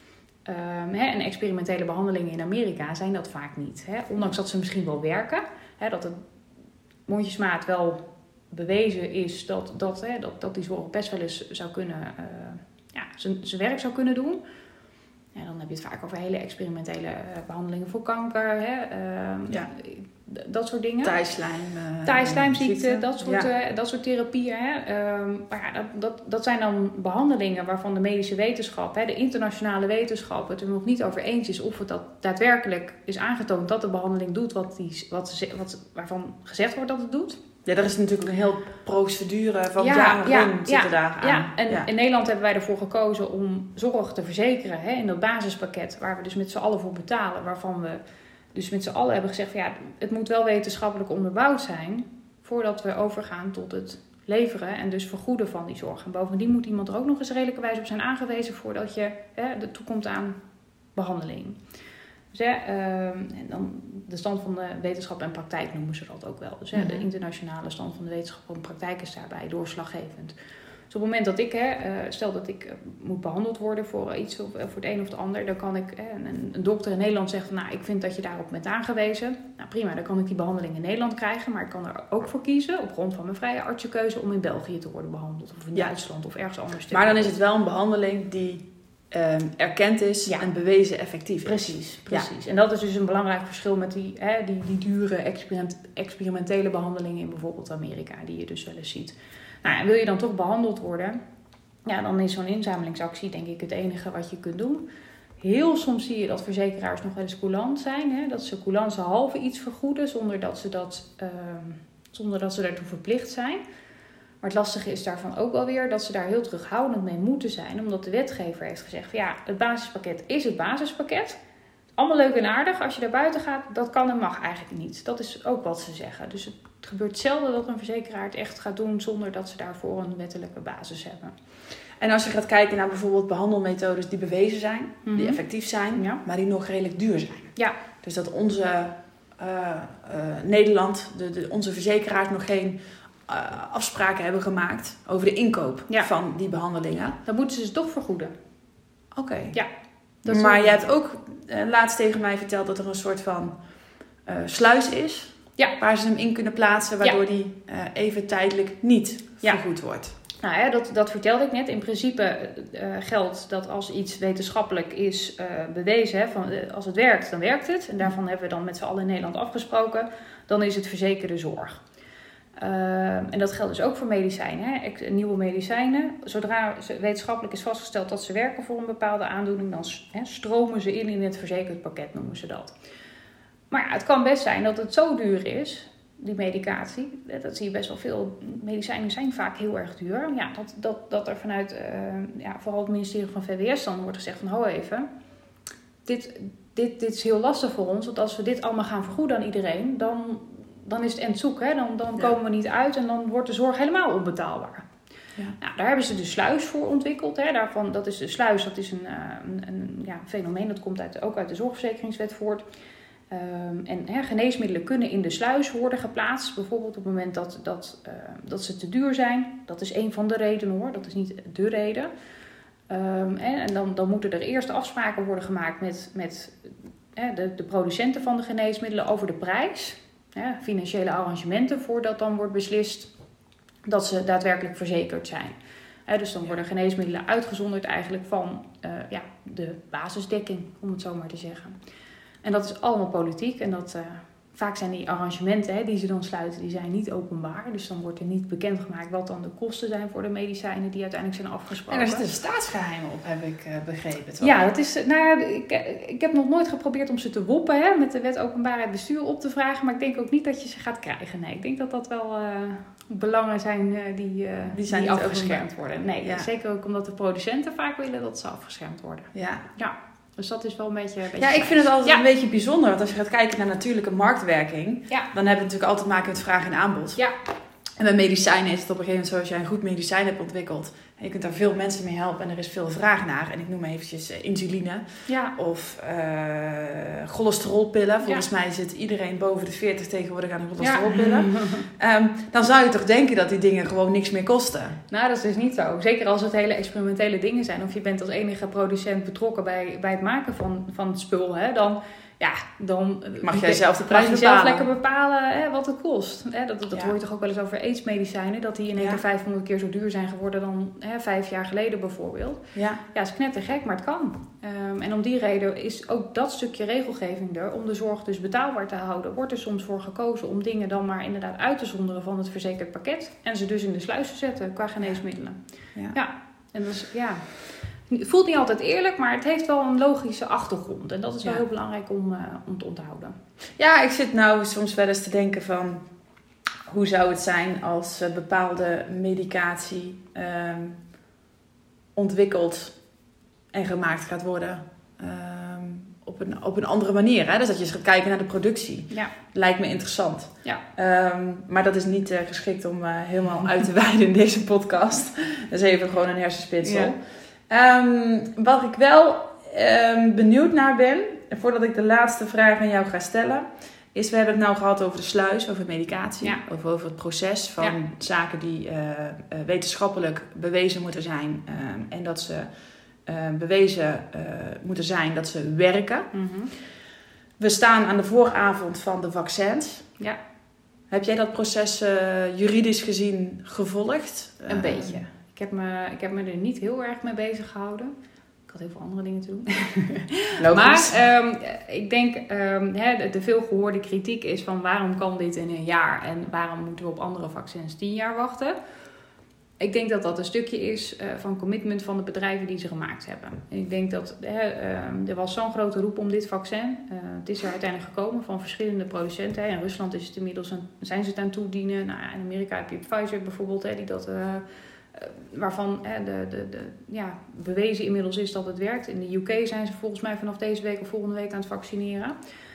Um, hè, en experimentele behandelingen in Amerika zijn dat vaak niet. Hè? Ondanks dat ze misschien wel werken. Hè, dat de mondjesmaat wel bewezen is dat, dat, hè, dat, dat die zorg best wel eens zou kunnen, uh, ja, zijn werk zou kunnen doen. Ja, dan heb je het vaak over hele experimentele uh, behandelingen voor kanker. Hè, uh, ja. Dat soort dingen. Taaislijm. Uh, Taaislijmziekte, dat soort, ja. uh, dat soort therapieën. Hè. Um, maar ja, dat, dat, dat zijn dan behandelingen waarvan de medische wetenschap, hè, de internationale wetenschap, het er nog niet over eens is of het dat daadwerkelijk is aangetoond dat de behandeling doet wat die, wat, wat, waarvan gezegd wordt dat het doet. Ja, er is natuurlijk een heel procedure van ja, jaren ja, zitten ja, daar aan. Ja, en ja. in Nederland hebben wij ervoor gekozen om zorg te verzekeren, hè, in dat basispakket waar we dus met z'n allen voor betalen, waarvan we dus met z'n allen hebben gezegd van ja, het moet wel wetenschappelijk onderbouwd zijn voordat we overgaan tot het leveren en dus vergoeden van die zorg. En bovendien moet iemand er ook nog eens redelijkerwijs op zijn aangewezen voordat je hè, de toekomt aan behandeling. Dus hè, uh, en dan de stand van de wetenschap en praktijk noemen ze dat ook wel. Dus hè, mm-hmm. de internationale stand van de wetenschap en praktijk is daarbij doorslaggevend. Dus op het moment dat ik, hè, uh, stel dat ik uh, moet behandeld worden voor iets of uh, voor het een of het ander, dan kan ik, hè, een, een dokter in Nederland zeggen van nou, ik vind dat je daarop bent aangewezen. Nou prima, dan kan ik die behandeling in Nederland krijgen, maar ik kan er ook voor kiezen, op grond van mijn vrije artsenkeuze, om in België te worden behandeld. Of in ja. Duitsland of ergens anders. Maar dan is het wel een behandeling die Um, erkend is ja. en bewezen effectief is. Precies, precies. Ja. En dat is dus een belangrijk verschil met die, hè, die, die dure experiment, experimentele behandelingen in bijvoorbeeld Amerika, die je dus wel eens ziet. Nou, en wil je dan toch behandeld worden, ja, dan is zo'n inzamelingsactie denk ik het enige wat je kunt doen. Heel soms zie je dat verzekeraars nog wel eens coulant zijn, hè, dat ze coulancehalve iets vergoeden zonder dat ze, dat, uh, zonder dat ze daartoe verplicht zijn. Maar het lastige is daarvan ook wel weer dat ze daar heel terughoudend mee moeten zijn. Omdat de wetgever heeft gezegd van ja, het basispakket is het basispakket. Allemaal leuk en aardig. Als je daar buiten gaat, dat kan en mag eigenlijk niet. Dat is ook wat ze zeggen. Dus het gebeurt zelden dat een verzekeraar het echt gaat doen zonder dat ze daarvoor een wettelijke basis hebben. En als je gaat kijken naar bijvoorbeeld behandelmethodes die bewezen zijn, mm-hmm. die effectief zijn, ja. maar die nog redelijk duur zijn. Ja. Dus dat onze uh, uh, Nederland, de, de, onze verzekeraars nog geen Uh, afspraken hebben gemaakt over de inkoop ja. van die behandelingen. Dan moeten ze ze toch vergoeden. Oké. Okay. Ja. Maar je hebt ook uh, laatst tegen mij verteld dat er een soort van uh, sluis is. Ja. Waar ze hem in kunnen plaatsen, waardoor ja. die uh, even tijdelijk niet ja. vergoed wordt. Nou ja, dat, dat vertelde ik net. In principe uh, geldt dat als iets wetenschappelijk is uh, bewezen, hè, van, uh, als het werkt, dan werkt het. En daarvan hebben we dan met z'n allen in Nederland afgesproken. Dan is het verzekerde zorg. Uh, en dat geldt dus ook voor medicijnen. Hè. Nieuwe medicijnen. Zodra wetenschappelijk is vastgesteld dat ze werken voor een bepaalde aandoening, dan hè, stromen ze in in het verzekerd pakket, noemen ze dat. Maar ja, het kan best zijn dat het zo duur is, die medicatie. Dat zie je best wel veel. Medicijnen zijn vaak heel erg duur. Ja, dat, dat, dat er vanuit uh, ja, vooral het ministerie van V W S dan wordt gezegd van ho even. Dit, dit, dit is heel lastig voor ons. Want als we dit allemaal gaan vergoeden aan iedereen, dan dan is het endzoek, hè? Dan, dan ja. komen we niet uit en dan wordt de zorg helemaal onbetaalbaar. Ja. Nou, daar hebben ze de sluis voor ontwikkeld. Hè? Daarvan, dat is de sluis, dat is een, een, een ja, fenomeen, dat komt uit, ook uit de zorgverzekeringswet voort. Um, en hè, geneesmiddelen kunnen in de sluis worden geplaatst. Bijvoorbeeld op het moment dat, dat, uh, dat ze te duur zijn. Dat is een van de redenen hoor, dat is niet de reden. Um, en en dan, dan moeten er eerst afspraken worden gemaakt met, met hè, de, de producenten van de geneesmiddelen over de prijs. Ja, financiële arrangementen voordat dan wordt beslist dat ze daadwerkelijk verzekerd zijn. He, dus dan worden geneesmiddelen uitgezonderd eigenlijk van uh, ja, de basisdekking, om het zo maar te zeggen. En dat is allemaal politiek en dat, uh, vaak zijn die arrangementen hè, die ze dan sluiten, die zijn niet openbaar. Dus dan wordt er niet bekendgemaakt wat dan de kosten zijn voor de medicijnen die uiteindelijk zijn afgesproken. En daar zitten staatsgeheimen op, heb ik uh, begrepen. Toch? Ja, dat is, nou ja, ik, ik heb nog nooit geprobeerd om ze te woppen hè, met de wet openbaarheid bestuur op te vragen. Maar ik denk ook niet dat je ze gaat krijgen. Nee, ik denk dat dat wel uh, belangen zijn uh, die, uh, die, zijn die niet afgeschermd worden. Nee, ja. Zeker ook omdat de producenten vaak willen dat ze afgeschermd worden. Ja. Ja. Dus dat is wel een beetje... Een beetje ja, ik vind het altijd ja. een beetje bijzonder. Want als je gaat kijken naar natuurlijke marktwerking, ja. dan hebben we natuurlijk altijd te maken met vraag en aanbod. Ja. En met medicijnen is het op een gegeven moment zo, als jij een goed medicijn hebt ontwikkeld en je kunt daar veel mensen mee helpen en er is veel vraag naar. En ik noem maar eventjes uh, insuline Ja. of uh, cholesterolpillen. Volgens ja. mij zit iedereen boven de veertig tegenwoordig aan de cholesterolpillen. Ja. Um, dan zou je toch denken dat die dingen gewoon niks meer kosten? Nou, dat is dus niet zo. Zeker als het hele experimentele dingen zijn. Of je bent als enige producent betrokken bij, bij het maken van, van het spul. Hè, dan... Ja, dan mag jij zelf de prijs mag je bepalen. zelf lekker bepalen hè, wat het kost. Hè, dat dat ja. hoor je toch ook wel eens over aidsmedicijnen. Dat die in één keer ja. vijfhonderd keer zo duur zijn geworden dan hè, vijf jaar geleden bijvoorbeeld. Ja, ja, het is knettergek, maar het kan. Um, en om die reden is ook dat stukje regelgeving er. Om de zorg dus betaalbaar te houden. Wordt er soms voor gekozen om dingen dan maar inderdaad uit te zonderen van het verzekerd pakket. En ze dus in de sluis te zetten qua geneesmiddelen. Ja, ja. En dus ja... Het voelt niet altijd eerlijk, maar het heeft wel een logische achtergrond. En dat is wel ja. heel belangrijk om, uh, om te onthouden. Ja, ik zit nou soms wel eens te denken van... hoe zou het zijn als uh, bepaalde medicatie uh, ontwikkeld en gemaakt gaat worden... Uh, op, een, op een andere manier. Hè? Dus dat je gaat kijken naar de productie. Ja. Lijkt me interessant. Ja. Um, maar dat is niet uh, geschikt om uh, helemaal uit te wijden in deze podcast. Dat is even gewoon een hersenspinsel. Ja. Um, wat ik wel um, benieuwd naar ben, voordat ik de laatste vraag aan jou ga stellen, is we hebben het nou gehad over de sluis, over medicatie, ja. over, over het proces van ja. zaken die uh, uh, wetenschappelijk bewezen moeten zijn um, en dat ze uh, bewezen uh, moeten zijn dat ze werken. Mm-hmm. We staan aan de vooravond van de vaccins. Ja. Heb jij dat proces uh, juridisch gezien gevolgd? Een uh, beetje. Ik heb, me, ik heb me er niet heel erg mee bezig gehouden. Ik had heel veel andere dingen te doen. Maar um, ik denk, um, hè, de veel gehoorde kritiek is van waarom kan dit in een jaar? En waarom moeten we op andere vaccins tien jaar wachten? Ik denk dat dat een stukje is uh, van commitment van de bedrijven die ze gemaakt hebben. En ik denk dat hè, uh, er was zo'n grote roep om dit vaccin. Uh, het is er uiteindelijk gekomen van verschillende producenten. Hè. In Rusland is het inmiddels een, zijn ze het aan het toedienen. Nou, in Amerika heb je Pfizer bijvoorbeeld, hè, die dat... Uh, waarvan hè, de, de, de, ja, bewezen inmiddels is dat het werkt. In de U K zijn ze volgens mij vanaf deze week of volgende week aan het vaccineren.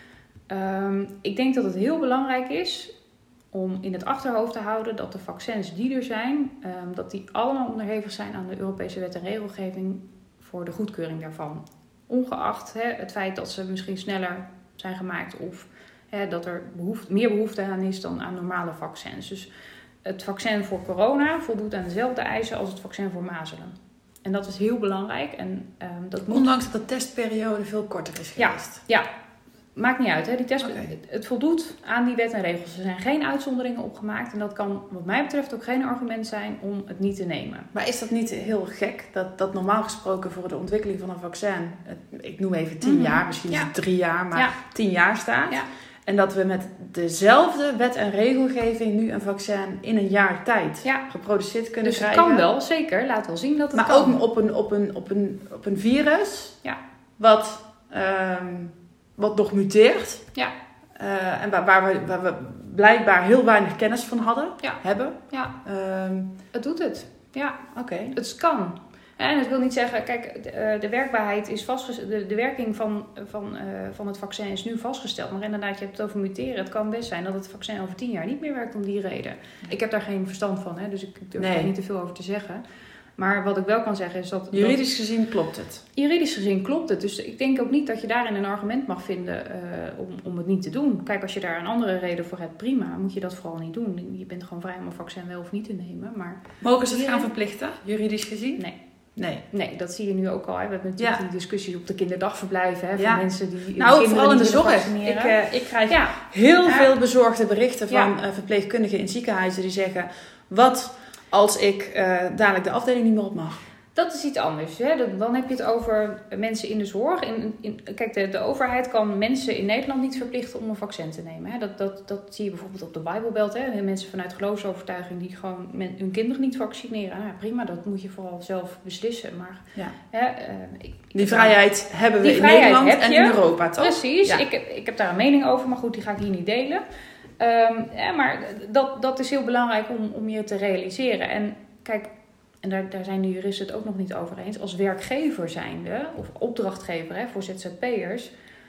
Um, ik denk dat het heel belangrijk is om in het achterhoofd te houden dat de vaccins die er zijn, um, dat die allemaal onderhevig zijn aan de Europese wet en regelgeving voor de goedkeuring daarvan. Ongeacht hè, het feit dat ze misschien sneller zijn gemaakt of hè, dat er behoefte, meer behoefte aan is dan aan normale vaccins. Dus het vaccin voor corona voldoet aan dezelfde eisen als het vaccin voor mazelen. En dat is heel belangrijk. En, um, dat moet... Ondanks dat de testperiode veel korter is geweest. Ja, ja. Maakt niet uit. Hè. Die test... okay. Het voldoet aan die wet en regels. Er zijn geen uitzonderingen opgemaakt. En dat kan wat mij betreft ook geen argument zijn om het niet te nemen. Maar is dat niet heel gek? Dat, dat normaal gesproken voor de ontwikkeling van een vaccin... ik noem even tien mm-hmm. jaar, misschien ja. is het drie jaar, maar ja. tien jaar staat... Ja. En dat we met dezelfde wet en regelgeving nu een vaccin in een jaar tijd ja. geproduceerd kunnen dus krijgen. Dus het kan wel, zeker. Laat wel zien dat het maar kan. Maar ook op een, op, een, op, een, op een virus ja. wat, um, wat nog muteert. Ja. Uh, en waar, waar, we, waar we blijkbaar heel weinig kennis van hadden, ja. hebben. Ja. Um, het doet het. Ja, oké. Okay. Het kan. En dat wil niet zeggen, kijk, de, de werkbaarheid is vastgesteld, de, de werking van, van, uh, van het vaccin is nu vastgesteld. Maar inderdaad, je hebt het over muteren. Het kan best zijn dat het vaccin over tien jaar niet meer werkt om die reden. Ik heb daar geen verstand van, hè, dus ik durf nee. daar niet te veel over te zeggen. Maar wat ik wel kan zeggen is dat... Juridisch dat, gezien klopt het. Juridisch gezien klopt het. Dus ik denk ook niet dat je daarin een argument mag vinden uh, om, om het niet te doen. Kijk, als je daar een andere reden voor hebt, prima. Moet je dat vooral niet doen. Je bent gewoon vrij om een vaccin wel of niet te nemen. Maar mogen ze het gaan verplichten, juridisch gezien? Nee. Nee. nee, dat zie je nu ook al. Hè. We hebben natuurlijk ja. die discussies op de kinderdagverblijven. Hè, van ja. mensen die... Nou, vooral in de zorg. Ik, uh, ik krijg ja. heel ja. veel bezorgde berichten van ja. uh, verpleegkundigen in ziekenhuizen die zeggen... Wat als ik uh, dadelijk de afdeling niet meer op mag? Dat is iets anders. Hè. Dan heb je het over mensen in de zorg. In, in, kijk, de, de overheid kan mensen in Nederland niet verplichten om een vaccin te nemen. Hè. Dat, dat, dat zie je bijvoorbeeld op de Bijbelbelt. Hè. Mensen vanuit geloofsovertuiging die gewoon men, hun kinderen niet vaccineren. Nou, prima, dat moet je vooral zelf beslissen. Maar, ja. hè, uh, ik, die vrijheid daar, hebben we in Nederland en in Europa, toch? Precies. Ja. Ik, ik heb daar een mening over, maar goed, die ga ik hier niet delen. Um, ja, maar dat, dat is heel belangrijk om, om je te realiseren. En kijk... En daar, daar zijn de juristen het ook nog niet over eens. Als werkgever zijnde, of opdrachtgever hè, voor Z Z P'ers...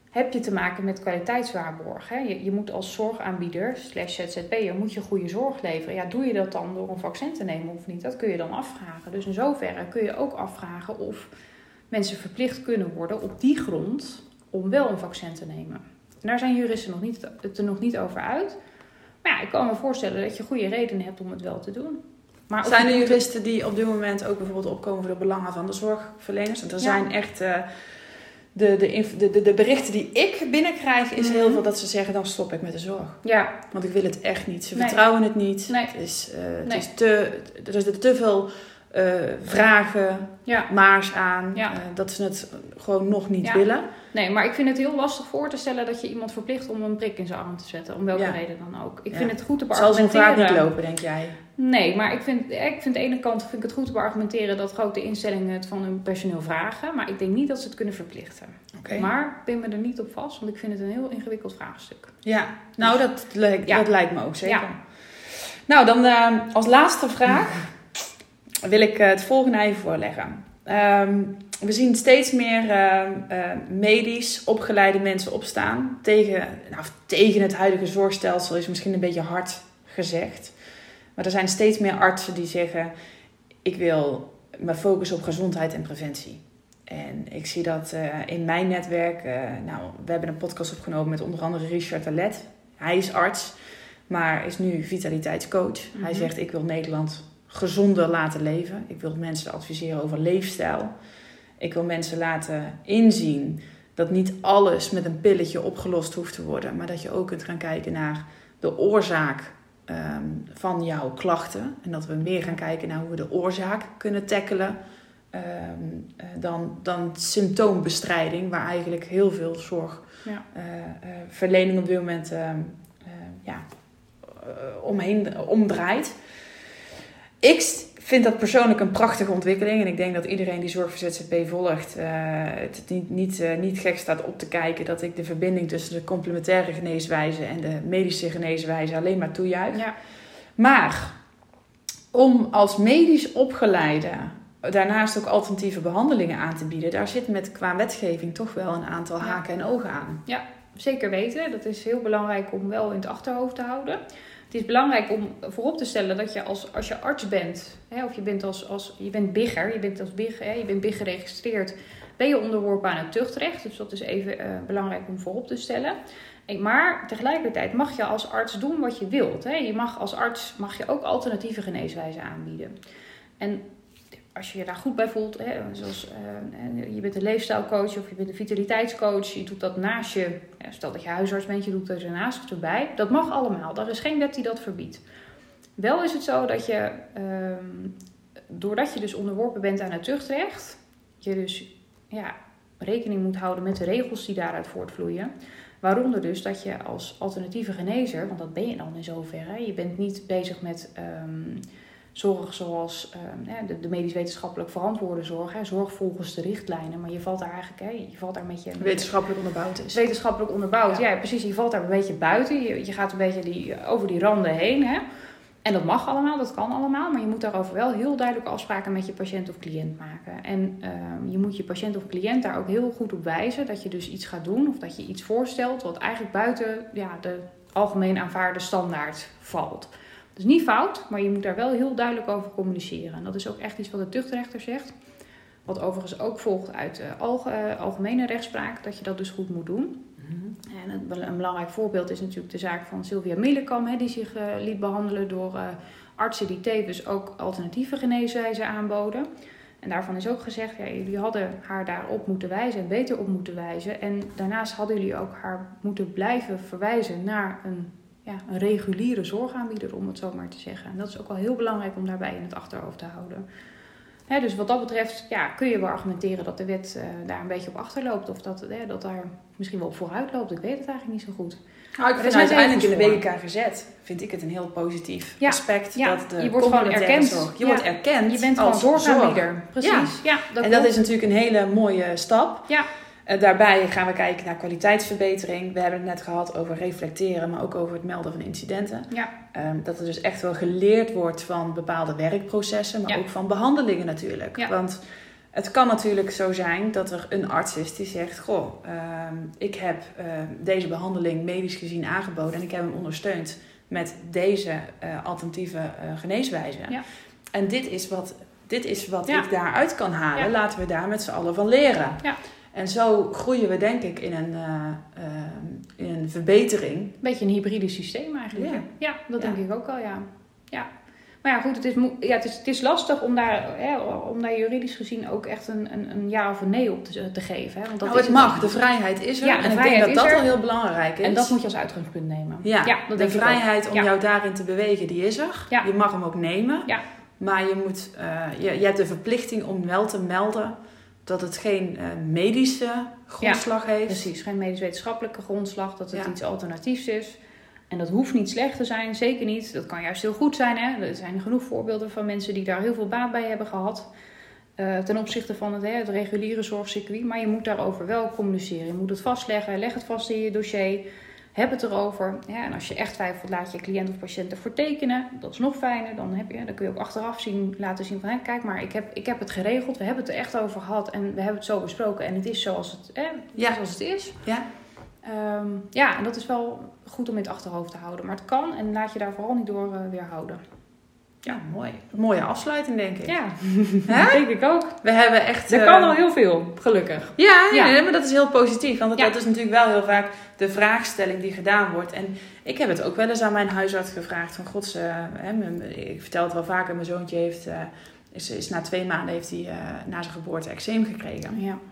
heb je te maken met kwaliteitswaarborg. Hè? Je, je moet als zorgaanbieder, slash Z Z P'er, moet je goede zorg leveren. Ja, doe je dat dan door een vaccin te nemen of niet? Dat kun je dan afvragen. Dus in zoverre kun je ook afvragen of mensen verplicht kunnen worden op die grond om wel een vaccin te nemen. En daar zijn juristen nog niet, het er nog niet over uit. Maar ja, ik kan me voorstellen dat je goede redenen hebt om het wel te doen. Maar zijn er juristen die op dit moment ook bijvoorbeeld opkomen voor de belangen van de zorgverleners? Want er ja. zijn echt... Uh, De, de, de, de berichten die ik binnenkrijg is heel veel dat ze zeggen, dan stop ik met de zorg. Ja. Want ik wil het echt niet. Ze nee. vertrouwen het niet. Nee. Het is, uh, het nee. is te, er is te veel uh, vragen, ja. maars aan, ja. uh, dat ze het gewoon nog niet ja. willen. Nee, maar ik vind het heel lastig voor te stellen dat je iemand verplicht om een prik in zijn arm te zetten. Om welke ja. reden dan ook. Ik ja. vind het goed te beargumenteren. Zal zo'n vraag niet lopen, denk jij? Nee, maar ik vind, ik vind aan de ene kant vind ik het goed te beargumenteren dat grote instellingen het van hun personeel vragen. Maar ik denk niet dat ze het kunnen verplichten. Okay. Maar ik ben me er niet op vast, want ik vind het een heel ingewikkeld vraagstuk. Ja, nou dus, dat, lijkt, ja. dat lijkt me ook zeker. Ja. Nou, dan uh, als laatste vraag wil ik uh, het volgende even voorleggen. Um, we zien steeds meer uh, uh, medisch opgeleide mensen opstaan tegen, nou, tegen het huidige zorgstelsel, is misschien een beetje hard gezegd. Maar er zijn steeds meer artsen die zeggen, ik wil me focussen op gezondheid en preventie. En ik zie dat uh, in mijn netwerk, uh, nou, we hebben een podcast opgenomen met onder andere Richard Alet. Hij is arts, maar is nu vitaliteitscoach. Mm-hmm. Hij zegt, ik wil Nederland gezonder laten leven. Ik wil mensen adviseren over leefstijl. Ik wil mensen laten inzien dat niet alles met een pilletje opgelost hoeft te worden. Maar dat je ook kunt gaan kijken naar de oorzaak um, van jouw klachten. En dat we meer gaan kijken naar hoe we de oorzaak kunnen tackelen. Um, uh, dan, dan symptoombestrijding, waar eigenlijk heel veel zorgverlening uh, uh, op dit moment uh, uh, ja, uh, omheen omdraait. Ik vind dat persoonlijk een prachtige ontwikkeling. En ik denk dat iedereen die Zorg voor Z Z P volgt uh, het niet, niet, uh, niet gek staat op te kijken dat ik de verbinding tussen de complementaire geneeswijze en de medische geneeswijze alleen maar toejuich. Ja. Maar om als medisch opgeleide daarnaast ook alternatieve behandelingen aan te bieden, daar zit met qua wetgeving toch wel een aantal ja. haken en ogen aan. Ja, zeker weten. Dat is heel belangrijk om wel in het achterhoofd te houden. Het is belangrijk om voorop te stellen dat je als, als je arts bent, hè, of je bent als, als je bent bigger, je bent als big, hè, je bent big geregistreerd, ben je onderworpen aan het tuchtrecht. Dus dat is even uh, belangrijk om voorop te stellen. Maar tegelijkertijd mag je als arts doen wat je wilt. Hè. Je mag als arts mag je ook alternatieve geneeswijzen aanbieden. En als je je daar goed bij voelt, hè, zoals uh, je bent een leefstijlcoach of je bent een vitaliteitscoach, je doet dat naast je, ja, stel dat je huisarts bent, je doet dat ernaast of erbij. Dat mag allemaal, er is geen wet die dat verbiedt. Wel is het zo dat je, um, doordat je dus onderworpen bent aan het tuchtrecht, je dus ja, rekening moet houden met de regels die daaruit voortvloeien. Waaronder dus dat je als alternatieve genezer, want dat ben je dan in zoverre, je bent niet bezig met Um, zorg zoals uh, de, de medisch-wetenschappelijk verantwoorde zorg. Hè, zorg volgens de richtlijnen. Maar je valt daar eigenlijk... Hè, je valt daar met je... Wetenschappelijk onderbouwd is. Wetenschappelijk onderbouwd, ja. ja. ja precies. Je valt daar een beetje buiten. Je, je gaat een beetje die, over die randen heen. Hè. En dat mag allemaal, dat kan allemaal. Maar je moet daarover wel heel duidelijke afspraken met je patiënt of cliënt maken. En uh, je moet je patiënt of cliënt daar ook heel goed op wijzen. Dat je dus iets gaat doen of dat je iets voorstelt wat eigenlijk buiten ja, de algemeen aanvaarde standaard valt. Dus niet fout, maar je moet daar wel heel duidelijk over communiceren. En dat is ook echt iets wat de tuchtrechter zegt. Wat overigens ook volgt uit de alge, uh, algemene rechtspraak, dat je dat dus goed moet doen. Mm-hmm. En een, een belangrijk voorbeeld is natuurlijk de zaak van Sylvia Millekam, hè, die zich uh, liet behandelen door uh, artsen die tevens ook alternatieve geneeswijzen aanboden. En daarvan is ook gezegd, ja, jullie hadden haar daarop moeten wijzen en beter op moeten wijzen. En daarnaast hadden jullie ook haar moeten blijven verwijzen naar een Ja, een reguliere zorgaanbieder, om het zo maar te zeggen. En dat is ook wel heel belangrijk om daarbij in het achterhoofd te houden. Hè, dus wat dat betreft ja, kun je wel argumenteren dat de wet uh, daar een beetje op achterloopt. Of dat, uh, dat daar misschien wel op vooruit loopt. Ik weet het eigenlijk niet zo goed. Nou, ik vind uiteindelijk in de W K V Z vind ik het een heel positief ja, aspect. Ja, dat de je wordt gewoon erkend. Zorg, je ja. wordt erkend Je bent als gewoon zorgaanbieder. Zorg. Precies. Ja. Ja, dat en klopt. dat is natuurlijk een hele mooie stap. Ja. Uh, daarbij gaan we kijken naar kwaliteitsverbetering. We hebben het net gehad over reflecteren, maar ook over het melden van incidenten. Ja. Um, dat er dus echt wel geleerd wordt van bepaalde werkprocessen, maar ja. ook van behandelingen natuurlijk. Ja. Want het kan natuurlijk zo zijn dat er een arts is die zegt... Goh, uh, ik heb uh, deze behandeling medisch gezien aangeboden... en ik heb hem ondersteund met deze uh, alternatieve uh, geneeswijze. Ja. En dit is wat, dit is wat ja. ik daaruit kan halen. Ja. Laten we daar met z'n allen van leren. Ja. En zo groeien we denk ik in een, uh, uh, in een verbetering. Een beetje een hybride systeem eigenlijk. Ja, ja dat ja. denk ik ook wel, ja. ja. Maar ja, goed, het is, ja, het is, het is lastig om daar, hè, om daar juridisch gezien ook echt een, een, een ja of een nee op te, te geven. Hè? Want dat nou, is het mag, de vrijheid is er. Ja, en ik denk dat dat er. al heel belangrijk is. En dat moet je als uitgangspunt nemen. Ja, ja dat de vrijheid om ja. jou daarin te bewegen, die is er. Ja. Je mag hem ook nemen. Ja. Maar je, moet, uh, je, je hebt de verplichting om wel te melden dat het geen uh, medische grondslag ja, heeft. Precies, geen medisch-wetenschappelijke grondslag. Dat het ja. iets alternatiefs is. En dat hoeft niet slecht te zijn, zeker niet. Dat kan juist heel goed zijn. Hè? Er zijn genoeg voorbeelden van mensen die daar heel veel baat bij hebben gehad. Uh, ten opzichte van het, hè, het reguliere zorgcircuit. Maar je moet daarover wel communiceren. Je moet het vastleggen. Leg het vast in je dossier. Heb het erover. Ja, en als je echt twijfelt, laat je cliënt of patiënt ervoor tekenen. Dat is nog fijner. Dan, heb je, dan kun je ook achteraf zien, laten zien van... Hè, kijk maar, ik heb, ik heb het geregeld. We hebben het er echt over gehad. En we hebben het zo besproken. En het is zoals het, hè, ja. zoals het is. Ja. Um, ja, en dat is wel goed om in het achterhoofd te houden. Maar het kan en laat je daar vooral niet door uh, weerhouden. Ja, mooi. Een mooie afsluiting, denk ik. Ja, dat denk ik ook. We hebben echt... Er uh... kan al heel veel, gelukkig. Ja, ja. Nee, maar dat is heel positief. Want ja. dat is natuurlijk wel heel vaak de vraagstelling die gedaan wordt. En ik heb het ook wel eens aan mijn huisarts gevraagd. Van gods, uh, hè, ik vertel het wel vaker. Mijn zoontje heeft, uh, is, is na twee maanden heeft hij uh, na zijn geboorte eczeem gekregen. Ja.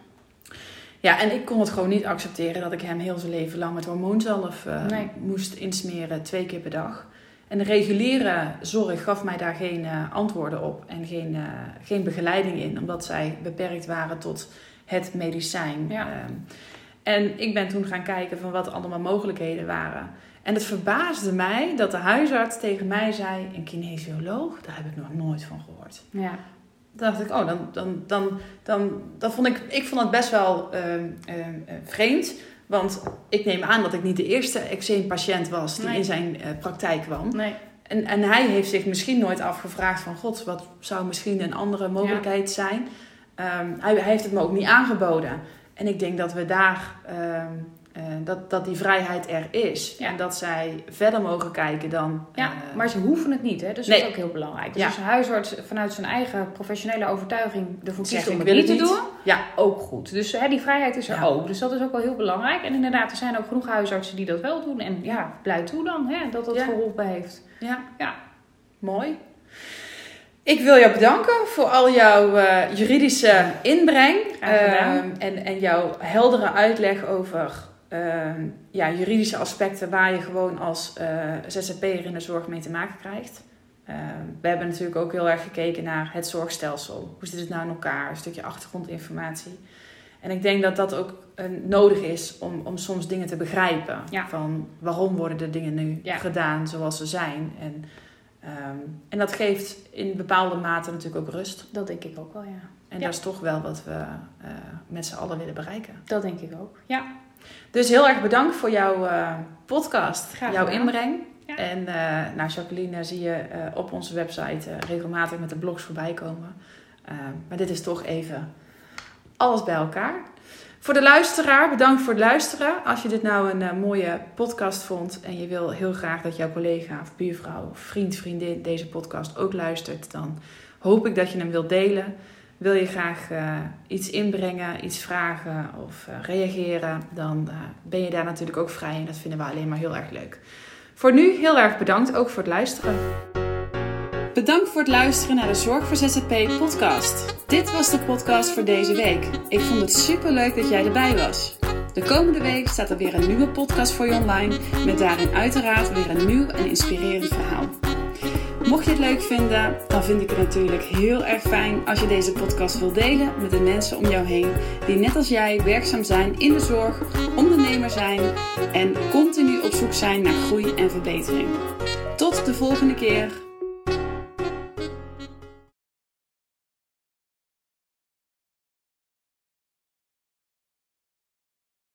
Ja, en ik kon het gewoon niet accepteren dat ik hem heel zijn leven lang met hormoonzalf uh, nee. moest insmeren, twee keer per dag. En de reguliere zorg gaf mij daar geen uh, antwoorden op en geen, uh, geen begeleiding in, omdat zij beperkt waren tot het medicijn. Ja. Um, en ik ben toen gaan kijken van wat allemaal mogelijkheden waren. En het verbaasde mij dat de huisarts tegen mij zei, een kinesioloog, daar heb ik nog nooit van gehoord. Ja. Dan dacht ik, oh, dan, dan, dan, dan, dan vond ik, ik vond het best wel uh, uh, vreemd. Want ik neem aan dat ik niet de eerste eczeempatiënt was die nee. in zijn uh, praktijk kwam. Nee. En, en hij heeft zich misschien nooit afgevraagd van, god, wat zou misschien een andere mogelijkheid ja. zijn? Um, hij, hij heeft het me ook niet aangeboden. En ik denk dat we daar, um, uh, dat, dat die vrijheid er is. Ja. En dat zij verder mogen kijken dan... Ja, uh, maar ze hoeven het niet, hè? Dus nee. dat is ook heel belangrijk. Dus ja. als een huisarts vanuit zijn eigen professionele overtuiging ervoor kiest om het niet te niet. doen, ja. ook goed. Dus hè, die vrijheid is er ja. ook. Dus dat is ook wel heel belangrijk. En inderdaad, er zijn ook genoeg huisartsen die dat wel doen. En ja, blij toe dan, hè, dat dat ja. geholpen heeft. Ja. ja, mooi. Ik wil jou bedanken voor al jouw uh, juridische inbreng. Uh, en, en jouw heldere uitleg over uh, ja, juridische aspecten waar je gewoon als uh, Z Z P'er in de zorg mee te maken krijgt. Uh, we hebben natuurlijk ook heel erg gekeken naar het zorgstelsel. Hoe zit het nou in elkaar? Een stukje achtergrondinformatie. En ik denk dat dat ook uh, nodig is om, om soms dingen te begrijpen. Ja. Van waarom worden de dingen nu ja. gedaan zoals ze zijn. En, um, en dat geeft in bepaalde mate natuurlijk ook rust. Dat denk ik ook wel, ja. En ja. dat is toch wel wat we uh, met z'n allen willen bereiken. Dat denk ik ook, ja. Dus heel erg bedankt voor jouw uh, podcast, Graag jouw gedaan. inbreng. Ja. En uh, nou, Jacqueline zie je uh, op onze website uh, regelmatig met de blogs voorbij komen. Uh, maar dit is toch even alles bij elkaar. Voor de luisteraar, bedankt voor het luisteren. Als je dit nou een uh, mooie podcast vond en je wil heel graag dat jouw collega of buurvrouw of vriend, vriendin deze podcast ook luistert, dan hoop ik dat je hem wilt delen. Wil je graag uh, iets inbrengen, iets vragen of uh, reageren, dan uh, ben je daar natuurlijk ook vrij en dat vinden we alleen maar heel erg leuk. Voor nu heel erg bedankt, ook voor het luisteren. Bedankt voor het luisteren naar de Zorg voor Z Z P podcast. Dit was de podcast voor deze week. Ik vond het super leuk dat jij erbij was. De komende week staat er weer een nieuwe podcast voor je online, met daarin uiteraard weer een nieuw en inspirerend verhaal. Mocht je het leuk vinden, dan vind ik het natuurlijk heel erg fijn als je deze podcast wilt delen met de mensen om jou heen die net als jij werkzaam zijn in de zorg, ondernemer zijn en continu op zoek zijn naar groei en verbetering. Tot de volgende keer!